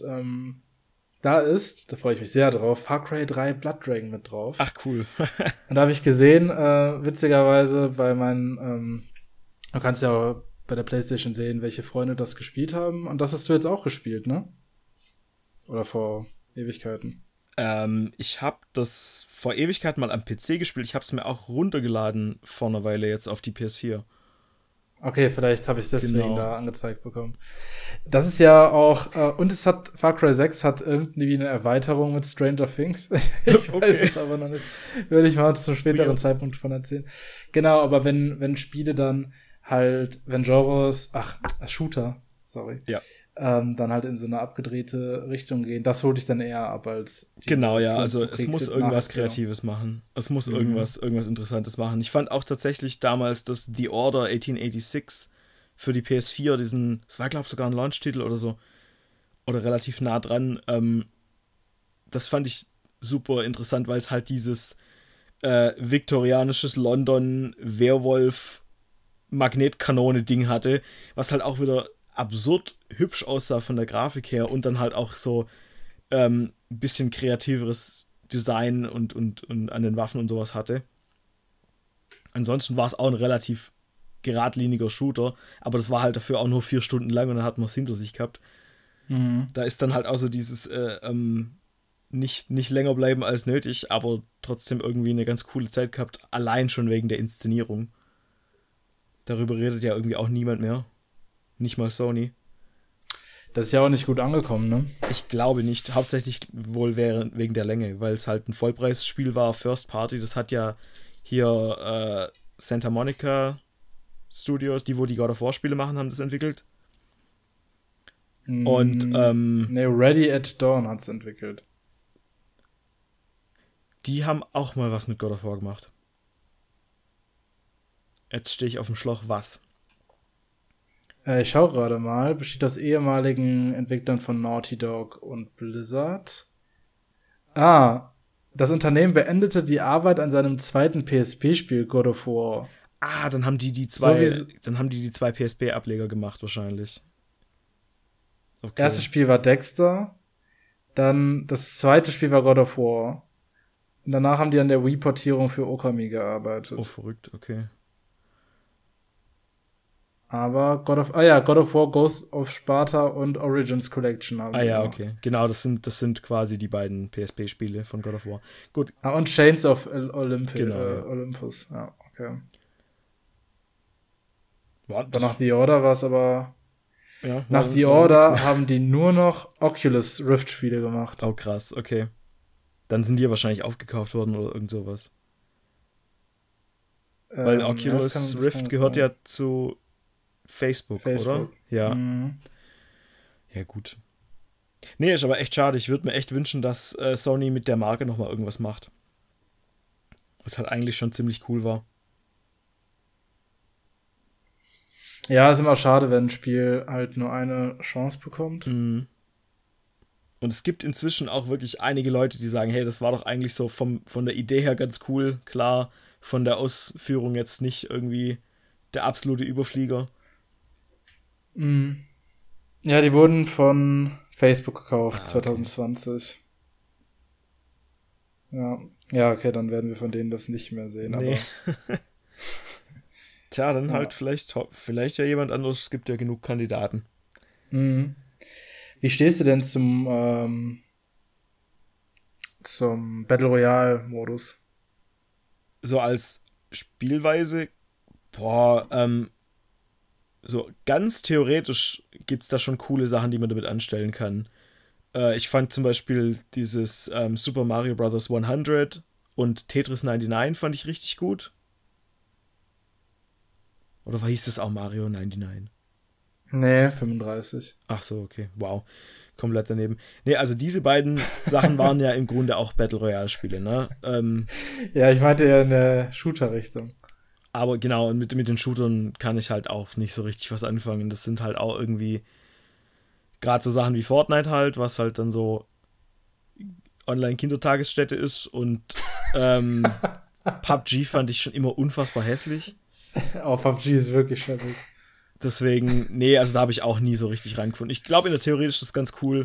da freue ich mich sehr drauf, Far Cry 3 Blood Dragon mit drauf. Ach, cool. Und da habe ich gesehen, witzigerweise bei meinen, du kannst ja bei der PlayStation sehen, welche Freunde das gespielt haben. Und das hast du jetzt auch gespielt, ne? Oder vor Ewigkeiten. Ich habe das vor Ewigkeiten mal am PC gespielt. Ich habe es mir auch runtergeladen vor einer Weile jetzt auf die PS4. Okay, vielleicht habe ich es deswegen da angezeigt bekommen. Das ist ja auch, und Far Cry 6 hat irgendwie eine Erweiterung mit Stranger Things. Ich weiß es aber noch nicht. Würde ich mal zum späteren Zeitpunkt von erzählen. Genau, aber wenn Spiele dann halt, wenn Genres, Shooter, sorry. Ja. Dann halt in so eine abgedrehte Richtung gehen. Das holt dich dann eher ab als genau, ja, also es muss irgendwas Kreatives machen. Es muss irgendwas Interessantes machen. Ich fand auch tatsächlich damals das The Order 1886 für die PS4, das war glaube ich sogar ein Launch-Titel oder so, oder relativ nah dran, das fand ich super interessant, weil es halt dieses viktorianisches London Werwolf Magnetkanone-Ding hatte, was halt auch wieder absurd hübsch aussah von der Grafik her und dann halt auch so ein bisschen kreativeres Design und an den Waffen und sowas hatte. Ansonsten war es auch ein relativ geradliniger Shooter, aber das war halt dafür auch nur 4 Stunden lang und dann hat man es hinter sich gehabt. Mhm. Da ist dann halt auch so dieses nicht länger bleiben als nötig, aber trotzdem irgendwie eine ganz coole Zeit gehabt, allein schon wegen der Inszenierung. Darüber redet ja irgendwie auch niemand mehr. Nicht mal Sony. Das ist ja auch nicht gut angekommen, ne? Ich glaube nicht. Hauptsächlich wohl wegen der Länge, weil es halt ein Vollpreisspiel war, First Party. Das hat ja hier Santa Monica Studios, wo die God of War Spiele machen, haben das entwickelt. Und Ready at Dawn hat es entwickelt. Die haben auch mal was mit God of War gemacht. Jetzt stehe ich auf dem Schlauch, was? Ich schaue gerade mal. Besteht aus ehemaligen Entwicklern von Naughty Dog und Blizzard. Das Unternehmen beendete die Arbeit an seinem zweiten PSP-Spiel God of War. Dann haben die zwei PSP-Ableger gemacht wahrscheinlich. Okay. Erstes Spiel war Dexter. Dann das zweite Spiel war God of War. Und danach haben die an der Wii-Portierung für Okami gearbeitet. Oh, verrückt, okay. Aber God of War, Ghost of Sparta und Origins Collection haben wir noch. Okay. Genau, das sind quasi die beiden PSP-Spiele von God of War. Gut. Und Chains of Olympus. Genau, Olympus, ja, okay. Nach The Order war es aber... Ja, nach The Order haben die nur noch Oculus Rift-Spiele gemacht. Oh, krass, okay. Dann sind die wahrscheinlich aufgekauft worden oder irgend sowas. Weil Oculus Rift gehört ja zu Facebook, oder? Ja. Mhm. Ja, gut. Nee, ist aber echt schade. Ich würde mir echt wünschen, dass Sony mit der Marke nochmal irgendwas macht. Was halt eigentlich schon ziemlich cool war. Ja, ist immer schade, wenn ein Spiel halt nur eine Chance bekommt. Mhm. Und es gibt inzwischen auch wirklich einige Leute, die sagen, hey, das war doch eigentlich so von der Idee her ganz cool. Klar, von der Ausführung jetzt nicht irgendwie der absolute Überflieger. Mhm. Ja, die wurden von Facebook gekauft, okay. 2020. Ja, okay, dann werden wir von denen das nicht mehr sehen. Nee. Aber Tja, dann halt vielleicht ja jemand anderes. Es gibt ja genug Kandidaten. Mhm. Wie stehst du denn zum Battle Royale Modus? So als Spielweise, so ganz theoretisch gibt es da schon coole Sachen, die man damit anstellen kann. Ich fand zum Beispiel dieses Super Mario Bros. 100 und Tetris 99 fand ich richtig gut. Oder hieß das auch Mario 99? Nee, 35. Ach so, okay. Wow. Komplett daneben. Nee, also diese beiden Sachen waren ja im Grunde auch Battle Royale Spiele, ne? Ja, ich meinte ja in der Shooter-Richtung. Aber genau, und mit den Shootern kann ich halt auch nicht so richtig was anfangen. Das sind halt auch irgendwie gerade so Sachen wie Fortnite halt, was halt dann so Online-Kindertagesstätte ist, und PUBG fand ich schon immer unfassbar hässlich. Oh, PUBG ist wirklich schrecklich. Deswegen, nee, also da habe ich auch nie so richtig reingefunden. Ich glaube, in der Theorie ist das ganz cool.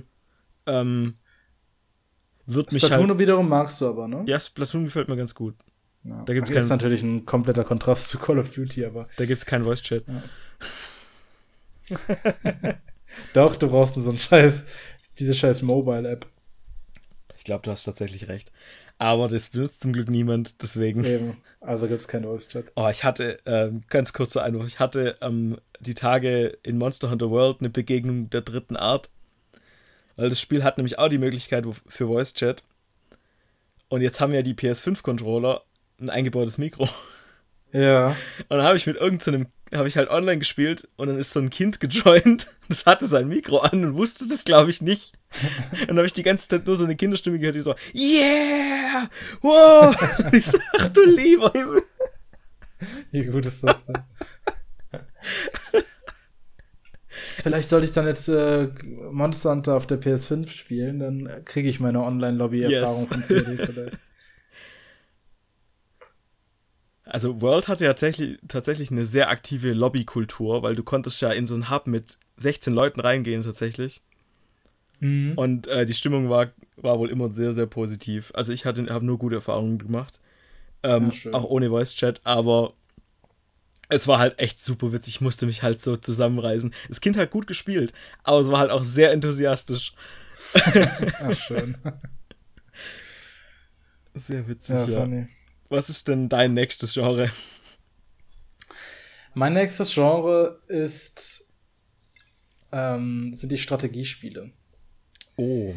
Splatoon halt, wiederum magst du aber, ne? Ja, Splatoon gefällt mir ganz gut. Ja. Da gibt's ist natürlich ein kompletter Kontrast zu Call of Duty, aber da gibt's keinen Voice-Chat. Ja. Doch, du brauchst so diese scheiß Mobile-App. Ich glaube, du hast tatsächlich recht. Aber das benutzt zum Glück niemand, deswegen. Eben, also gibt's keinen Voice-Chat. Oh, ich hatte, ganz kurzer Einwurf, ich hatte die Tage in Monster Hunter World eine Begegnung der dritten Art. Weil das Spiel hat nämlich auch die Möglichkeit für Voice-Chat. Und jetzt haben ja die PS5-Controller ein eingebautes Mikro. Ja. Und dann habe ich mit habe ich halt online gespielt, und dann ist so ein Kind gejoint, das hatte sein Mikro an und wusste das, glaube ich, nicht. Und dann habe ich die ganze Zeit nur so eine Kinderstimme gehört, die so, yeah, wow. Und ich so, ach du lieber Himmel. Wie gut ist das denn? Vielleicht sollte ich dann jetzt Monster Hunter auf der PS5 spielen, dann kriege ich meine Online-Lobby-Erfahrung von CD vielleicht. Also World hatte ja tatsächlich eine sehr aktive Lobbykultur, weil du konntest ja in so einen Hub mit 16 Leuten reingehen tatsächlich. Mhm. Und die Stimmung war wohl immer sehr, sehr positiv. Also ich habe nur gute Erfahrungen gemacht. Auch ohne Voice-Chat, aber es war halt echt super witzig. Ich musste mich halt so zusammenreißen. Das Kind hat gut gespielt, aber es war halt auch sehr enthusiastisch. Ach, schön. Sehr witzig, ja. Funny. Was ist denn dein nächstes Genre? Mein nächstes Genre sind die Strategiespiele. Oh.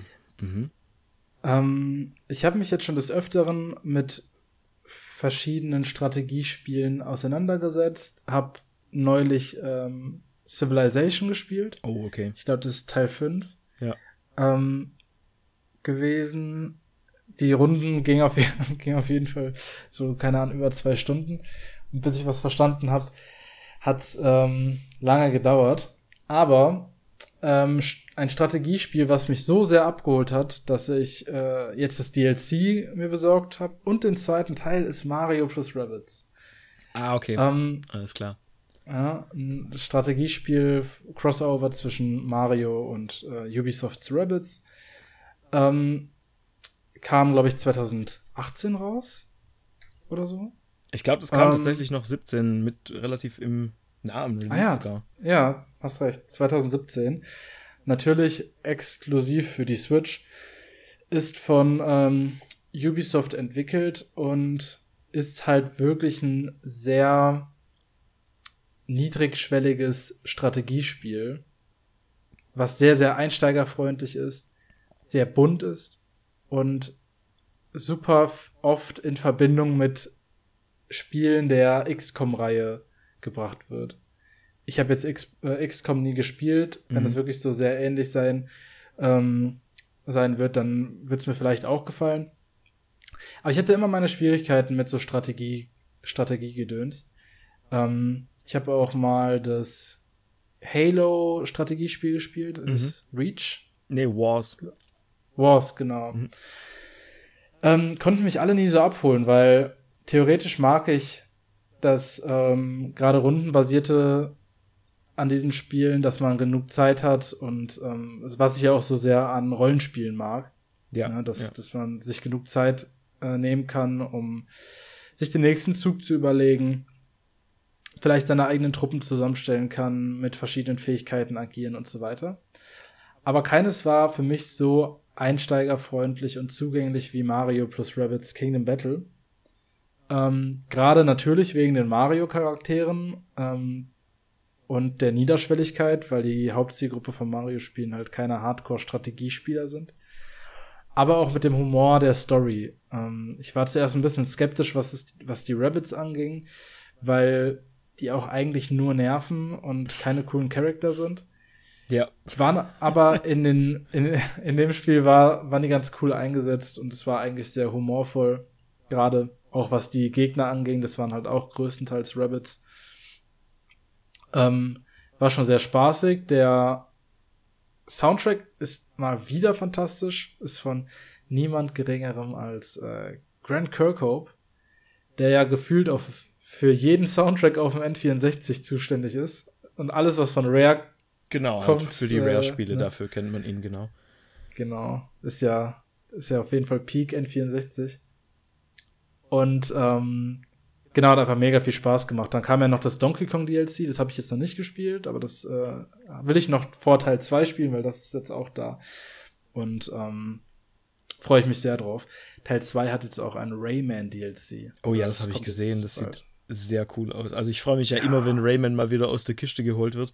Mhm. Ich habe mich jetzt schon des Öfteren mit verschiedenen Strategiespielen auseinandergesetzt. Habe neulich Civilization gespielt. Oh, okay. Ich glaube, das ist Teil 5. Ja. Gewesen. Die Runden gingen auf jeden Fall so, keine Ahnung, über 2 Stunden. Und bis ich was verstanden habe, hat's lange gedauert. Aber ein Strategiespiel, was mich so sehr abgeholt hat, dass ich jetzt das DLC mir besorgt habe. Und den zweiten Teil ist Mario plus Rabbids. Ah, okay. Alles klar. Ja, ein Strategiespiel, Crossover zwischen Mario und Ubisofts Rabbids. Kam, glaube ich, 2018 raus oder so. Ich glaube, das kam tatsächlich noch 17 mit relativ im nahen Release sogar. Ja, hast recht. 2017. Natürlich exklusiv für die Switch. Ist von Ubisoft entwickelt und ist halt wirklich ein sehr niedrigschwelliges Strategiespiel, was sehr, sehr einsteigerfreundlich ist, sehr bunt ist und super oft in Verbindung mit Spielen der XCOM-Reihe gebracht wird. Ich habe jetzt XCOM nie gespielt. Wenn es wirklich so sehr ähnlich sein wird, dann wird es mir vielleicht auch gefallen. Aber ich hatte immer meine Schwierigkeiten mit so Strategiegedöns. Ich habe auch mal das Halo-Strategiespiel gespielt. Das ist Reach. Nee, Wars. Wars, genau. Konnten mich alle nie so abholen, weil theoretisch mag ich das gerade rundenbasierte an diesen Spielen, dass man genug Zeit hat und was ich ja auch so sehr an Rollenspielen mag. Ja, dass man sich genug Zeit nehmen kann, um sich den nächsten Zug zu überlegen, vielleicht seine eigenen Truppen zusammenstellen kann, mit verschiedenen Fähigkeiten agieren und so weiter. Aber keines war für mich so einsteigerfreundlich und zugänglich wie Mario plus Rabbids Kingdom Battle. Gerade natürlich wegen den Mario-Charakteren und der Niederschwelligkeit, weil die Hauptzielgruppe von Mario-Spielen halt keine Hardcore-Strategiespieler sind. Aber auch mit dem Humor der Story. Ich war zuerst ein bisschen skeptisch, was die Rabbids anging, weil die auch eigentlich nur nerven und keine coolen Charakter sind. Ja. Waren aber in dem Spiel waren die ganz cool eingesetzt und es war eigentlich sehr humorvoll. Gerade Auch was die Gegner anging, das waren halt auch größtenteils Rabbids. War schon sehr spaßig. Der Soundtrack ist mal wieder fantastisch. Ist von niemand Geringerem als Grant Kirkhope, der ja gefühlt für jeden Soundtrack auf dem N64 zuständig ist. Und alles, was von Rare kommt. Für die Rare-Spiele, dafür kennt man ihn, genau. Genau. Ist ja auf jeden Fall Peak N64. Und genau, hat einfach mega viel Spaß gemacht. Dann kam ja noch das Donkey Kong DLC, das habe ich jetzt noch nicht gespielt, aber das will ich noch vor Teil 2 spielen, weil das ist jetzt auch da. Und freue ich mich sehr drauf. Teil 2 hat jetzt auch ein Rayman DLC. Oh ja, das habe ich gesehen, das sieht sehr cool aus. Also ich freue mich ja immer, wenn Rayman mal wieder aus der Kiste geholt wird.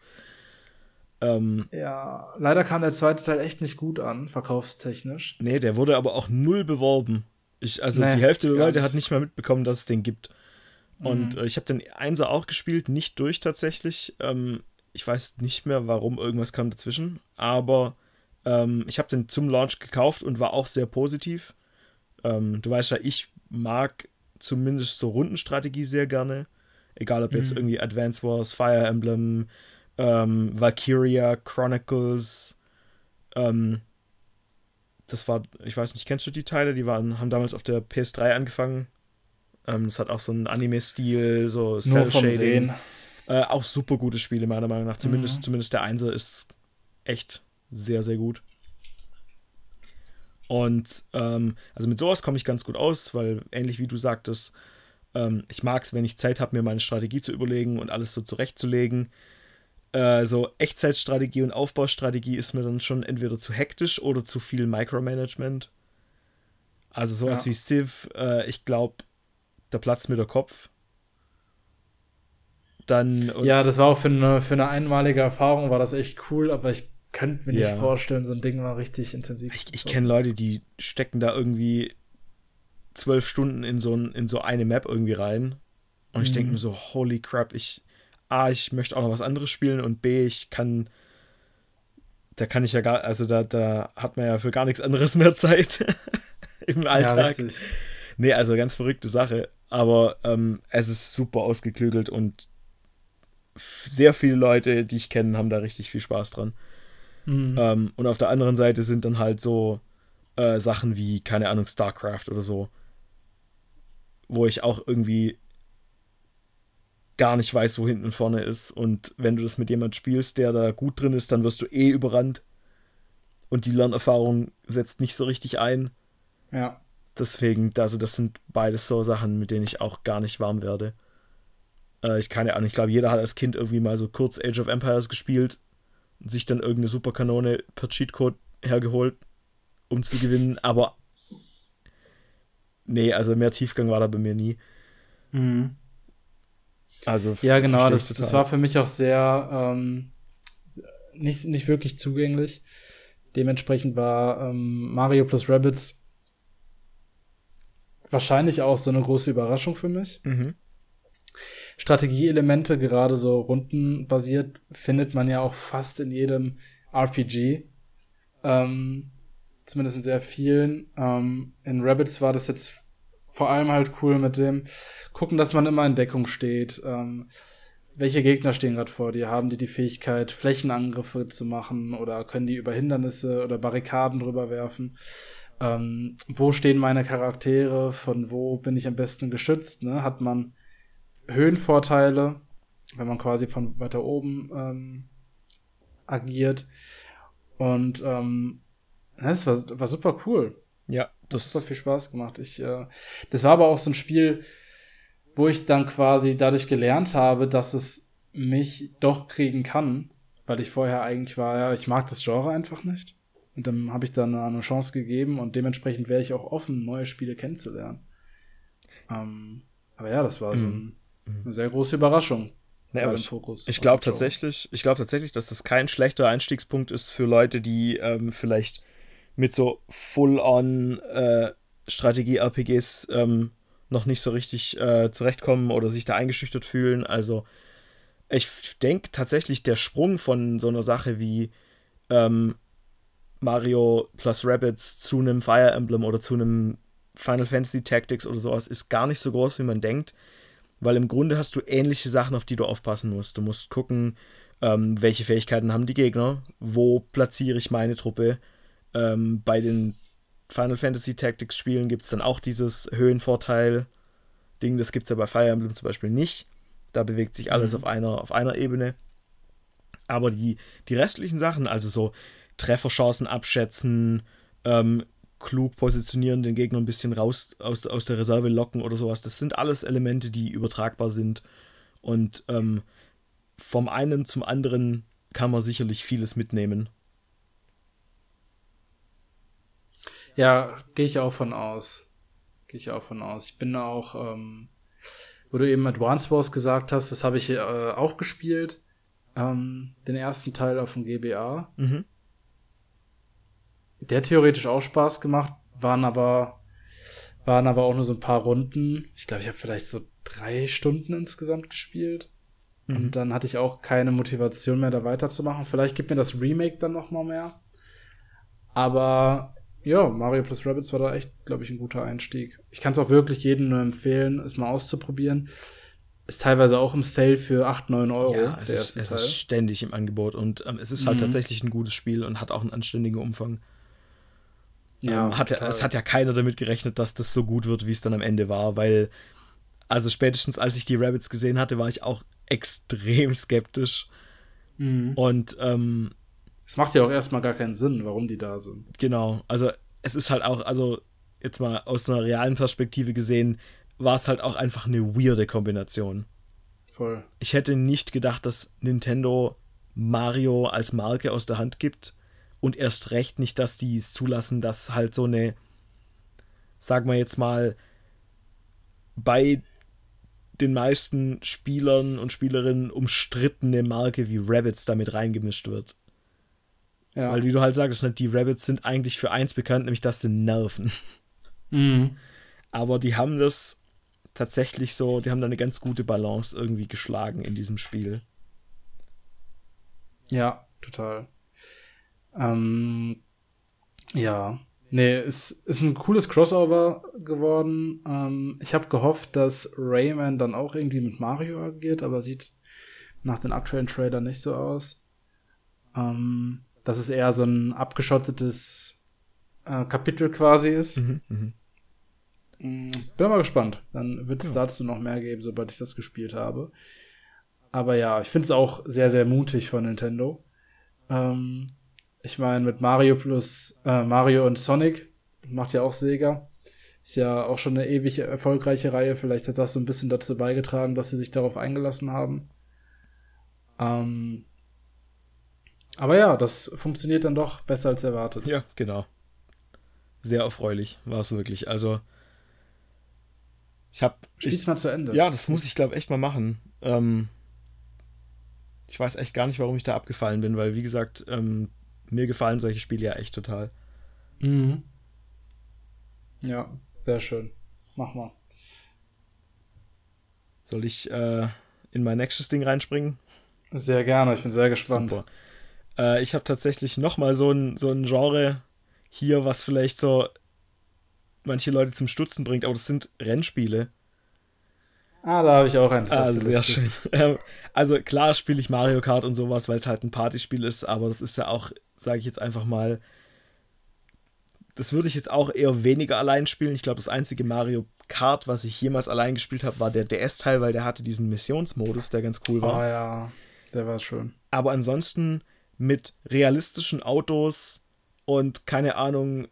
Ja, leider kam der zweite Teil echt nicht gut an, verkaufstechnisch. Nee, der wurde aber auch null beworben. Die Hälfte der Leute hat nicht mal mitbekommen, dass es den gibt. Und ich habe den Einser auch gespielt, nicht durch tatsächlich. Ich weiß nicht mehr, warum, irgendwas kam dazwischen. Aber ich habe den zum Launch gekauft und war auch sehr positiv. Du weißt ja, ich mag zumindest so Rundenstrategie sehr gerne. Egal, ob jetzt irgendwie Advance Wars, Fire Emblem, Valkyria, Chronicles, das war, ich weiß nicht, kennst du die Teile? Haben damals auf der PS3 angefangen. Das hat auch so einen Anime-Stil, so Cell-Shading. Auch super gute Spiele, meiner Meinung nach. Zumindest der Einser ist echt sehr, sehr gut. Und also mit sowas komme ich ganz gut aus, weil ähnlich wie du sagtest, ich mag es, wenn ich Zeit habe, mir meine Strategie zu überlegen und alles so zurechtzulegen. So Echtzeitstrategie und Aufbaustrategie ist mir dann schon entweder zu hektisch oder zu viel Micromanagement. Also sowas wie Civ, ich glaube, da platzt mir der Kopf. Ja, das war auch für eine einmalige Erfahrung, war das echt cool, aber ich könnte mir nicht vorstellen, so ein Ding war richtig intensiv. Ich kenne Leute, die stecken da irgendwie 12 Stunden in so eine Map irgendwie rein. Und ich denke mir so, holy crap, ich möchte auch noch was anderes spielen und B, da hat man ja für gar nichts anderes mehr Zeit im Alltag. Ja, nee, also ganz verrückte Sache, aber es ist super ausgeklügelt und sehr viele Leute, die ich kenne, haben da richtig viel Spaß dran. Und auf der anderen Seite sind dann halt so Sachen wie, keine Ahnung, StarCraft oder so, wo ich auch irgendwie gar nicht weiß, wo hinten und vorne ist. Und wenn du das mit jemand spielst, der da gut drin ist, dann wirst du überrannt. Und die Lernerfahrung setzt nicht so richtig ein. Ja. Deswegen, also das sind beides so Sachen, mit denen ich auch gar nicht warm werde. Ich glaube, jeder hat als Kind irgendwie mal so kurz Age of Empires gespielt und sich dann irgendeine Superkanone per Cheatcode hergeholt, um zu gewinnen. Aber nee, also mehr Tiefgang war da bei mir nie. Also ja, genau, das war für mich auch sehr nicht wirklich zugänglich. Dementsprechend war Mario plus Rabbids wahrscheinlich auch so eine große Überraschung für mich. Strategieelemente, gerade so rundenbasiert, findet man ja auch fast in jedem RPG. Zumindest in sehr vielen. In Rabbids war das jetzt vor allem halt cool mit dem gucken, dass man immer in Deckung steht. Welche Gegner stehen gerade vor dir? Haben die Fähigkeit, Flächenangriffe zu machen oder können die über Hindernisse oder Barrikaden drüber werfen? Wo stehen meine Charaktere? Von wo bin ich am besten geschützt? Ne? Hat man Höhenvorteile, wenn man quasi von weiter oben agiert? Und das war super cool. Ja, das hat viel Spaß gemacht. Das war aber auch so ein Spiel, wo ich dann quasi dadurch gelernt habe, dass es mich doch kriegen kann, weil ich vorher eigentlich ich mag das Genre einfach nicht. Und dann habe ich dann eine Chance gegeben und dementsprechend wäre ich auch offen, neue Spiele kennenzulernen. Aber ja, das war so eine sehr große Überraschung. Ja, ich glaube tatsächlich, dass das kein schlechter Einstiegspunkt ist für Leute, die vielleicht mit so Full-on Strategie-RPGs noch nicht so richtig zurechtkommen oder sich da eingeschüchtert fühlen. Also ich denke tatsächlich, der Sprung von so einer Sache wie Mario plus Rabbids zu einem Fire Emblem oder zu einem Final Fantasy Tactics oder sowas ist gar nicht so groß, wie man denkt, weil im Grunde hast du ähnliche Sachen, auf die du aufpassen musst. Du musst gucken, welche Fähigkeiten haben die Gegner, wo platziere ich meine Truppe. Bei den Final Fantasy Tactics Spielen gibt es dann auch dieses Höhenvorteil-Ding, das gibt es ja bei Fire Emblem zum Beispiel nicht. Da bewegt sich alles auf einer Ebene. Aber die restlichen Sachen, also so Trefferchancen abschätzen, klug positionieren, den Gegner ein bisschen raus aus der Reserve locken oder sowas, das sind alles Elemente, die übertragbar sind. Und vom einen zum anderen kann man sicherlich vieles mitnehmen. Ja, gehe ich auch von aus. Ich bin auch, wo du eben Advance Wars gesagt hast, das habe ich auch gespielt. Den ersten Teil auf dem GBA. Der hat theoretisch auch Spaß gemacht, waren aber auch nur so ein paar Runden. Ich glaube, ich habe vielleicht so 3 Stunden insgesamt gespielt. Und dann hatte ich auch keine Motivation mehr, da weiterzumachen. Vielleicht gibt mir das Remake dann noch mal mehr. Aber ja, Mario plus Rabbids war da echt, glaube ich, ein guter Einstieg. Ich kann es auch wirklich jedem nur empfehlen, es mal auszuprobieren. Ist teilweise auch im Sale für 8, 9 Euro. Ja, es ist ständig im Angebot. Und es ist halt tatsächlich ein gutes Spiel und hat auch einen anständigen Umfang. Ja, es hat ja keiner damit gerechnet, dass das so gut wird, wie es dann am Ende war, weil, also spätestens als ich die Rabbids gesehen hatte, war ich auch extrem skeptisch. Und es macht ja auch erstmal gar keinen Sinn, warum die da sind. Genau, also es ist halt auch, also jetzt mal aus einer realen Perspektive gesehen, war es halt auch einfach eine weirde Kombination. Voll. Ich hätte nicht gedacht, dass Nintendo Mario als Marke aus der Hand gibt. Und erst recht nicht, dass die es zulassen, dass halt so eine, sagen wir jetzt mal, bei den meisten Spielern und Spielerinnen umstrittene Marke wie Rabbids damit reingemischt wird. Ja. Weil, wie du halt sagst, die Rabbids sind eigentlich für eins bekannt, nämlich dass sie nerven. Aber die haben das tatsächlich so, die haben da eine ganz gute Balance irgendwie geschlagen in diesem Spiel. Ja, total. Ja, nee, es ist ein cooles Crossover geworden. Ich habe gehofft, dass Rayman dann auch irgendwie mit Mario agiert, aber sieht nach den aktuellen Trailern nicht so aus. Dass es eher so ein abgeschottetes Kapitel quasi ist. Bin mal gespannt. Dann wird es dazu noch mehr geben, sobald ich das gespielt habe. Aber ja, ich finde es auch sehr, sehr mutig von Nintendo. Ich meine, mit Mario und Sonic macht ja auch Sega. Ist ja auch schon eine ewig erfolgreiche Reihe. Vielleicht hat das so ein bisschen dazu beigetragen, dass sie sich darauf eingelassen haben. Aber ja, das funktioniert dann doch besser als erwartet. Ja, genau. Sehr erfreulich war es wirklich. Also, Spiel's mal zu Ende. Ja, das muss ich, glaube ich, echt mal machen. Ich weiß echt gar nicht, warum ich da abgefallen bin, weil, wie gesagt, mir gefallen solche Spiele ja echt total. Ja, sehr schön. Mach mal. Soll ich in mein nächstes Ding reinspringen? Sehr gerne, ich bin sehr gespannt. Super. Ich habe tatsächlich nochmal so ein Genre hier, was vielleicht so manche Leute zum Stutzen bringt, aber das sind Rennspiele. Da habe ich auch eins. Sehr schön. Also klar spiele ich Mario Kart und sowas, weil es halt ein Partyspiel ist, aber das ist ja auch, sage ich jetzt einfach mal, das würde ich jetzt auch eher weniger allein spielen. Ich glaube, das einzige Mario Kart, was ich jemals allein gespielt habe, war der DS-Teil, weil der hatte diesen Missionsmodus, der ganz cool war. Ja, der war schön. Aber ansonsten mit realistischen Autos und keine Ahnung,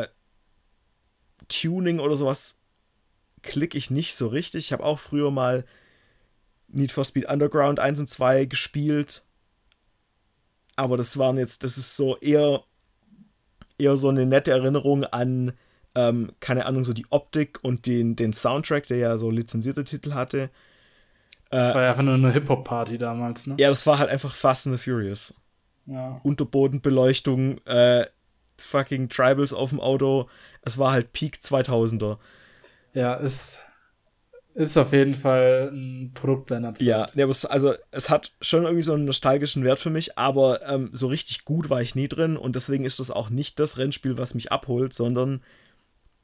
Tuning oder sowas klicke ich nicht so richtig. Ich habe auch früher mal Need for Speed Underground 1 und 2 gespielt. Aber das ist so eher so eine nette Erinnerung an, keine Ahnung, so die Optik und den Soundtrack, der ja so lizenzierte Titel hatte. Das war ja einfach nur eine Hip-Hop-Party damals, ne? Ja, das war halt einfach Fast and the Furious. Ja. Unterbodenbeleuchtung, fucking Tribals auf dem Auto. Es war halt Peak 2000er. Ja, ist auf jeden Fall ein Produkt seiner Zeit. Ja, also es hat schon irgendwie so einen nostalgischen Wert für mich, aber so richtig gut war ich nie drin und deswegen ist das auch nicht das Rennspiel, was mich abholt, sondern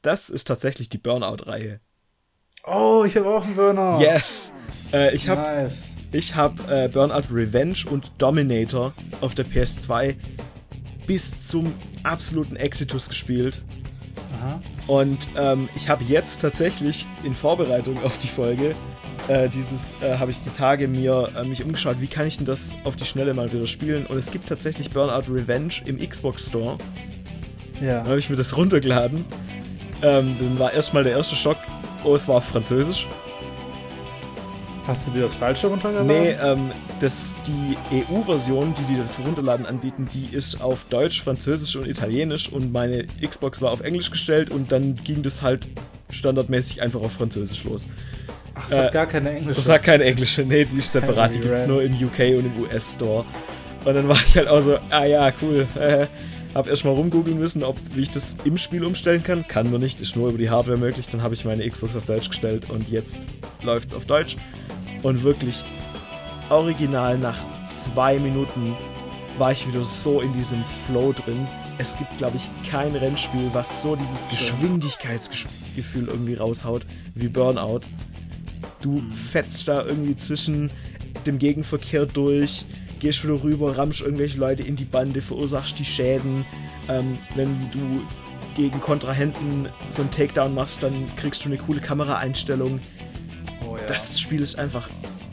das ist tatsächlich die Burnout-Reihe. Oh, ich habe auch einen Burnout. Yes! Ich hab Burnout Revenge und Dominator auf der PS2 bis zum absoluten Exitus gespielt. Aha. Und ich habe jetzt tatsächlich in Vorbereitung auf die Folge habe ich die Tage mich umgeschaut, wie kann ich denn das auf die Schnelle mal wieder spielen? Und es gibt tatsächlich Burnout Revenge im Xbox Store. Ja. Dann habe ich mir das runtergeladen. Dann war erstmal der erste Schock, oh, es war auf Französisch. Hast du dir das Falsche runtergeladen? Nee, die EU-Version, die das Runterladen anbieten, die ist auf Deutsch, Französisch und Italienisch und meine Xbox war auf Englisch gestellt und dann ging das halt standardmäßig einfach auf Französisch los. Ach, es hat gar keine englische. Das hat keine englische, nee, die ist separat, die gibt's nur im UK und im US-Store. Und dann war ich halt auch so, ja, cool. Hab erstmal rumgoogeln müssen, wie ich das im Spiel umstellen kann. Kann man nicht, ist nur über die Hardware möglich. Dann habe ich meine Xbox auf Deutsch gestellt und jetzt läuft's auf Deutsch. Und wirklich, original nach 2 Minuten war ich wieder so in diesem Flow drin. Es gibt, glaube ich, kein Rennspiel, was so dieses Geschwindigkeitsgefühl irgendwie raushaut wie Burnout. Du fetzt da irgendwie zwischen dem Gegenverkehr durch, gehst wieder rüber, rammst irgendwelche Leute in die Bande, verursachst die Schäden. Wenn du gegen Kontrahenten so einen Takedown machst, dann kriegst du eine coole Kameraeinstellung. Oh, ja. Das Spiel ist einfach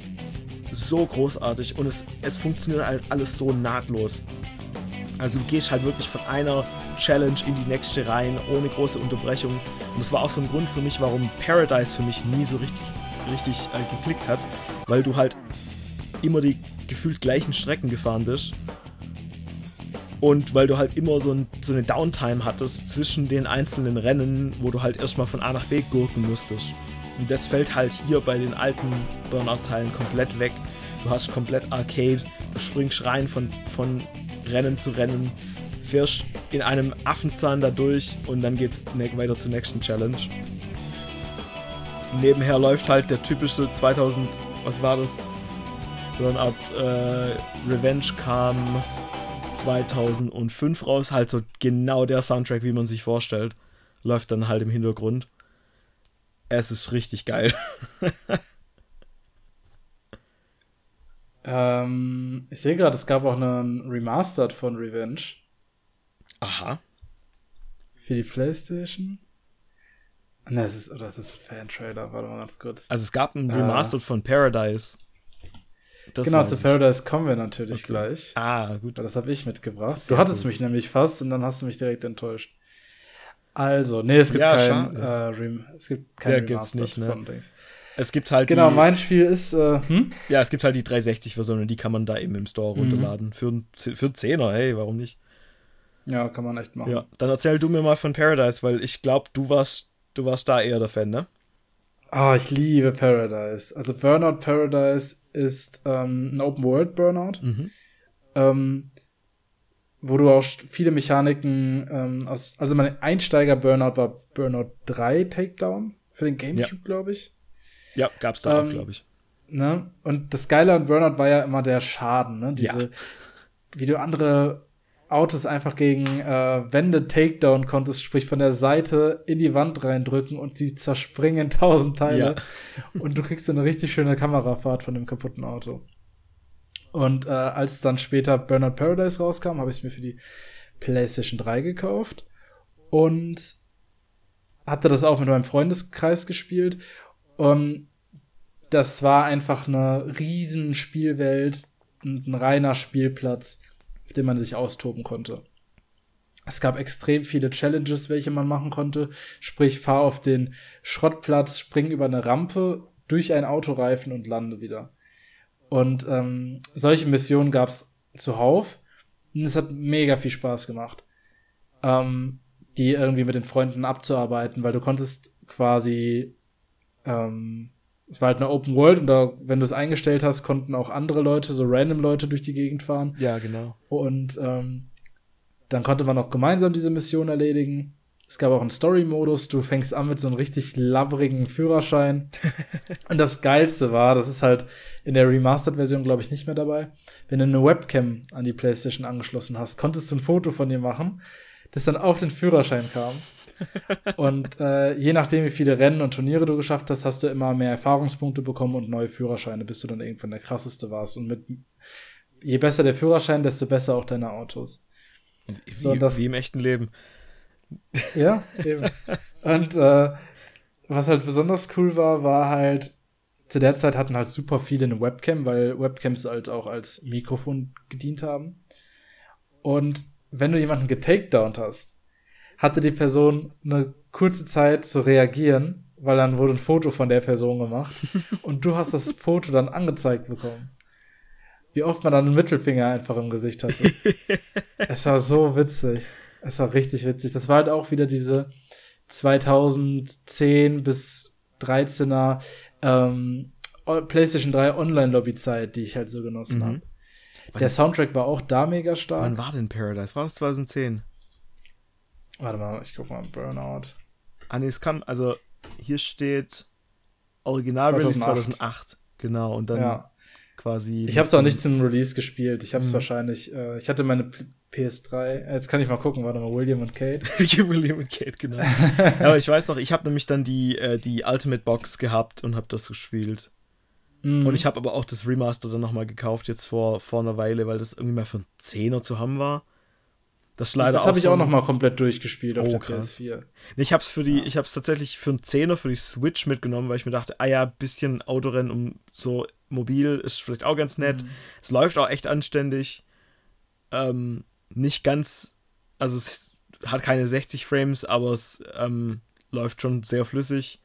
so großartig und es funktioniert halt alles so nahtlos. Also du gehst halt wirklich von einer Challenge in die nächste rein, ohne große Unterbrechung. Und das war auch so ein Grund für mich, warum Paradise für mich nie so richtig geklickt hat, weil du halt immer die gefühlt gleichen Strecken gefahren bist und weil du halt immer so eine Downtime hattest zwischen den einzelnen Rennen, wo du halt erstmal von A nach B gurken musstest. Und das fällt halt hier bei den alten Burnout-Teilen komplett weg. Du hast komplett Arcade, du springst rein von Rennen zu Rennen, fährst in einem Affenzahn da durch und dann geht's weiter zur nächsten Challenge. Nebenher läuft halt der typische 2000, was war das? Burnout Revenge kam 2005 raus, halt so genau der Soundtrack, wie man sich vorstellt, läuft dann halt im Hintergrund. Es ist richtig geil. Ich sehe gerade, es gab auch einen Remastered von Revenge. Aha. Für die PlayStation. Ne, das ist ein Fan-Trailer, warte mal ganz kurz. Also es gab einen Remastered von Paradise. Das genau, zu Paradise kommen wir natürlich gleich. Ah, gut. Weil das habe ich mitgebracht. Du hattest mich nämlich fast und dann hast du mich direkt enttäuscht. Also, nee, es gibt kein Remastered nicht, ne? Von Dings. Es gibt halt mein Spiel ist, Ja, es gibt halt die 360-Version und die kann man da eben im Store runterladen. Für 10er, hey, warum nicht? Ja, kann man echt machen. Ja, dann erzähl du mir mal von Paradise, weil ich glaube, du warst da eher der Fan, ne? Ich liebe Paradise. Also Burnout Paradise ist ein Open-World-Burnout, wo du auch viele Mechaniken also mein Einsteiger-Burnout war Burnout 3 Takedown für den Gamecube, glaube ich. Ja, gab's da auch, glaube ich. Ne? Und das Geile an Burnout war ja immer der Schaden, ne? Wie du andere Autos einfach gegen Wände Takedown konntest, sprich von der Seite in die Wand reindrücken und sie zerspringen in 1000 Teile. Ja. Und du kriegst so eine richtig schöne Kamerafahrt von dem kaputten Auto. Und als dann später Burnout Paradise rauskam, habe ich es mir für die PlayStation 3 gekauft und hatte das auch mit meinem Freundeskreis gespielt. Und das war einfach eine riesen Spielwelt, ein reiner Spielplatz, auf dem man sich austoben konnte. Es gab extrem viele Challenges, welche man machen konnte. Sprich, fahr auf den Schrottplatz, spring über eine Rampe, durch einen Autoreifen und lande wieder. Und solche Missionen gab's zuhauf. Und es hat mega viel Spaß gemacht, die irgendwie mit den Freunden abzuarbeiten, weil du konntest quasi es war halt eine Open World und da, wenn du es eingestellt hast, konnten auch andere Leute, so random Leute durch die Gegend fahren. Ja, genau. Und dann konnte man auch gemeinsam diese Mission erledigen. Es gab auch einen Story-Modus. Du fängst an mit so einem richtig labbrigen Führerschein. Und das Geilste war, das ist halt in der Remastered-Version, glaube ich, nicht mehr dabei. Wenn du eine Webcam an die PlayStation angeschlossen hast, konntest du ein Foto von dir machen, das dann auf den Führerschein kam. Und je nachdem, wie viele Rennen und Turniere du geschafft hast, hast du immer mehr Erfahrungspunkte bekommen und neue Führerscheine, bis du dann irgendwann der krasseste warst. Und je besser der Führerschein, desto besser auch deine Autos. Wie im echten Leben. Ja, eben. Und was halt besonders cool war halt, zu der Zeit hatten halt super viele eine Webcam, weil Webcams halt auch als Mikrofon gedient haben. Und wenn du jemanden getakedownt hast, hatte die Person eine kurze Zeit zu reagieren, weil dann wurde ein Foto von der Person gemacht und du hast das Foto dann angezeigt bekommen. Wie oft man dann einen Mittelfinger einfach im Gesicht hatte. Es war so witzig. Es war richtig witzig. Das war halt auch wieder diese 2010 bis 13er PlayStation 3 Online-Lobby-Zeit, die ich halt so genossen habe. Der Soundtrack war auch da mega stark. Wann war denn Paradise? War das 2010? Warte mal, ich guck mal, Burnout. Nee, es kam, also hier steht Original 2008. Genau, und dann quasi... Ich hab's auch nicht zum Release gespielt. Ich hab's wahrscheinlich, ich hatte meine PS3, jetzt kann ich mal gucken, warte mal, William und Kate. William und Kate, genau. Ja, aber ich weiß noch, ich habe nämlich dann die Ultimate Box gehabt und habe das gespielt. Und ich habe aber auch das Remaster dann nochmal gekauft, jetzt vor einer Weile, weil das irgendwie mal für einen 10er zu haben war. Das habe ich auch nochmal komplett durchgespielt auf der PS4. Nee, ich hab's tatsächlich für einen 10er für die Switch mitgenommen, weil ich mir dachte, ein bisschen Autorennen so mobil ist vielleicht auch ganz nett. Es läuft auch echt anständig. Nicht ganz, also es hat keine 60 Frames, aber es läuft schon sehr flüssig.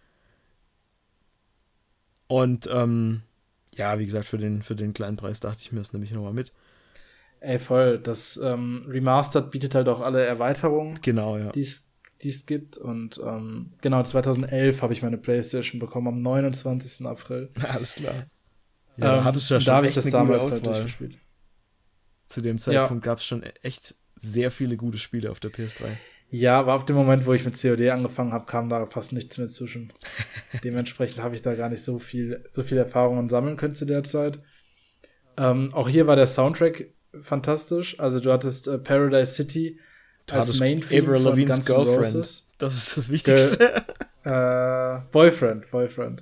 Und wie gesagt, für den kleinen Preis dachte ich mir das nämlich nochmal mit. Ey, voll. Das Remastered bietet halt auch alle Erweiterungen, genau, ja, die es gibt. Und genau, 2011 habe ich meine PlayStation bekommen, am 29. April. Alles klar. Ja, da hattest du ja schon da habe ich echt das eine damals gute halt Auswahl. durchgespielt. Zu dem Zeitpunkt gab es schon echt sehr viele gute Spiele auf der PS3. Ja, aber auf dem Moment, wo ich mit COD angefangen habe, kam da fast nichts mehr zwischen. Dementsprechend habe ich da gar nicht so viel Erfahrungen sammeln können zu der Zeit. Auch hier war der Soundtrack fantastisch. Also du hattest Paradise City als Main-Theme Avril von Lavigne's Guns N' Girlfriend. Roses. Das ist das Wichtigste. Boyfriend.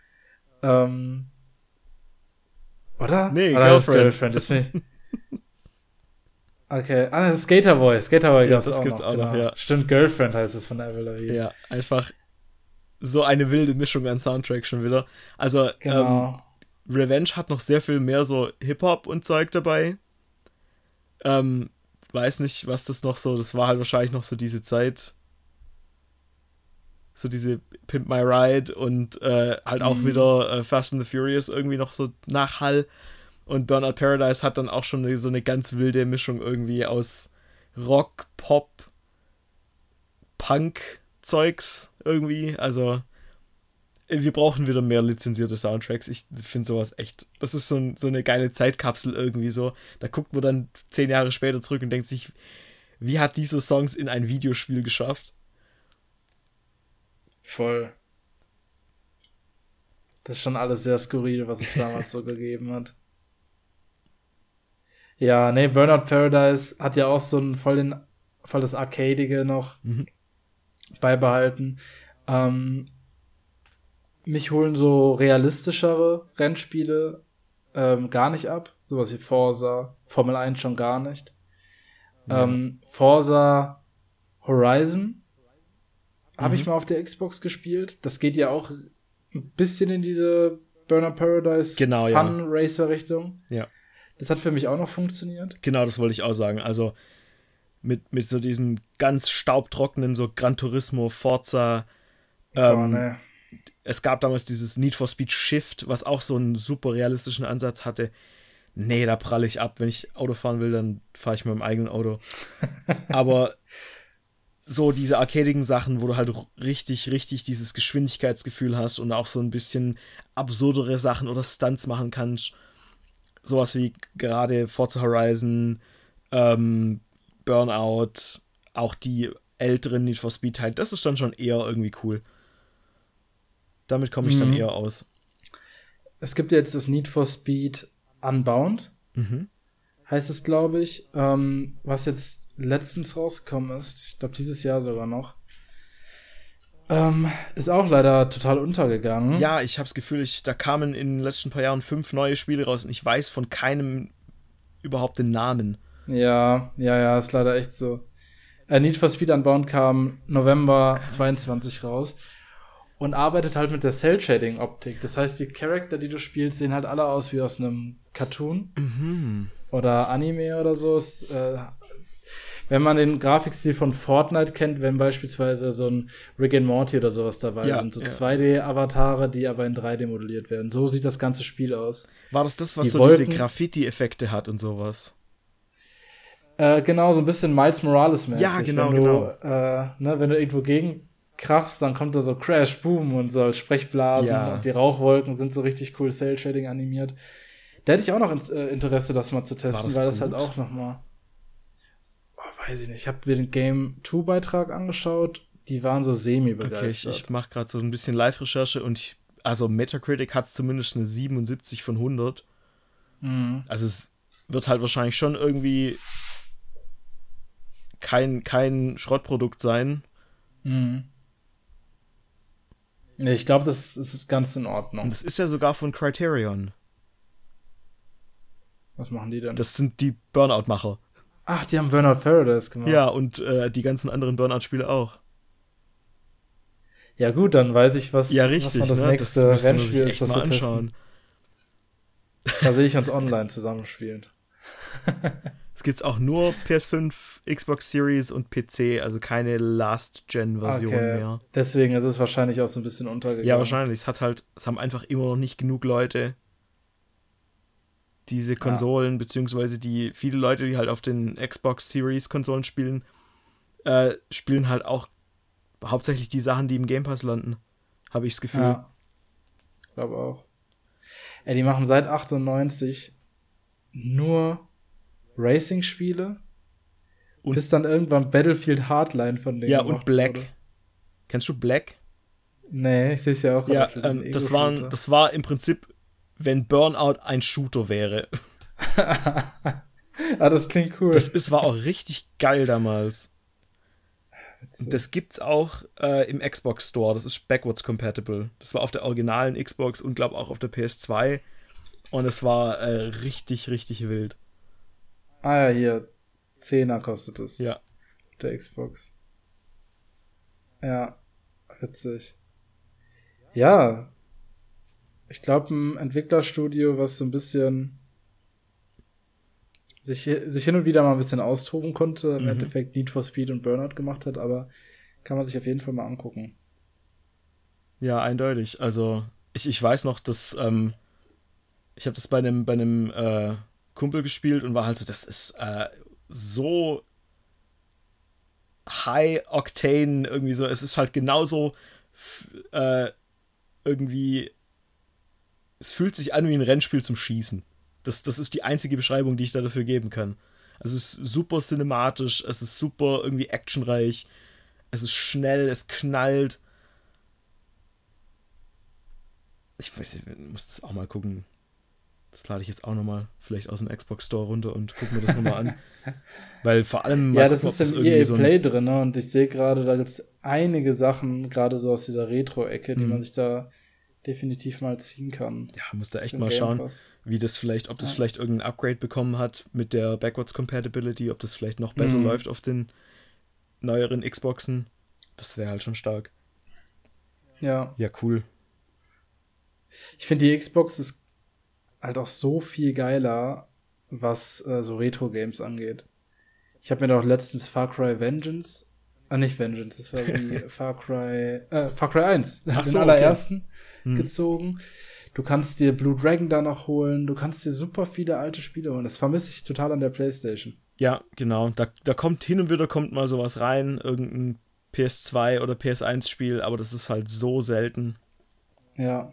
Oder? Nee, Girlfriend. Ist nicht. Okay, Skaterboy ja, das gibt's auch noch, ja. Stimmt, Girlfriend heißt es von Avril Lavigne. Ja, einfach so eine wilde Mischung an Soundtrack schon wieder. Also, genau. Revenge hat noch sehr viel mehr so Hip-Hop und Zeug dabei. Weiß nicht, was das noch so, das war halt wahrscheinlich noch so diese Zeit, so diese Pimp My Ride und halt auch wieder Fast and the Furious irgendwie noch so Nachhall. Und Burnout Paradise hat dann auch schon so eine ganz wilde Mischung irgendwie aus Rock, Pop, Punk-Zeugs irgendwie. Also, wir brauchen wieder mehr lizenzierte Soundtracks. Ich finde sowas echt, das ist so eine geile Zeitkapsel irgendwie so. Da guckt man dann 10 Jahre später zurück und denkt sich, wie hat diese Songs in ein Videospiel geschafft? Voll. Das ist schon alles sehr skurril, was es damals so gegeben hat. Ja, nee, Burnout Paradise hat ja auch so voll das Arcadige noch beibehalten. Mich holen so realistischere Rennspiele gar nicht ab. Sowas wie Forza, Formel 1 schon gar nicht. Ja. Forza Horizon habe ich mal auf der Xbox gespielt. Das geht ja auch ein bisschen in diese Burnout Paradise Fun-Racer-Richtung. Ja. Das hat für mich auch noch funktioniert. Genau, das wollte ich auch sagen. Also mit so diesen ganz staubtrockenen, so Gran Turismo, Forza. Es gab damals dieses Need for Speed Shift, was auch so einen super realistischen Ansatz hatte. Nee, da pralle ich ab. Wenn ich Auto fahren will, dann fahre ich mit meinem eigenen Auto. Aber so diese arcadigen Sachen, wo du halt richtig, richtig dieses Geschwindigkeitsgefühl hast und auch so ein bisschen absurdere Sachen oder Stunts machen kannst. Sowas wie gerade Forza Horizon, Burnout, auch die älteren Need for Speed Teile, das ist dann schon eher irgendwie cool. Damit komme ich dann eher aus. Es gibt jetzt das Need for Speed Unbound, heißt es, glaube ich, was jetzt letztens rausgekommen ist. Ich glaube, dieses Jahr sogar noch. Ist auch leider total untergegangen. Ja, ich habe das Gefühl, da kamen in den letzten paar Jahren 5 neue Spiele raus und ich weiß von keinem überhaupt den Namen. Ja, ist leider echt so. Need for Speed Unbound kam November 22 raus und arbeitet halt mit der Cell-Shading-Optik. Das heißt, die Charakter, die du spielst, sehen halt alle aus wie aus einem Cartoon oder Anime oder so. Wenn man den Grafikstil von Fortnite kennt, wenn beispielsweise so ein Rick and Morty oder sowas dabei sind, so 2D-Avatare, die aber in 3D modelliert werden. So sieht das ganze Spiel aus. War das, was so diese Graffiti-Effekte hat und sowas? Genau, so ein bisschen Miles Morales-mäßig. Ja, genau. Wenn du irgendwo gegenkrachst, dann kommt da so Crash, Boom und so Sprechblasen und die Rauchwolken sind so richtig cool Cell-Shading animiert. Da hätte ich auch noch Interesse, das mal zu testen, weil das halt auch noch-mal weiß ich nicht. Ich habe mir den Game 2 Beitrag angeschaut. Die waren so semi-begeistert. Okay, ich mache gerade so ein bisschen Live-Recherche und also Metacritic hat zumindest eine 77 von 100. Also es wird halt wahrscheinlich schon irgendwie kein Schrottprodukt sein. Nee, ich glaube, das ist ganz in Ordnung. Und das ist ja sogar von Criterion. Was machen die denn? Das sind die Burnout-Macher. Ach, die haben Burnout Paradise gemacht. Ja, und die ganzen anderen Burnout-Spiele auch. Ja gut, dann weiß ich, was man das nächste Rennspiel ist, was wir anschauen. Da sehe ich uns online zusammenspielen. Es gibt's auch nur PS5, Xbox Series und PC, also keine Last-Gen-Version mehr. Deswegen ist es wahrscheinlich auch so ein bisschen untergegangen. Ja, wahrscheinlich. Es haben einfach immer noch nicht genug Leute diese Konsolen, beziehungsweise viele Leute, die halt auf den Xbox Series Konsolen spielen, spielen halt auch hauptsächlich die Sachen, die im Game Pass landen. Habe ich das Gefühl. Ja, glaube auch. Die machen seit 98 nur Racing-Spiele, bis dann irgendwann Battlefield Hardline von denen. Ja, und Black. Wurde. Kennst du Black? Nee, ich sehe es ja auch. Ja, das war im Prinzip, wenn Burnout ein Shooter wäre. Das klingt cool. Das war auch richtig geil damals. Und das gibt's auch im Xbox Store. Das ist backwards compatible. Das war auf der originalen Xbox und glaube auch auf der PS2. Und es war richtig, richtig wild. Ah ja, hier. 10er kostet es. Ja. Der Xbox. Ja, witzig. Ja. Ich glaube, ein Entwicklerstudio, was so ein bisschen sich hin und wieder mal ein bisschen austoben konnte, im Endeffekt Need for Speed und Burnout gemacht hat, aber kann man sich auf jeden Fall mal angucken. Ja, eindeutig. Also, ich weiß noch, dass ich habe das bei einem Kumpel gespielt und war halt so, das ist so High Octane irgendwie so. Es ist halt genauso irgendwie. Es fühlt sich an wie ein Rennspiel zum Schießen. Das ist die einzige Beschreibung, die ich da dafür geben kann. Also es ist super cinematisch, es ist super irgendwie actionreich, es ist schnell, es knallt. Ich muss das auch mal gucken. Das lade ich jetzt auch nochmal vielleicht aus dem Xbox Store runter und gucke mir das nochmal an. Weil vor allem ja, das ist im EA Play drin, ne? Und ich sehe gerade, da gibt es einige Sachen, gerade so aus dieser Retro-Ecke, die man sich da definitiv mal ziehen kann. Ja, muss da echt mal schauen, wie das vielleicht, ob das vielleicht irgendein Upgrade bekommen hat mit der Backwards Compatibility, ob das vielleicht noch besser läuft auf den neueren Xboxen. Das wäre halt schon stark. Ja. Ja, cool. Ich finde, die Xbox ist halt auch so viel geiler, was so Retro-Games angeht. Ich habe mir doch letztens Far Cry Vengeance, nicht Vengeance, das war wie Far Cry 1, den allerersten gezogen. Du kannst dir Blue Dragon da noch holen, du kannst dir super viele alte Spiele holen. Das vermisse ich total an der PlayStation. Ja, genau. Da kommt hin und wieder mal sowas rein, irgendein PS2 oder PS1-Spiel, aber das ist halt so selten. Ja.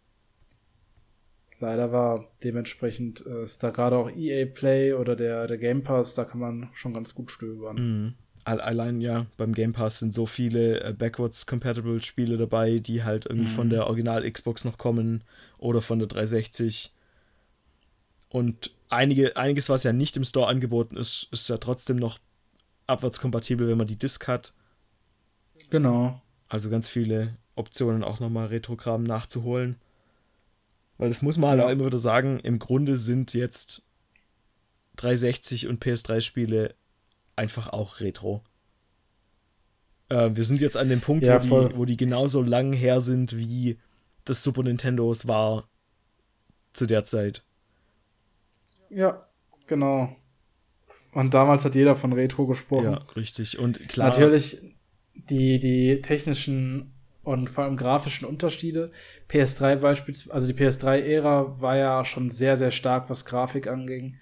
Leider war dementsprechend ist da gerade auch EA Play oder der Game Pass, da kann man schon ganz gut stöbern. Allein ja, beim Game Pass sind so viele backwards-compatible Spiele dabei, die halt irgendwie von der Original-Xbox noch kommen oder von der 360. Und einiges, was ja nicht im Store angeboten ist, ist ja trotzdem noch abwärtskompatibel, wenn man die Disc hat. Genau. Also ganz viele Optionen auch nochmal Retro-Kram nachzuholen. Weil das muss man halt auch immer wieder sagen, im Grunde sind jetzt 360 und PS3-Spiele einfach auch Retro. Wir sind jetzt an dem Punkt, wo die genauso lang her sind, wie das Super Nintendos war zu der Zeit. Ja, genau. Und damals hat jeder von Retro gesprochen. Ja, richtig. Und klar. Natürlich die technischen und vor allem grafischen Unterschiede. PS3 beispielsweise, also die PS3-Ära war ja schon sehr, sehr stark, was Grafik anging.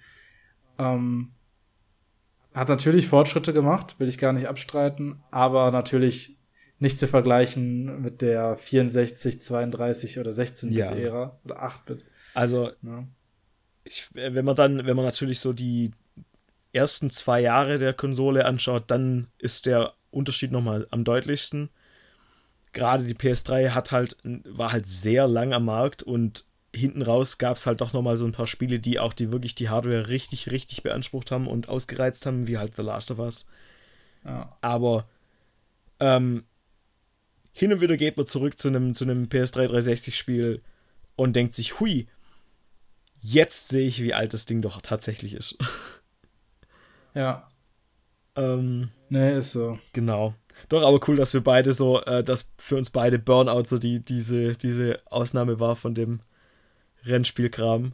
Hat natürlich Fortschritte gemacht, will ich gar nicht abstreiten, aber natürlich nicht zu vergleichen mit der 64, 32 oder 16-Bit-Ära oder 8-Bit. Also, wenn man natürlich so die ersten 2 Jahre der Konsole anschaut, dann ist der Unterschied nochmal am deutlichsten. Gerade die PS3 war halt sehr lang am Markt und hinten raus gab es halt doch nochmal so ein paar Spiele, die wirklich die Hardware richtig, richtig beansprucht haben und ausgereizt haben, wie halt The Last of Us. Ja. Aber hin und wieder geht man zurück zu einem PS3 360-Spiel und denkt sich, hui, jetzt sehe ich, wie alt das Ding doch tatsächlich ist. Ja. Nee, ist so. Genau. Doch, aber cool, dass wir beide so, dass für uns beide Burnout so diese Ausnahme war von dem Rennspielkram.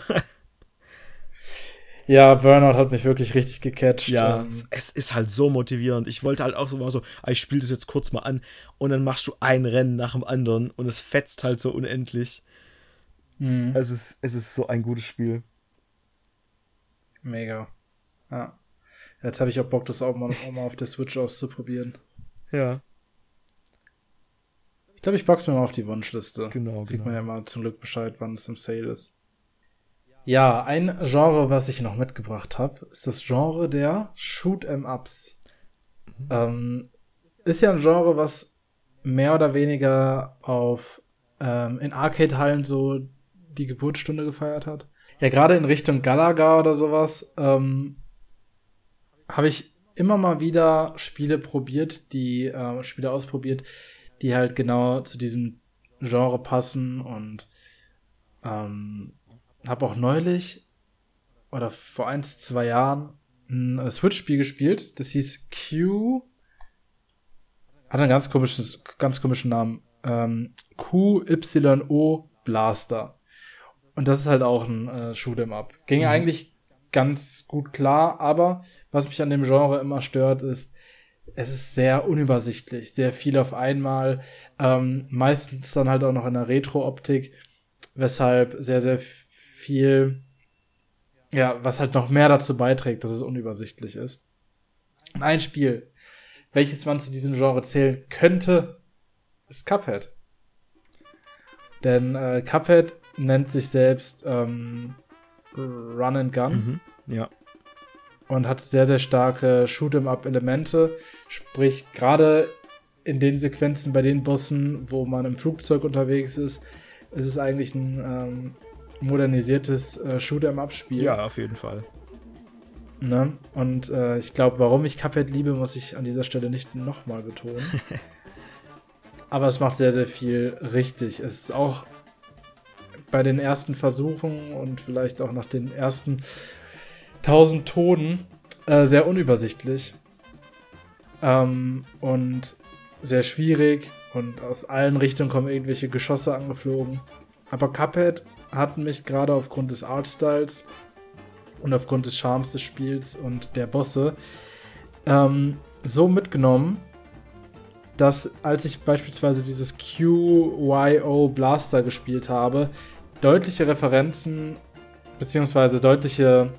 Ja, Burnout hat mich wirklich richtig gecatcht. Ja, es ist halt so motivierend. Ich wollte halt auch so, ich spiele das jetzt kurz mal an und dann machst du ein Rennen nach dem anderen und es fetzt halt so unendlich. Mhm. Es ist so ein gutes Spiel. Mega. Ja. Jetzt habe ich auch Bock, das auch mal auf der Switch auszuprobieren. Ja. Ich glaube, ich pack's mir mal auf die Wunschliste. Genau. Kriegt man ja mal zum Glück Bescheid, wann es im Sale ist. Ja, ein Genre, was ich noch mitgebracht habe, ist das Genre der Shoot-'em-Ups. Ist ja ein Genre, was mehr oder weniger in Arcade-Hallen so die Geburtsstunde gefeiert hat. Ja, gerade in Richtung Galaga oder sowas habe ich immer mal wieder Spiele ausprobiert, die halt genau zu diesem Genre passen und habe auch neulich oder vor 1-2 Jahren ein Switch-Spiel gespielt, das hieß Q, hat einen ganz komischen Namen, QYO Blaster. Und das ist halt auch ein Shoot'em-up. Ging eigentlich ganz gut klar, aber was mich an dem Genre immer stört, ist, es ist sehr unübersichtlich, sehr viel auf einmal, meistens dann halt auch noch in der Retro-Optik, weshalb sehr, sehr viel, ja, was halt noch mehr dazu beiträgt, dass es unübersichtlich ist. Und ein Spiel, welches man zu diesem Genre zählen könnte, ist Cuphead. Denn Cuphead nennt sich selbst Run and Gun. Ja. Und hat sehr, sehr starke Shoot'em-up-Elemente. Sprich, gerade in den Sequenzen bei den Bossen, wo man im Flugzeug unterwegs ist es eigentlich ein modernisiertes Shoot'em-up-Spiel. Ja, auf jeden Fall. Ne? Und ich glaube, warum ich Cuphead liebe, muss ich an dieser Stelle nicht nochmal betonen. Aber es macht sehr, sehr viel richtig. Es ist auch bei den ersten Versuchen und vielleicht auch nach den ersten 1000 Toten sehr unübersichtlich und sehr schwierig und aus allen Richtungen kommen irgendwelche Geschosse angeflogen. Aber Cuphead hat mich gerade aufgrund des Artstyles und aufgrund des Charmes des Spiels und der Bosse so mitgenommen, dass als ich beispielsweise dieses QYO Blaster gespielt habe, deutliche Referenzen beziehungsweise deutliche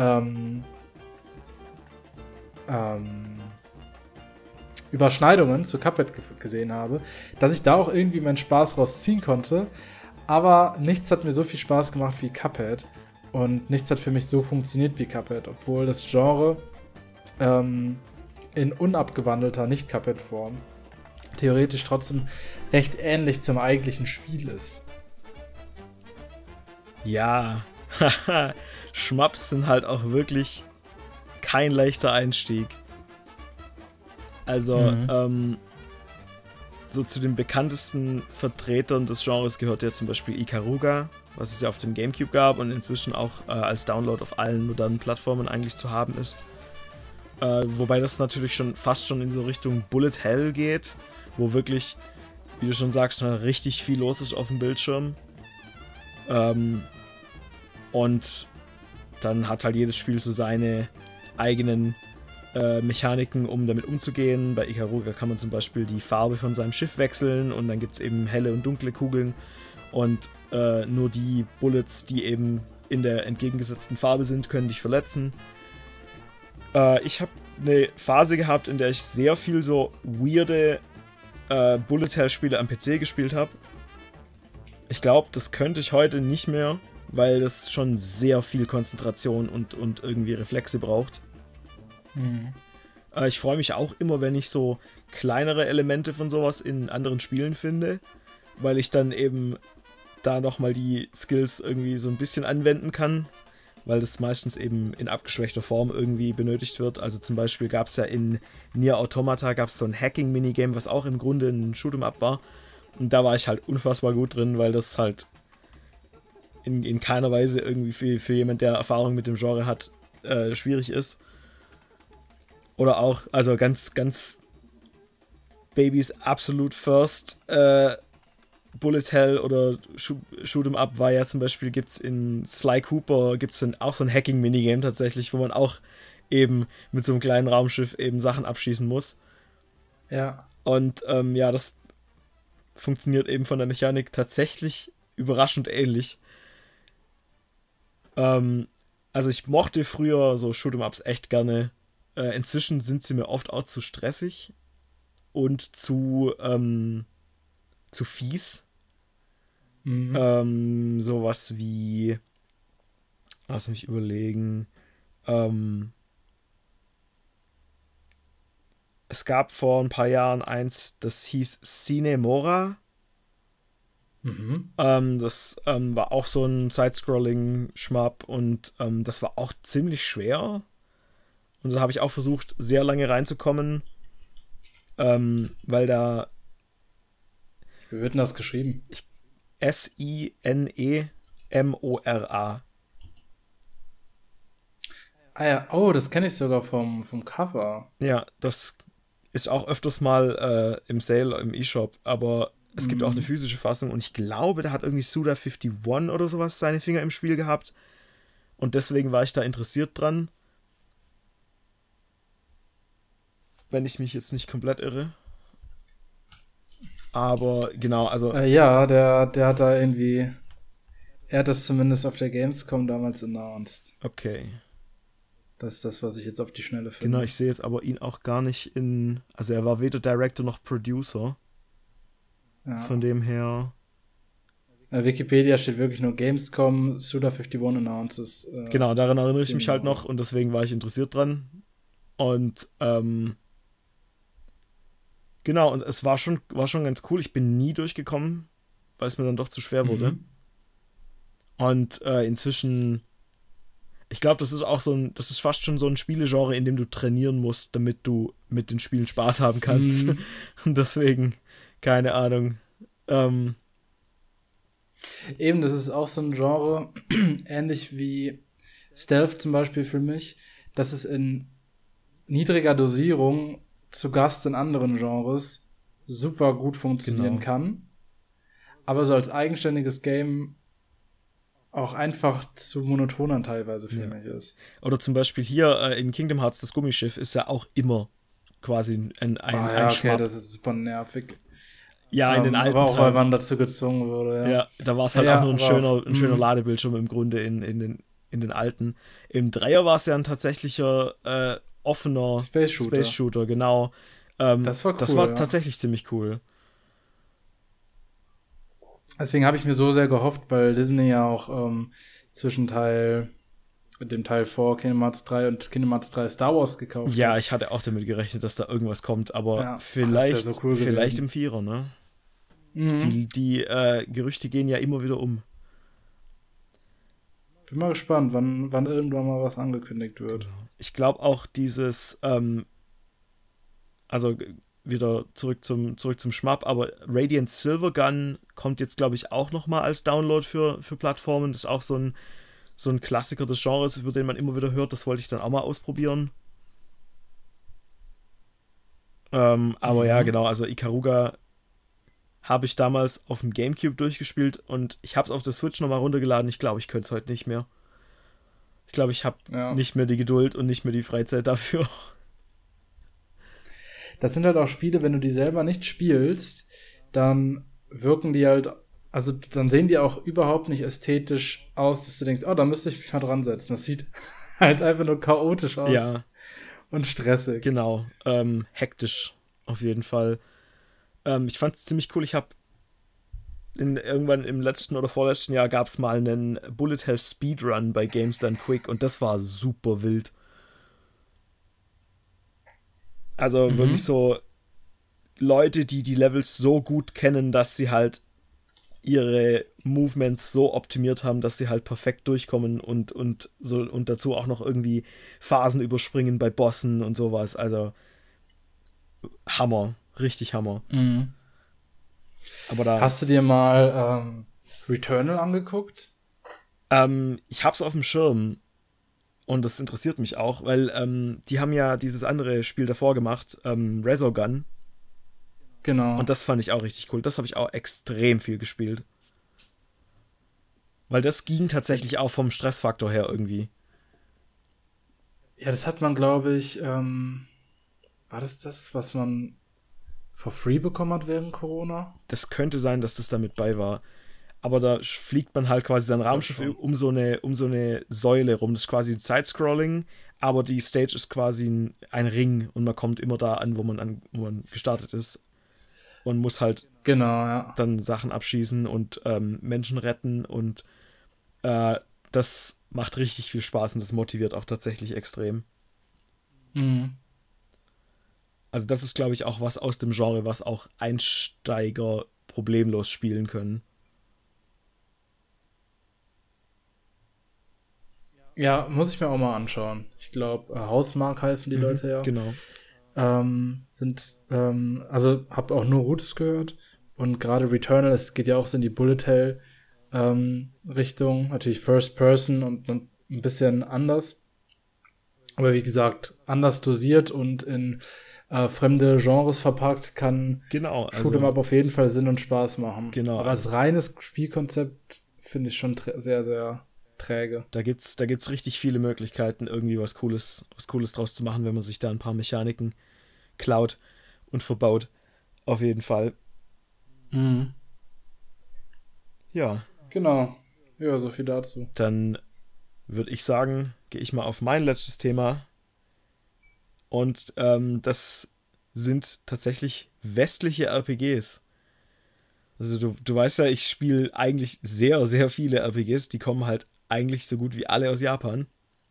Überschneidungen zu Cuphead gesehen habe, dass ich da auch irgendwie meinen Spaß rausziehen konnte, aber nichts hat mir so viel Spaß gemacht wie Cuphead und nichts hat für mich so funktioniert wie Cuphead, obwohl das Genre in unabgewandelter Nicht-Cuphead-Form theoretisch trotzdem recht ähnlich zum eigentlichen Spiel ist. Ja, Schmaps sind halt auch wirklich kein leichter Einstieg. Also, so zu den bekanntesten Vertretern des Genres gehört ja zum Beispiel Ikaruga, was es ja auf dem GameCube gab und inzwischen auch als Download auf allen modernen Plattformen eigentlich zu haben ist. Wobei das natürlich schon fast schon in so Richtung Bullet Hell geht, wo wirklich, wie du schon sagst, richtig viel los ist auf dem Bildschirm. Und dann hat halt jedes Spiel so seine eigenen Mechaniken, um damit umzugehen. Bei Ikaruga kann man zum Beispiel die Farbe von seinem Schiff wechseln und dann gibt es eben helle und dunkle Kugeln und nur die Bullets, die eben in der entgegengesetzten Farbe sind, können dich verletzen. Ich habe eine Phase gehabt, in der ich sehr viel so weirde Bullet-Hell-Spiele am PC gespielt habe. Ich glaube, das könnte ich heute nicht mehr, weil das schon sehr viel Konzentration und irgendwie Reflexe braucht. Ich freue mich auch immer, wenn ich so kleinere Elemente von sowas in anderen Spielen finde, weil ich dann eben da nochmal die Skills irgendwie so ein bisschen anwenden kann, weil das meistens eben in abgeschwächter Form irgendwie benötigt wird. Also zum Beispiel gab es ja in Nier Automata gab es so ein Hacking-Minigame, was auch im Grunde ein Shoot'em-up war. Und da war ich halt unfassbar gut drin, weil das halt in keiner Weise irgendwie für jemand, der Erfahrung mit dem Genre hat, schwierig ist. Oder auch, also ganz, ganz Babys Absolute First Bullet Hell oder Shoot'em Up war ja zum Beispiel, gibt's in Sly Cooper, gibt's auch so ein Hacking-Minigame tatsächlich, wo man auch eben mit so einem kleinen Raumschiff eben Sachen abschießen muss. Ja. Und ja, das funktioniert eben von der Mechanik tatsächlich überraschend ähnlich. Also ich mochte früher so Shoot'em-Ups echt gerne. Inzwischen sind sie mir oft auch zu stressig und zu fies. Sowas wie, lass mich überlegen, es gab vor ein paar Jahren eins, das hieß Cinemora. Das war auch so ein Side-Scrolling-Schmapp und das war auch ziemlich schwer. Und da habe ich auch versucht, sehr lange reinzukommen, weil da... Wie wird denn das geschrieben? Sinemora. Ah ja, oh, das kenne ich sogar vom Cover. Ja, das ist auch öfters mal im Sale, im E-Shop, aber es gibt auch eine physische Fassung und ich glaube, da hat irgendwie Suda51 oder sowas seine Finger im Spiel gehabt und deswegen war ich da interessiert dran. Wenn ich mich jetzt nicht komplett irre. Aber genau, also... ja, der hat da irgendwie... Er hat das zumindest auf der Gamescom damals announced. Okay. Das ist das, was ich jetzt auf die Schnelle finde. Genau, ich sehe jetzt aber ihn auch gar nicht in... Also er war weder Director noch Producer. Ja. Von dem her... Wikipedia steht wirklich nur Gamescom, Suda51 announces. Genau, daran erinnere ich mich halt noch und deswegen war ich interessiert dran. Und genau, und es war schon ganz cool. Ich bin nie durchgekommen, weil es mir dann doch zu schwer wurde. Und inzwischen, ich glaube, das ist auch das ist fast schon so ein Spielegenre, in dem du trainieren musst, damit du mit den Spielen Spaß haben kannst. Und deswegen, keine Ahnung. Eben, das ist auch so ein Genre, ähnlich wie Stealth zum Beispiel für mich, dass es in niedriger Dosierung zu Gast in anderen Genres super gut funktionieren kann, aber so als eigenständiges Game auch einfach zu monoton dann teilweise für mich ist. Oder zum Beispiel hier in Kingdom Hearts, das Gummischiff ist ja auch immer quasi ein okay, Schmapp. das ist super nervig. Ja, in den alten aber auch, weil man dazu gezwungen wurde. Ja, da war es halt auch nur ein schöner Ladebildschirm im Grunde in den alten. Im Dreier war es ja ein tatsächlicher offener Space Shooter, genau. Das war cool. Das war tatsächlich ziemlich cool. Deswegen habe ich mir so sehr gehofft, weil Disney ja auch zwischen dem Teil 4 Kingdom Hearts 3 und Kingdom Hearts 3 Star Wars gekauft hat. Ja, ich hatte auch damit gerechnet, dass da irgendwas kommt, aber vielleicht im Vierer, ne? Die Gerüchte gehen ja immer wieder um. Bin mal gespannt, wann irgendwann mal was angekündigt wird. Ich glaube auch dieses, also wieder zurück zum Schmapp, aber Radiant Silvergun kommt jetzt, glaube ich, auch nochmal als Download für Plattformen. Das ist auch so ein Klassiker des Genres, über den man immer wieder hört. Das wollte ich dann auch mal ausprobieren. Aber ja, genau, also Ikaruga habe ich damals auf dem Gamecube durchgespielt und ich habe es auf der Switch nochmal runtergeladen. Ich glaube, ich könnte es heute nicht mehr. Ich glaube, ich habe nicht mehr die Geduld und nicht mehr die Freizeit dafür. Das sind halt auch Spiele, wenn du die selber nicht spielst, dann wirken die halt, also dann sehen die auch überhaupt nicht ästhetisch aus, dass du denkst, oh, da müsste ich mich mal dran setzen. Das sieht halt einfach nur chaotisch aus. Ja. Und stressig. Genau, hektisch auf jeden Fall. Ich fand es ziemlich cool. Ich habe irgendwann im letzten oder vorletzten Jahr gab es mal einen Bullet Hell Speedrun bei Games Done Quick und das war super wild. Also wirklich so Leute, die die Levels so gut kennen, dass sie halt ihre Movements so optimiert haben, dass sie halt perfekt durchkommen und dazu auch noch irgendwie Phasen überspringen bei Bossen und sowas. Also Hammer, richtig Hammer. Mhm. Aber da hast du dir mal Returnal angeguckt? Ich hab's auf dem Schirm und das interessiert mich auch, weil die haben ja dieses andere Spiel davor gemacht, Resogun. Genau. Und das fand ich auch richtig cool. Das habe ich auch extrem viel gespielt. Weil das ging tatsächlich auch vom Stressfaktor her irgendwie. Ja, das hat man, glaube ich, war das, was man for free bekommen hat während Corona? Das könnte sein, dass das damit bei war. Aber da fliegt man halt quasi sein Raumschiff um so eine Säule rum. Das ist quasi ein Side-Scrolling, aber die Stage ist quasi ein Ring und man kommt immer da an, wo man gestartet ist. Und muss halt dann Sachen abschießen und Menschen retten und das macht richtig viel Spaß und das motiviert auch tatsächlich extrem. Mhm. Also das ist, glaube ich, auch was aus dem Genre, was auch Einsteiger problemlos spielen können. Ja, muss ich mir auch mal anschauen. Ich glaube, Hausmark heißen die Leute ja. Genau. Also hab auch nur Gutes gehört. Und gerade Returnal, es geht ja auch so in die Bullet Hell Richtung. Natürlich First Person und ein bisschen anders. Aber wie gesagt, anders dosiert und in fremde Genres verpackt kann Shoot'em Up auf jeden Fall Sinn und Spaß machen. Genau. Aber als reines Spielkonzept finde ich schon sehr, sehr träge. Da gibt's richtig viele Möglichkeiten, irgendwie was Cooles draus zu machen, wenn man sich da ein paar Mechaniken klaut und verbaut. Auf jeden Fall. Mhm. Ja. Genau. Ja, so viel dazu. Dann würde ich sagen, gehe ich mal auf mein letztes Thema. Und das sind tatsächlich westliche RPGs. Also du weißt ja, ich spiele eigentlich sehr, sehr viele RPGs. Die kommen halt eigentlich so gut wie alle aus Japan.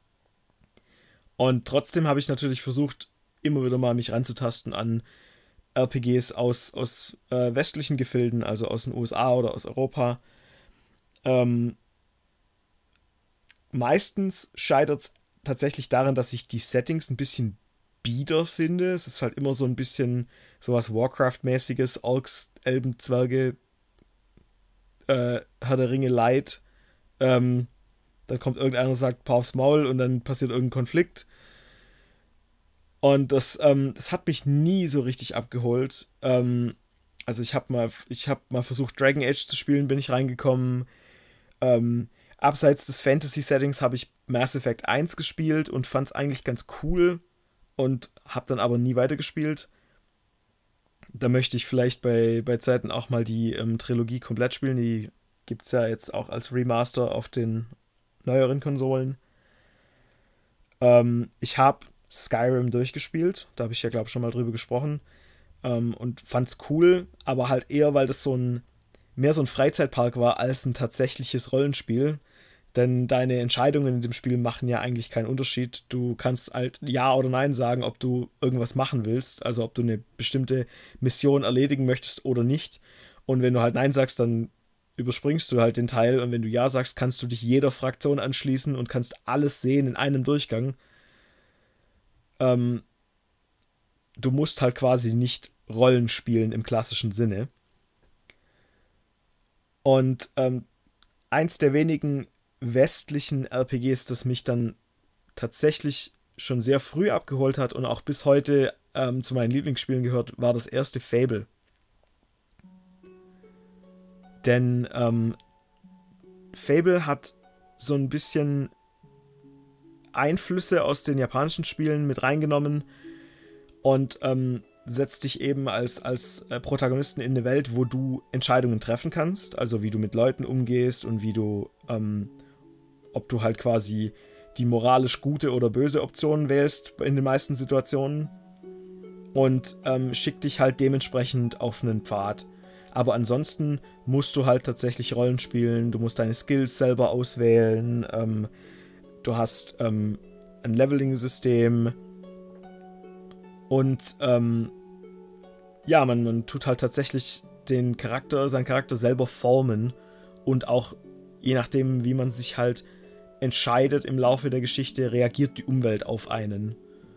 Und trotzdem habe ich natürlich versucht, immer wieder mal mich ranzutasten an RPGs aus westlichen Gefilden, also aus den USA oder aus Europa. Meistens scheitert es tatsächlich daran, dass ich die Settings ein bisschen bieder finde. Es ist halt immer so ein bisschen sowas Warcraft-mäßiges, Orks, Elben, Zwerge, Herr der Ringe Light. Dann kommt irgendeiner und sagt, paar aufs Maul und dann passiert irgendein Konflikt. Und das hat mich nie so richtig abgeholt. Also ich habe mal versucht, Dragon Age zu spielen, bin ich reingekommen. Abseits des Fantasy-Settings habe ich Mass Effect 1 gespielt und fand es eigentlich ganz cool und habe dann aber nie weitergespielt. Da möchte ich vielleicht bei Zeiten auch mal die Trilogie komplett spielen. Die gibt es ja jetzt auch als Remaster auf den neueren Konsolen. Ich habe Skyrim durchgespielt. Da habe ich ja, glaube ich, schon mal drüber gesprochen. Und fand es cool, aber halt eher, weil das mehr so ein Freizeitpark war als ein tatsächliches Rollenspiel. Denn deine Entscheidungen in dem Spiel machen ja eigentlich keinen Unterschied. Du kannst halt Ja oder Nein sagen, ob du irgendwas machen willst. Also ob du eine bestimmte Mission erledigen möchtest oder nicht. Und wenn du halt Nein sagst, dann überspringst du halt den Teil. Und wenn du Ja sagst, kannst du dich jeder Fraktion anschließen und kannst alles sehen in einem Durchgang. Du musst halt quasi nicht Rollenspielen im klassischen Sinne. Und eins der wenigen westlichen RPGs, das mich dann tatsächlich schon sehr früh abgeholt hat und auch bis heute zu meinen Lieblingsspielen gehört, war das erste Fable. Denn Fable hat so ein bisschen Einflüsse aus den japanischen Spielen mit reingenommen und setzt dich eben als Protagonisten in eine Welt, wo du Entscheidungen treffen kannst, also wie du mit Leuten umgehst und wie du, ob du halt quasi die moralisch gute oder böse Option wählst in den meisten Situationen und schickt dich halt dementsprechend auf einen Pfad. Aber ansonsten musst du halt tatsächlich Rollen spielen, du musst deine Skills selber auswählen, du hast ein Leveling-System und ja, man tut halt tatsächlich seinen Charakter selber formen und auch je nachdem, wie man sich halt entscheidet im Laufe der Geschichte, reagiert die Umwelt auf einen.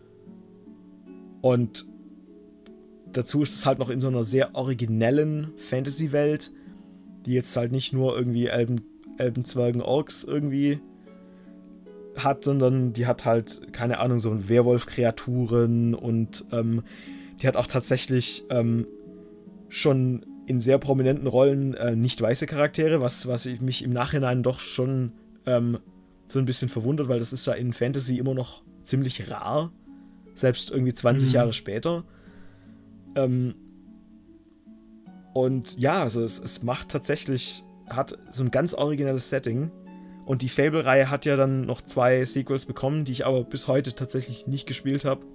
Und dazu ist es halt noch in so einer sehr originellen Fantasy-Welt, die jetzt halt nicht nur irgendwie Elben, Zwergen, Orks irgendwie hat, sondern die hat halt, keine Ahnung, so Werwolf-Kreaturen und die hat auch tatsächlich schon in sehr prominenten Rollen nicht weiße Charaktere, was mich im Nachhinein doch schon so ein bisschen verwundert, weil das ist ja in Fantasy immer noch ziemlich rar, selbst irgendwie 20 Jahre später. Und ja, also es macht tatsächlich, hat so ein ganz originelles Setting. Und die Fable-Reihe hat ja dann noch 2 Sequels bekommen, die ich aber bis heute tatsächlich nicht gespielt habe.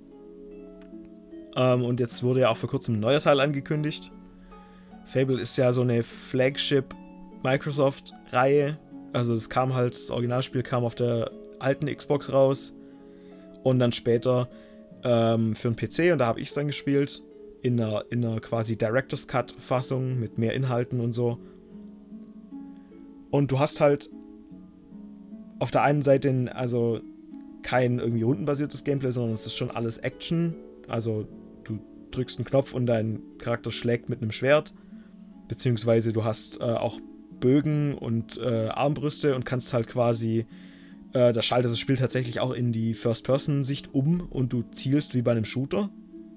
Und jetzt wurde ja auch vor kurzem ein neuer Teil angekündigt. Fable ist ja so eine Flagship-Microsoft-Reihe. Also das Originalspiel kam auf der alten Xbox raus. Und dann später für den PC, und da habe ich es dann gespielt. In einer quasi Director's Cut-Fassung mit mehr Inhalten und so. Und du hast halt auf der einen Seite also kein irgendwie rundenbasiertes Gameplay, sondern es ist schon alles Action. Also du drückst einen Knopf und dein Charakter schlägt mit einem Schwert. Beziehungsweise du hast auch Bögen und Armbrüste und kannst halt quasi, da schaltet das Spiel tatsächlich auch in die First-Person-Sicht um und du zielst wie bei einem Shooter.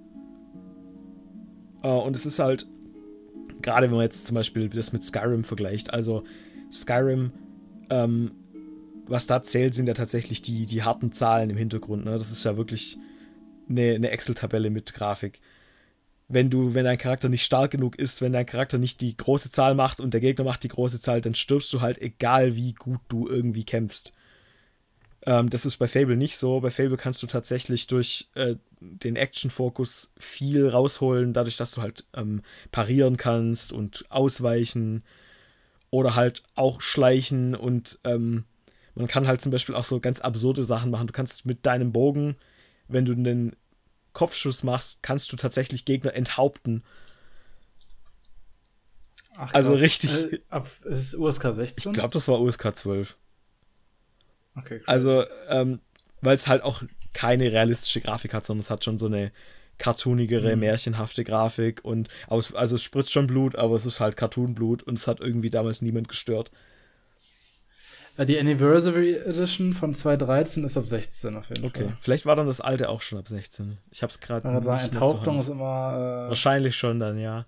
Und es ist halt, gerade wenn man jetzt zum Beispiel das mit Skyrim vergleicht, also Skyrim, was da zählt, sind ja tatsächlich die harten Zahlen im Hintergrund. Ne? Das ist ja wirklich eine Excel-Tabelle mit Grafik. Wenn dein Charakter nicht stark genug ist, wenn dein Charakter nicht die große Zahl macht und der Gegner macht die große Zahl, dann stirbst du halt, egal wie gut du irgendwie kämpfst. Das ist bei Fable nicht so. Bei Fable kannst du tatsächlich durch den Action-Fokus viel rausholen, dadurch, dass du halt parieren kannst und ausweichen oder halt auch schleichen und man kann halt zum Beispiel auch so ganz absurde Sachen machen. Du kannst mit deinem Bogen, wenn du einen Kopfschuss machst, kannst du tatsächlich Gegner enthaupten. Ach, also richtig. Ist es USK 16? Ich glaube, das war USK 12. Okay, krass. Also, weil es halt auch keine realistische Grafik hat, sondern es hat schon so eine cartoonigere, märchenhafte Grafik und also es spritzt schon Blut, aber es ist halt Cartoon-Blut und es hat irgendwie damals niemand gestört. Die Anniversary Edition von 2013 ist ab 16 auf jeden Fall. Okay, vielleicht war dann das alte auch schon ab 16. Ich hab's gerade nicht mehr Enthauptung ist immer... Wahrscheinlich schon dann, ja.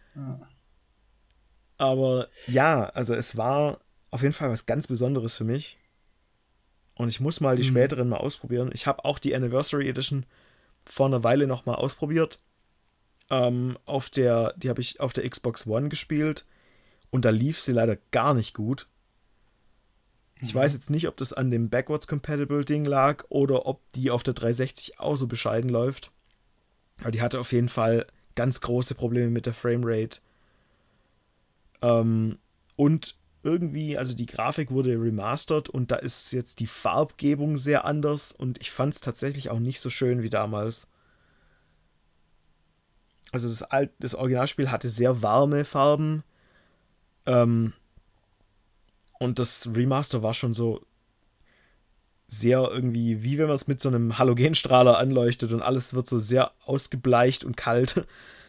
Aber ja, also es war auf jeden Fall was ganz Besonderes für mich. Und ich muss mal die späteren mal ausprobieren. Ich habe auch die Anniversary Edition vor einer Weile noch mal ausprobiert. Die habe ich auf der Xbox One gespielt. Und da lief sie leider gar nicht gut. Ich weiß jetzt nicht, ob das an dem Backwards-Compatible-Ding lag oder ob die auf der 360 auch so bescheiden läuft. Aber die hatte auf jeden Fall ganz große Probleme mit der Framerate. Und irgendwie, also die Grafik wurde remastert und da ist jetzt die Farbgebung sehr anders und ich fand es tatsächlich auch nicht so schön wie damals. Also das Originalspiel hatte sehr warme Farben. Und das Remaster war schon so sehr irgendwie, wie wenn man es mit so einem Halogenstrahler anleuchtet und alles wird so sehr ausgebleicht und kalt.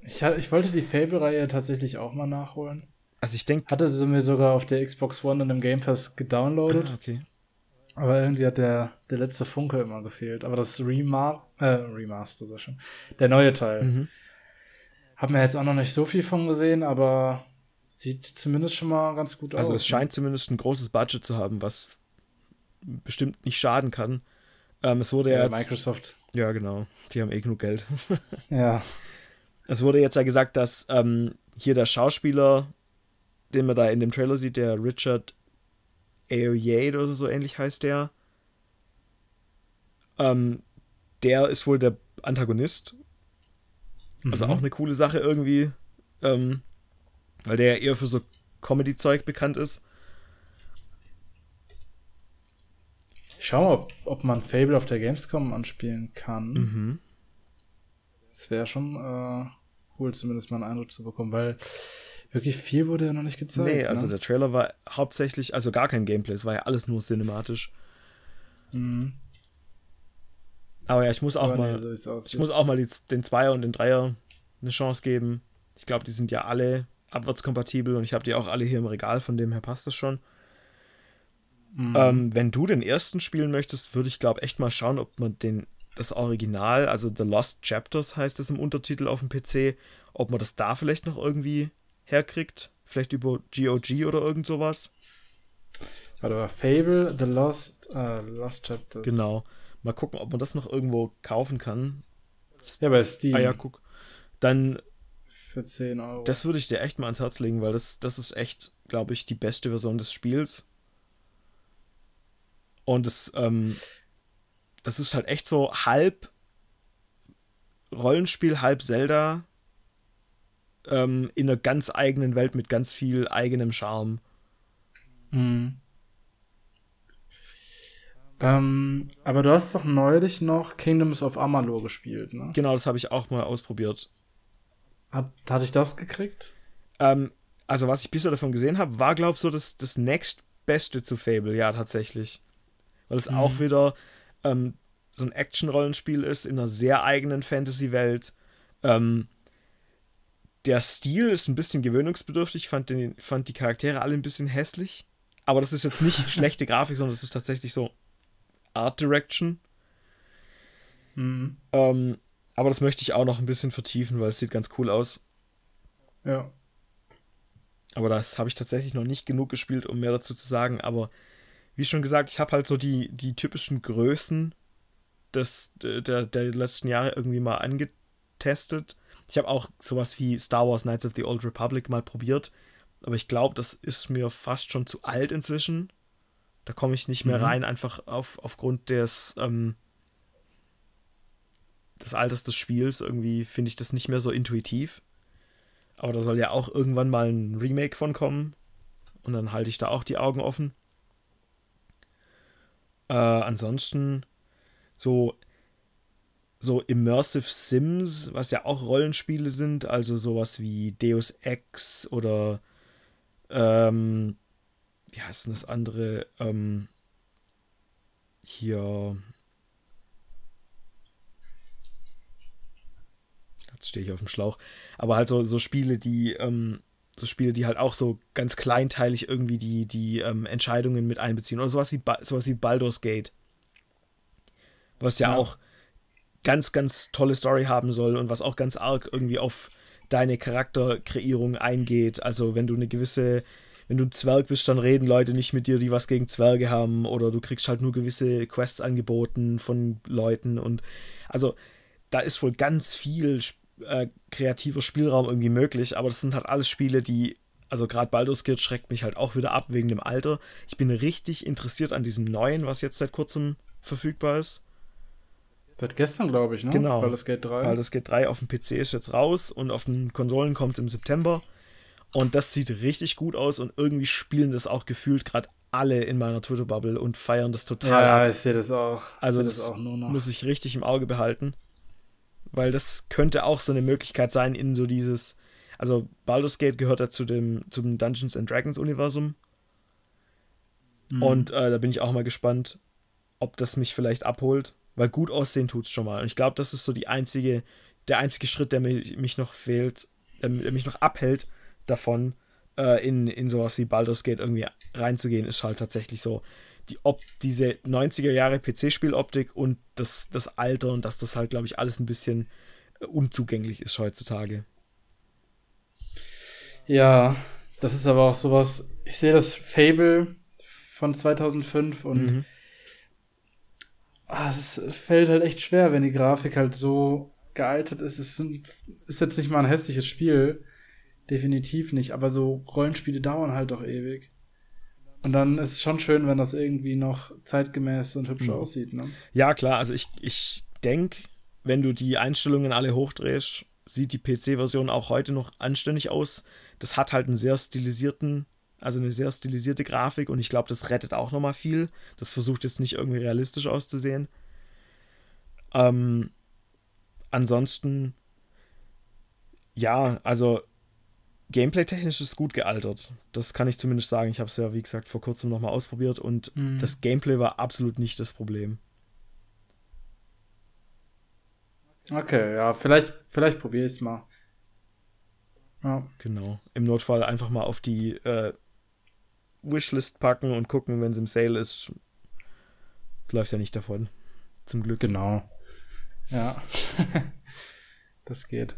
Ich wollte die Fable-Reihe tatsächlich auch mal nachholen. Also ich denke... Hatte sie mir sogar auf der Xbox One und im Game Pass gedownloadet. Okay. Aber irgendwie hat der letzte Funke immer gefehlt. Aber das Remaster, sag schon. Der neue Teil. Mhm. Hab mir jetzt auch noch nicht so viel von gesehen, aber sieht zumindest schon mal ganz gut aus. Also es scheint zumindest ein großes Budget zu haben, was bestimmt nicht schaden kann. Es wurde ja jetzt... Microsoft. Ja, genau. Die haben genug Geld. Ja. Es wurde jetzt ja gesagt, dass hier der Schauspieler, den man da in dem Trailer sieht, der Richard Ayoade oder so ähnlich heißt der, der ist wohl der Antagonist. Also auch eine coole Sache irgendwie, weil der ja eher für so Comedy-Zeug bekannt ist. Schau mal, ob man Fable auf der Gamescom anspielen kann. Mhm. Das wäre schon cool, zumindest mal einen Eindruck zu bekommen, weil wirklich viel wurde ja noch nicht gezeigt. Nee, also der Trailer war hauptsächlich, also gar kein Gameplay, es war ja alles nur cinematisch. Mhm. Aber ja, ich muss auch mal den Zweier und den Dreier eine Chance geben. Ich glaube, die sind ja alle abwärtskompatibel und ich habe die auch alle hier im Regal, von dem her passt das schon. Wenn du den ersten spielen möchtest, würde ich glaube echt mal schauen, ob man das Original, also The Lost Chapters heißt es im Untertitel auf dem PC, ob man das da vielleicht noch irgendwie herkriegt. Vielleicht über GOG oder irgend sowas. Warte mal, Fable, The Lost Chapters. Genau. Mal gucken, ob man das noch irgendwo kaufen kann. Ja, bei Steam. Ah ja, guck. Dann für 10 Euro. Das würde ich dir echt mal ans Herz legen, weil das ist echt, glaube ich, die beste Version des Spiels. Und das ist halt echt so halb Rollenspiel, halb Zelda in einer ganz eigenen Welt mit ganz viel eigenem Charme. Mhm. Aber du hast doch neulich noch Kingdoms of Amalur gespielt, ne? Genau, das habe ich auch mal ausprobiert. Hatte ich das gekriegt? Also was ich bisher davon gesehen habe, war, glaube ich, so das nächstbeste zu Fable, ja, tatsächlich. Weil es auch wieder so ein Action-Rollenspiel ist in einer sehr eigenen Fantasy-Welt. Der Stil ist ein bisschen gewöhnungsbedürftig. Ich fand die Charaktere alle ein bisschen hässlich. Aber das ist jetzt nicht schlechte Grafik, sondern das ist tatsächlich so Art Direction. Mhm. Aber das möchte ich auch noch ein bisschen vertiefen, weil es sieht ganz cool aus. Ja. Aber das habe ich tatsächlich noch nicht genug gespielt, um mehr dazu zu sagen. Aber wie schon gesagt, ich habe halt so die typischen Größen der letzten Jahre irgendwie mal angetestet. Ich habe auch sowas wie Star Wars Knights of the Old Republic mal probiert. Aber ich glaube, das ist mir fast schon zu alt inzwischen. Da komme ich nicht mehr rein, einfach aufgrund des Alters des Spiels. Irgendwie finde ich das nicht mehr so intuitiv. Aber da soll ja auch irgendwann mal ein Remake von kommen. Und dann halte ich da auch die Augen offen. Ansonsten so Immersive Sims, was ja auch Rollenspiele sind, also sowas wie Deus Ex oder wie heißt denn das andere? Hier. Jetzt stehe ich auf dem Schlauch. Aber halt so Spiele, die halt auch so ganz kleinteilig irgendwie die Entscheidungen mit einbeziehen. Oder sowas wie Baldur's Gate. Was ja auch ganz, ganz tolle Story haben soll und was auch ganz arg irgendwie auf deine Charakterkreierung eingeht. Also wenn du ein Zwerg bist, dann reden Leute nicht mit dir, die was gegen Zwerge haben, oder du kriegst halt nur gewisse Quests angeboten von Leuten, und also da ist wohl ganz viel kreativer Spielraum irgendwie möglich, aber das sind halt alles Spiele, also gerade Baldur's Gate schreckt mich halt auch wieder ab wegen dem Alter. Ich bin richtig interessiert an diesem neuen, was jetzt seit kurzem verfügbar ist. Seit gestern, glaube ich, ne? Genau. Baldur's Gate 3. Baldur's Gate 3 auf dem PC ist jetzt raus und auf den Konsolen kommt es im September. Und das sieht richtig gut aus und irgendwie spielen das auch gefühlt gerade alle in meiner Twitter-Bubble und feiern das total ab. Ja, ich sehe das auch. Also das auch nur noch. Muss ich richtig im Auge behalten. Weil das könnte auch so eine Möglichkeit sein in so dieses... Also Baldur's Gate gehört ja zum Dungeons & Dragons Universum. Und da bin ich auch mal gespannt, ob das mich vielleicht abholt. Weil gut aussehen tut's schon mal. Und ich glaube, das ist so die einzige der einzige Schritt, der mich noch fehlt, der mich noch abhält davon, in sowas wie Baldur's Gate irgendwie reinzugehen, ist halt tatsächlich so diese 90er Jahre PC-Spieloptik und das Alter und dass das halt, glaube ich, alles ein bisschen unzugänglich ist heutzutage. Ja, das ist aber auch sowas, ich sehe das Fable von 2005 und es fällt halt echt schwer, wenn die Grafik halt so gealtert ist. Es ist jetzt nicht mal ein hässliches Spiel, definitiv nicht, aber so Rollenspiele dauern halt doch ewig. Und dann ist es schon schön, wenn das irgendwie noch zeitgemäß und hübsch aussieht, ne? Ja, klar, also ich denke, wenn du die Einstellungen alle hochdrehst, sieht die PC-Version auch heute noch anständig aus. Das hat halt eine sehr stilisierte Grafik und ich glaube, das rettet auch nochmal viel. Das versucht jetzt nicht irgendwie realistisch auszusehen. Ansonsten, ja, also Gameplay-technisch ist gut gealtert. Das kann ich zumindest sagen. Ich habe es ja, wie gesagt, vor kurzem nochmal ausprobiert und das Gameplay war absolut nicht das Problem. Okay, ja, vielleicht probiere ich es mal. Ja. Genau. Im Notfall einfach mal auf die Wishlist packen und gucken, wenn es im Sale ist. Das läuft ja nicht davon. Zum Glück. Genau. Ja. Das geht.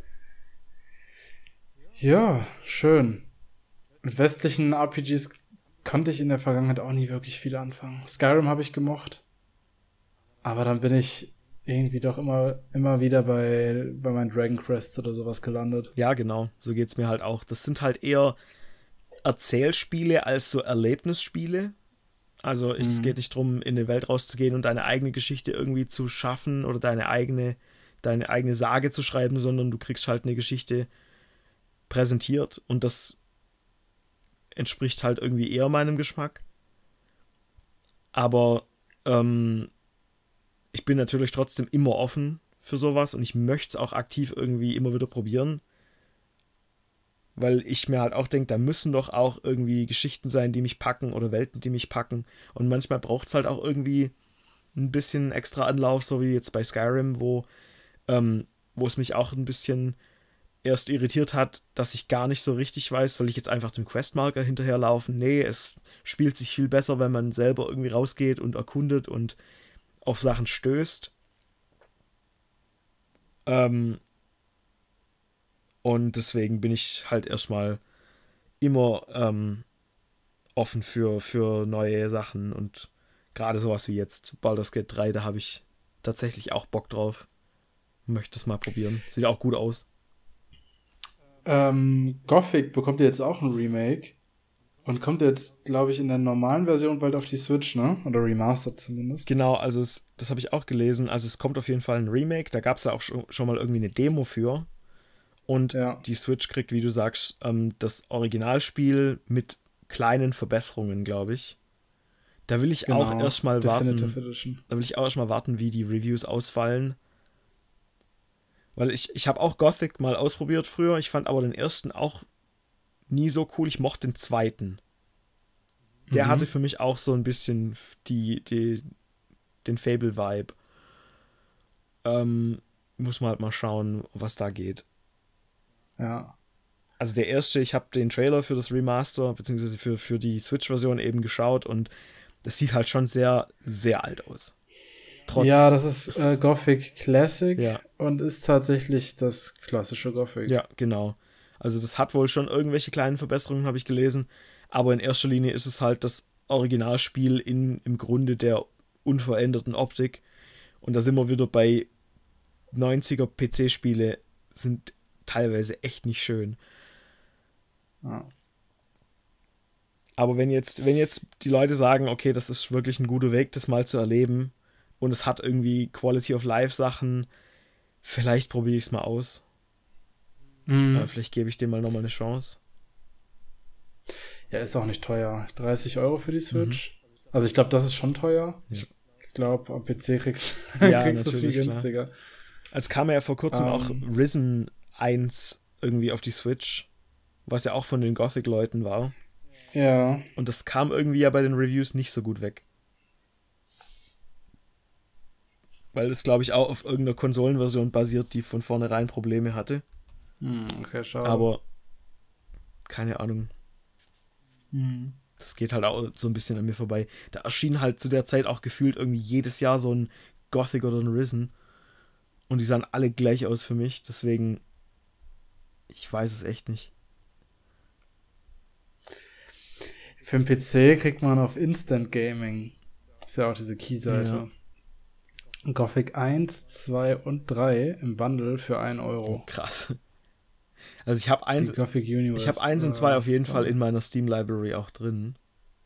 Ja, schön. Mit westlichen RPGs konnte ich in der Vergangenheit auch nie wirklich viel anfangen. Skyrim habe ich gemocht. Aber dann bin ich irgendwie doch immer wieder bei meinen Dragon Quests oder sowas gelandet. Ja, genau. So geht's mir halt auch. Das sind halt eher Erzählspiele als so Erlebnisspiele. Also es geht nicht darum, in die Welt rauszugehen und deine eigene Geschichte irgendwie zu schaffen oder deine eigene Sage zu schreiben, sondern du kriegst halt eine Geschichte präsentiert und das entspricht halt irgendwie eher meinem Geschmack. Aber ich bin natürlich trotzdem immer offen für sowas und ich möchte es auch aktiv irgendwie immer wieder probieren. Weil ich mir halt auch denke, da müssen doch auch irgendwie Geschichten sein, die mich packen oder Welten, die mich packen. Und manchmal braucht es halt auch irgendwie ein bisschen extra Anlauf, so wie jetzt bei Skyrim, wo es mich auch ein bisschen erst irritiert hat, dass ich gar nicht so richtig weiß, soll ich jetzt einfach dem Questmarker hinterherlaufen? Nee, es spielt sich viel besser, wenn man selber irgendwie rausgeht und erkundet und auf Sachen stößt. Und deswegen bin ich halt erstmal immer offen für neue Sachen und gerade sowas wie jetzt Baldur's Gate 3, da habe ich tatsächlich auch Bock drauf. Möchte es mal probieren. Sieht auch gut aus. Gothic bekommt jetzt auch ein Remake und kommt jetzt, glaube ich, in der normalen Version bald auf die Switch, ne? Oder remastered zumindest. Genau, also das habe ich auch gelesen. Also es kommt auf jeden Fall ein Remake. Da gab es ja auch schon mal irgendwie eine Demo für. Und die Switch kriegt, wie du sagst, das Originalspiel mit kleinen Verbesserungen, glaube ich. Da will ich auch erstmal warten. Da will ich auch erstmal warten, wie die Reviews ausfallen. Weil ich habe auch Gothic mal ausprobiert früher. Ich fand aber den ersten auch nie so cool. Ich mochte den zweiten. Der hatte für mich auch so ein bisschen den Fable-Vibe. Muss man halt mal schauen, was da geht. Ja. Also der erste, ich habe den Trailer für das Remaster, beziehungsweise für die Switch-Version eben geschaut und das sieht halt schon sehr, sehr alt aus. Ja, das ist Gothic Classic und ist tatsächlich das klassische Gothic. Ja, genau. Also das hat wohl schon irgendwelche kleinen Verbesserungen, habe ich gelesen, aber in erster Linie ist es halt das Originalspiel im Grunde der unveränderten Optik. Und da sind wir wieder bei 90er PC-Spiele sind teilweise echt nicht schön. Ja. Aber wenn jetzt die Leute sagen, okay, das ist wirklich ein guter Weg, das mal zu erleben und es hat irgendwie Quality of Life Sachen, vielleicht probiere ich es mal aus. Vielleicht gebe ich dem mal nochmal eine Chance. Ja, ist auch nicht teuer. 30 € für die Switch. Also ich glaube, das ist schon teuer. Ja. Ich glaube, am PC kriegst du es viel günstiger. Es kam ja vor kurzem auch Risen 1 irgendwie auf die Switch, was ja auch von den Gothic-Leuten war. Ja. Und das kam irgendwie ja bei den Reviews nicht so gut weg. weil es, glaube ich, auch auf irgendeiner Konsolenversion basiert, die von vornherein Probleme hatte. Okay, schade. Aber keine Ahnung. Mhm. Das geht halt auch so ein bisschen an mir vorbei. Da erschien halt zu der Zeit auch gefühlt irgendwie jedes Jahr so ein Gothic oder ein Risen. Und die sahen alle gleich aus für mich. Deswegen, ich weiß es echt nicht. Für den PC kriegt man auf Instant Gaming, ist ja auch diese Key-Seite, Gothic 1, 2 und 3 im Bundle für 1 Euro. Krass. Also ich habe 1 und 2 auf jeden Fall in meiner Steam Library auch drin.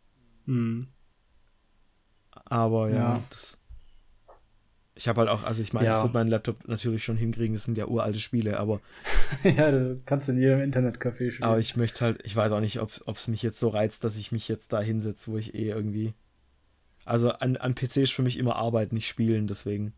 Aber ja. Ich habe halt auch, also ich meine, das wird mein Laptop natürlich schon hinkriegen, das sind ja uralte Spiele, aber ja, das kannst du in jedem Internetcafé spielen. Aber ich möchte halt, ich weiß auch nicht, ob es mich jetzt so reizt, dass ich mich jetzt da hinsetze, wo ich irgendwie. Also an PC ist für mich immer Arbeit, nicht Spielen, deswegen.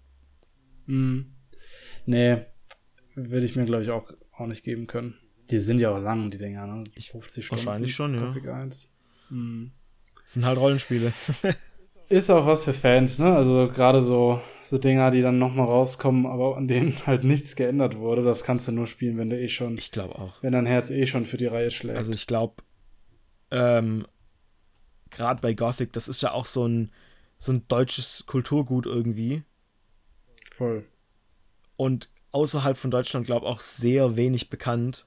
Nee, würde ich mir, glaube ich, auch nicht geben können. Die sind ja auch lang, die Dinger, ne? 50 Stunden. Wahrscheinlich schon, ja. Gothic 1. Das sind halt Rollenspiele. Ist auch was für Fans, ne? Also gerade so Dinger, die dann nochmal rauskommen, aber an denen halt nichts geändert wurde, das kannst du nur spielen, wenn du schon. Ich glaube auch. Wenn dein Herz schon für die Reihe schlägt. Also ich glaube, gerade bei Gothic, das ist ja auch so ein deutsches Kulturgut irgendwie. Voll. Und außerhalb von Deutschland, glaube ich, auch sehr wenig bekannt.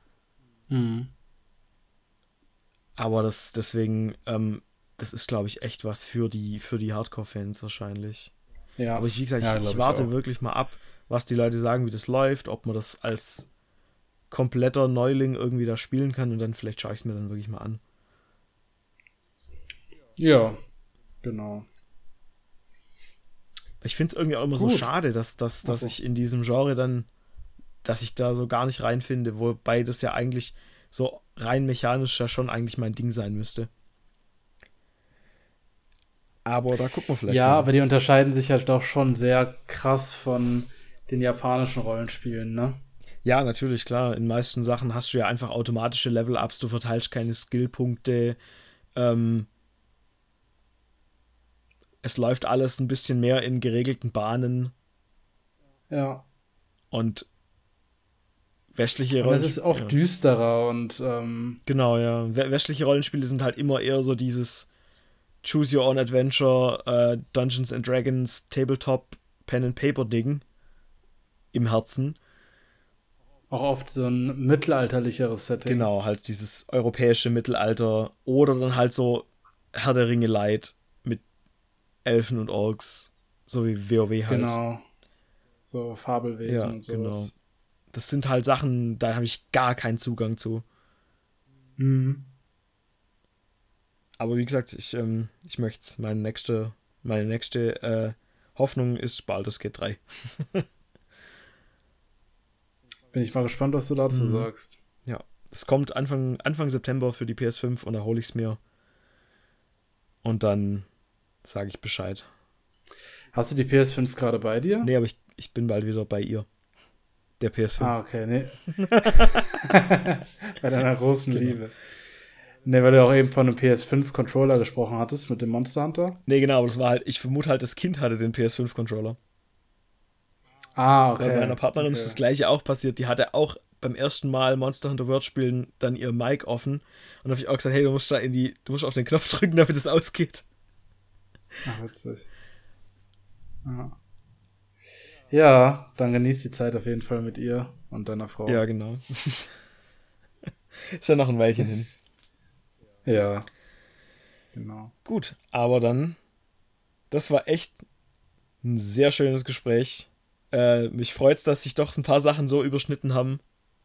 Aber deswegen, das ist, glaube ich, echt was für die Hardcore-Fans wahrscheinlich. Ja. Aber wie gesagt, ich warte wirklich mal ab, was die Leute sagen, wie das läuft, ob man das als kompletter Neuling irgendwie da spielen kann und dann vielleicht schaue ich es mir dann wirklich mal an. Ja, genau. Ich finde es irgendwie auch immer so schade, dass ich in diesem Genre dann, dass ich da so gar nicht reinfinde, wobei das ja eigentlich so rein mechanisch ja schon eigentlich mein Ding sein müsste. Aber da gucken wir vielleicht mal. Aber die unterscheiden sich halt doch schon sehr krass von den japanischen Rollenspielen, ne? Ja, natürlich, klar. In meisten Sachen hast du ja einfach automatische Level-Ups, du verteilst keine Skillpunkte. Es läuft alles ein bisschen mehr in geregelten Bahnen. Ja. Und westliche Rollenspiele. Das ist oft düsterer und genau, ja. Westliche Rollenspiele sind halt immer eher so dieses Choose Your Own Adventure, Dungeons and Dragons, Tabletop, Pen and Paper Ding im Herzen. Auch oft so ein mittelalterlicheres Setting. Genau, halt dieses europäische Mittelalter oder dann halt so Herr der Ringe Light mit Elfen und Orks, so wie WoW halt. Genau. So Fabelwesen und sowas. Genau. Das sind halt Sachen, da habe ich gar keinen Zugang zu. Aber wie gesagt, ich möchte es. Meine nächste Hoffnung ist Baldur's Gate 3. Bin ich mal gespannt, was du dazu sagst. Ja, es kommt Anfang September für die PS5 und da hole ich es mir. Und dann sage ich Bescheid. Hast du die PS5 gerade bei dir? Nee, aber ich bin bald wieder bei ihr. Der PS5. Ah, okay, nee. Bei deiner großen Liebe. Nee, weil du auch eben von einem PS5-Controller gesprochen hattest mit dem Monster Hunter. Nee, genau, aber das war halt, ich vermute halt, das Kind hatte den PS5-Controller. Ah, okay. Bei meiner Partnerin ist das Gleiche auch passiert. Die hatte auch beim ersten Mal Monster Hunter World spielen dann ihr Mic offen. Und da habe ich auch gesagt, hey, du musst auf den Knopf drücken, damit es ausgeht. Ach, witzig. Ja, dann genießt die Zeit auf jeden Fall mit ihr und deiner Frau. Ja, genau. Ist ja noch ein Weilchen hin. Ja, genau. Gut, aber dann, das war echt ein sehr schönes Gespräch. Mich freut's, dass sich doch ein paar Sachen so überschnitten haben.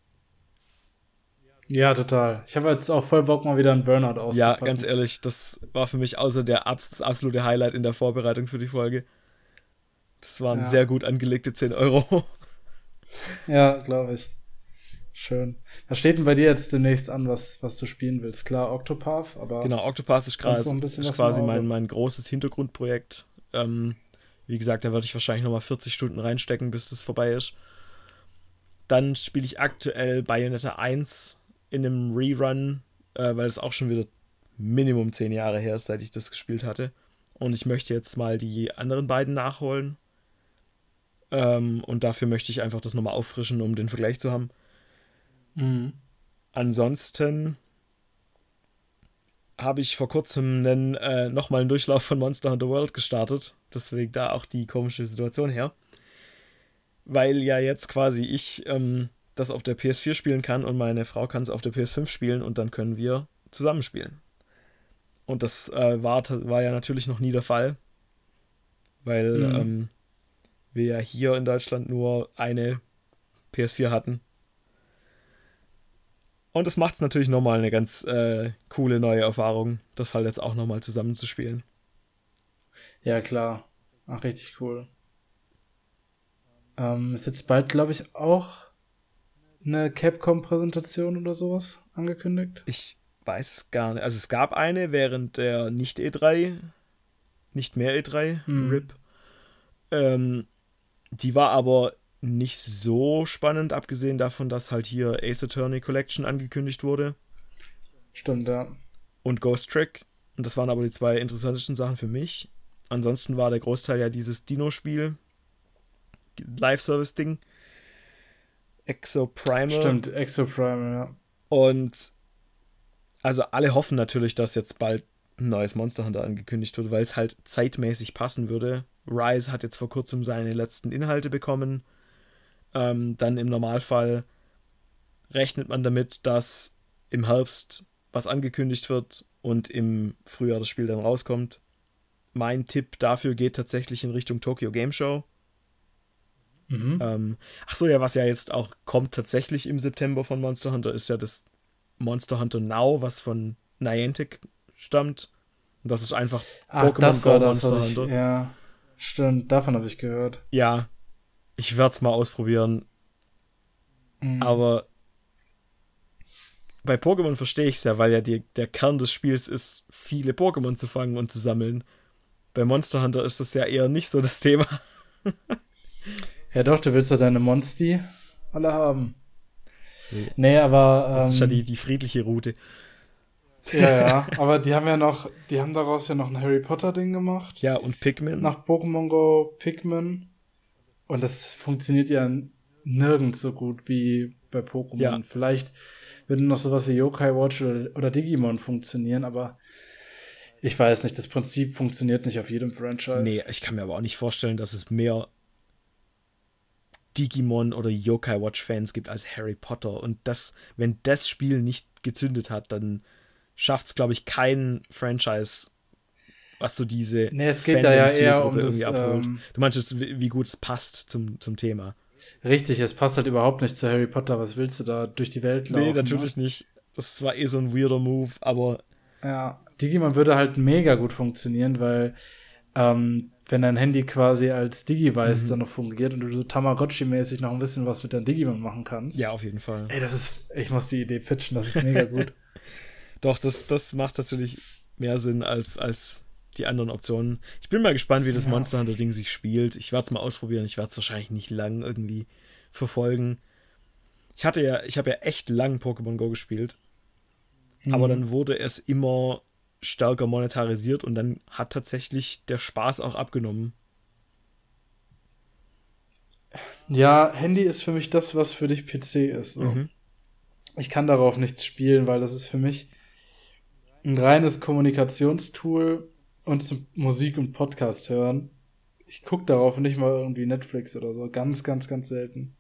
Ja, total. Ich habe jetzt auch voll Bock, mal wieder einen Burnout auszupacken. Ja, ganz ehrlich, das war für mich außer das absolute Highlight in der Vorbereitung für die Folge. Das waren sehr gut angelegte 10 Euro. Ja, glaube ich. Schön. Was steht denn bei dir jetzt demnächst an, was du spielen willst? Klar, Octopath, aber... Genau, Octopath ist quasi mein großes Hintergrundprojekt. Wie gesagt, da werde ich wahrscheinlich nochmal 40 Stunden reinstecken, bis das vorbei ist. Dann spiele ich aktuell Bayonetta 1 in einem Rerun, weil es auch schon wieder Minimum 10 Jahre her ist, seit ich das gespielt hatte. Und ich möchte jetzt mal die anderen beiden nachholen. Und dafür möchte ich einfach das nochmal auffrischen, um den Vergleich zu haben. Mhm. Ansonsten habe ich vor kurzem nochmal einen Durchlauf von Monster Hunter World gestartet. Deswegen da auch die komische Situation her. Weil ja jetzt quasi ich das auf der PS4 spielen kann und meine Frau kann es auf der PS5 spielen und dann können wir zusammenspielen. Und das war ja natürlich noch nie der Fall, weil wir ja hier in Deutschland nur eine PS4 hatten. Und das macht es natürlich nochmal eine ganz coole neue Erfahrung, das halt jetzt auch nochmal zusammenzuspielen. Ja, klar. Ach, richtig cool. Ist jetzt bald, glaube ich, auch eine Capcom-Präsentation oder sowas angekündigt? Ich weiß es gar nicht. Also es gab eine während der nicht mehr E3, RIP. Die war aber nicht so spannend, abgesehen davon, dass halt hier Ace Attorney Collection angekündigt wurde. Stimmt, ja. Und Ghost Trick. Und das waren aber die zwei interessantesten Sachen für mich. Ansonsten war der Großteil ja dieses Dino-Spiel. Live-Service-Ding. Exoprimal. Stimmt, Exoprimal, ja. Und also alle hoffen natürlich, dass jetzt bald ein neues Monster Hunter angekündigt wird, weil es halt zeitmäßig passen würde. Rise hat jetzt vor kurzem seine letzten Inhalte bekommen. Dann im Normalfall rechnet man damit, dass im Herbst was angekündigt wird und im Frühjahr das Spiel dann rauskommt. Mein Tipp dafür geht tatsächlich in Richtung Tokyo Game Show. Achso, ja, was ja jetzt auch kommt tatsächlich im September von Monster Hunter, ist ja das Monster Hunter Now, was von Niantic stammt. Und das ist einfach Pokémon Go Monster Hunter. Ja, stimmt, davon habe ich gehört. Ja, ich werde es mal ausprobieren. Aber bei Pokémon verstehe ich es ja, weil ja der Kern des Spiels ist, viele Pokémon zu fangen und zu sammeln. Bei Monster Hunter ist das ja eher nicht so das Thema. Ja doch, du willst ja deine Monsti alle haben. Nee, aber das ist ja die friedliche Route. Ja, aber die haben daraus ja noch ein Harry Potter-Ding gemacht. Ja, und Pikmin. Nach Pokémon Go, Pikmin. Und das funktioniert ja nirgends so gut wie bei Pokémon. Ja. Vielleicht würde noch sowas wie Yokai Watch oder Digimon funktionieren, aber ich weiß nicht, das Prinzip funktioniert nicht auf jedem Franchise. Nee, ich kann mir aber auch nicht vorstellen, dass es mehr Digimon oder Yokai Watch Fans gibt als Harry Potter. Und wenn das Spiel nicht gezündet hat, dann schafft es, glaube ich, kein Franchise, was so diese es geht da ja eher um irgendwie abholt. Du meinst, wie gut es passt zum Thema. Richtig, es passt halt überhaupt nicht zu Harry Potter. Was willst du da durch die Welt laufen? Nee, natürlich nicht. Das war so ein weirder Move, aber ja, Digimon würde halt mega gut funktionieren, weil wenn dein Handy quasi als Digivice dann noch fungiert und du so Tamagotchi-mäßig noch ein bisschen was mit deinem Digimon machen kannst. Ja, auf jeden Fall. Ey, ich muss die Idee pitchen, das ist mega gut. Doch, das macht natürlich mehr Sinn als die anderen Optionen. Ich bin mal gespannt, wie das Monster Hunter-Ding sich spielt. Ich werde es mal ausprobieren. Ich werde es wahrscheinlich nicht lang irgendwie verfolgen. Ich habe ja echt lang Pokémon Go gespielt. Aber dann wurde es immer stärker monetarisiert und dann hat tatsächlich der Spaß auch abgenommen. Ja, Handy ist für mich das, was für dich PC ist. So. Ich kann darauf nichts spielen, weil das ist für mich ein reines Kommunikationstool und zum Musik und Podcast hören. Ich gucke darauf nicht mal irgendwie Netflix oder so. Ganz, ganz, ganz selten.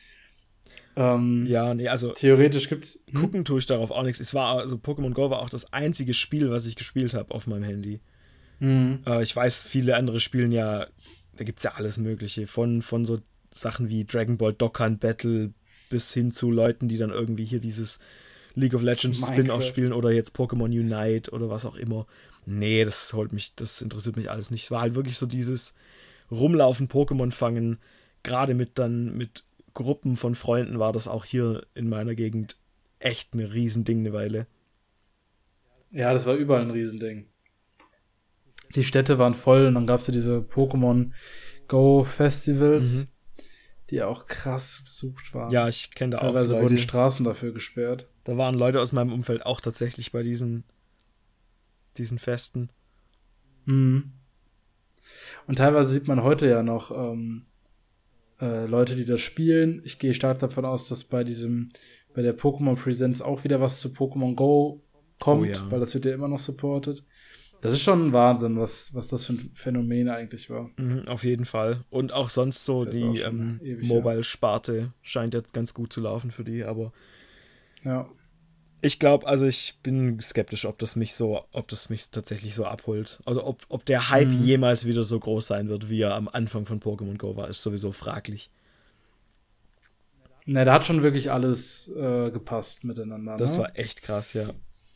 Ja, nee, also theoretisch gibt's. Gucken tue ich darauf auch nichts. Pokémon Go war auch das einzige Spiel, was ich gespielt habe auf meinem Handy. Ich weiß, viele andere spielen ja, da gibt es ja alles Mögliche. Von so Sachen wie Dragon Ball Dokkan Battle bis hin zu Leuten, die dann irgendwie hier dieses League of Legends Spin-off spielen oder jetzt Pokémon Unite oder was auch immer. Nee, das interessiert mich alles nicht. Es war halt wirklich so dieses Rumlaufen, Pokémon fangen, gerade mit Gruppen von Freunden war das auch hier in meiner Gegend echt ein Riesending eine Weile. Ja, das war überall ein Riesending. Die Städte waren voll und dann gab es ja diese Pokémon Go Festivals, die auch krass besucht waren. Ja, ich kenne da auch Leute. Teilweise wurden Straßen dafür gesperrt. Da waren Leute aus meinem Umfeld auch tatsächlich bei diesen Festen. Und teilweise sieht man heute ja noch Leute, die das spielen. Ich gehe stark davon aus, dass bei der Pokémon Presents auch wieder was zu Pokémon Go kommt, weil das wird ja immer noch supported. Das ist schon ein Wahnsinn, was das für ein Phänomen eigentlich war. Auf jeden Fall. Und auch sonst so die Mobile-Sparte scheint jetzt ganz gut zu laufen für die, aber ja. Ich glaube, also ich bin skeptisch, ob das mich tatsächlich so abholt. Also ob der Hype jemals wieder so groß sein wird, wie er am Anfang von Pokémon Go war, ist sowieso fraglich. Ne, da hat schon wirklich alles gepasst miteinander. Das war echt krass, ja.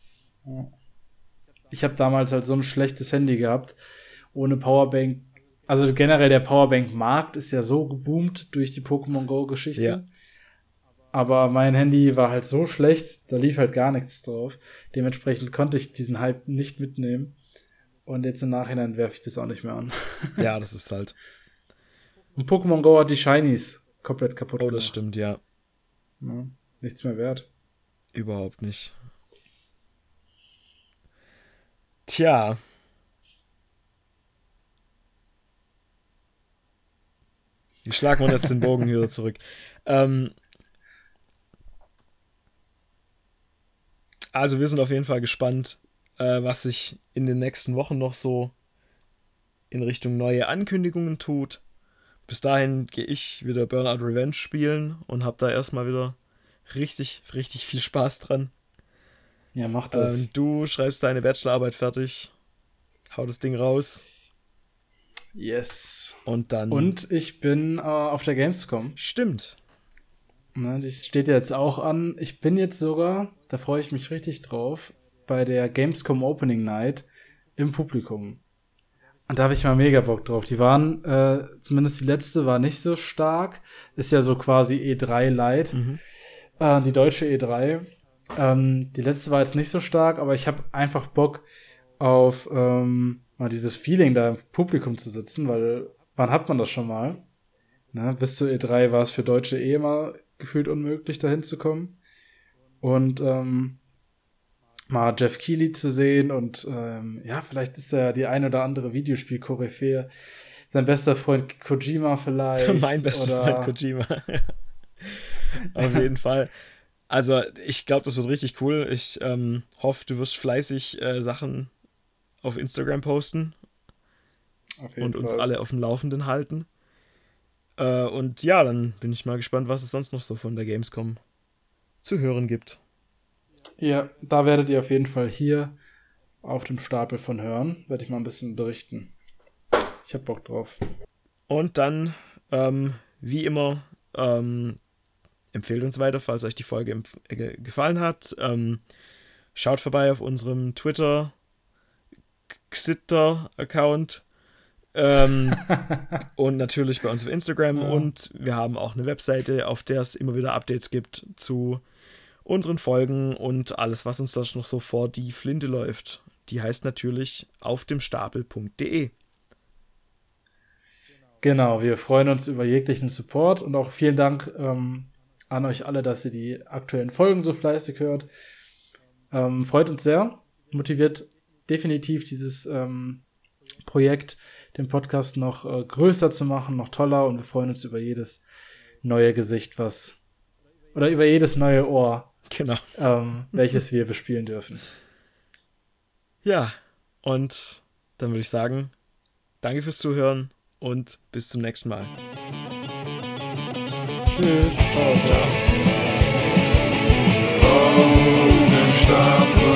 Ich habe damals halt so ein schlechtes Handy gehabt, ohne Powerbank. Also generell der Powerbank-Markt ist ja so geboomt durch die Pokémon Go-Geschichte. Ja. Aber mein Handy war halt so schlecht, da lief halt gar nichts drauf. Dementsprechend konnte ich diesen Hype nicht mitnehmen. Und jetzt im Nachhinein werfe ich das auch nicht mehr an. Ja, das ist halt. Und Pokémon Go hat die Shinies komplett kaputt gemacht. Oh, das stimmt, ja. Nichts mehr wert. Überhaupt nicht. Tja. Wie schlagen wir jetzt den Bogen wieder zurück? Also wir sind auf jeden Fall gespannt, was sich in den nächsten Wochen noch so in Richtung neue Ankündigungen tut. Bis dahin gehe ich wieder Burnout Revenge spielen und habe da erstmal wieder richtig, richtig viel Spaß dran. Ja, mach das. Du schreibst deine Bachelorarbeit fertig, hau das Ding raus. Yes. Und ich bin auf der Gamescom. Stimmt. Die steht ja jetzt auch an. Ich bin jetzt sogar, da freue ich mich richtig drauf, bei der Gamescom Opening Night im Publikum. Und da habe ich mal mega Bock drauf. Die waren, zumindest die letzte war nicht so stark. Ist ja so quasi E3 Light. Die deutsche E3. Die letzte war jetzt nicht so stark, aber ich habe einfach Bock auf mal dieses Feeling da im Publikum zu sitzen, weil wann hat man das schon mal? Bis zur E3 war es für Deutsche immer gefühlt unmöglich, da hinzukommen. Und mal Jeff Keighley zu sehen und vielleicht ist er die ein oder andere Videospiel-Koryphäe. Sein bester Freund Kojima vielleicht. Mein bester Freund Kojima. Auf jeden Fall. Also ich glaube, das wird richtig cool. Ich hoffe, du wirst fleißig Sachen auf Instagram posten und uns alle auf dem Laufenden halten. Und ja, dann bin ich mal gespannt, was es sonst noch so von der Gamescom zu hören gibt. Ja, da werdet ihr auf jeden Fall hier auf dem Stapel von hören. Werde ich mal ein bisschen berichten. Ich hab Bock drauf. Und dann, wie immer, empfehlt uns weiter, falls euch die Folge gefallen hat. Schaut vorbei auf unserem Twitter Xitter-Account. Und natürlich bei uns auf Instagram. Ja. Und wir haben auch eine Webseite, auf der es immer wieder Updates gibt zu unseren Folgen und alles, was uns da noch so vor die Flinte läuft. Die heißt natürlich aufdemstapel.de. Genau, wir freuen uns über jeglichen Support und auch vielen Dank an euch alle, dass ihr die aktuellen Folgen so fleißig hört. Freut uns sehr, motiviert definitiv dieses Projekt, den Podcast noch größer zu machen, noch toller, und wir freuen uns über jedes neue Gesicht, über jedes neue Ohr, genau, welches wir bespielen dürfen. Ja, und dann würde ich sagen, danke fürs Zuhören und bis zum nächsten Mal. Tschüss, ciao, ciao. Auf dem Stapel.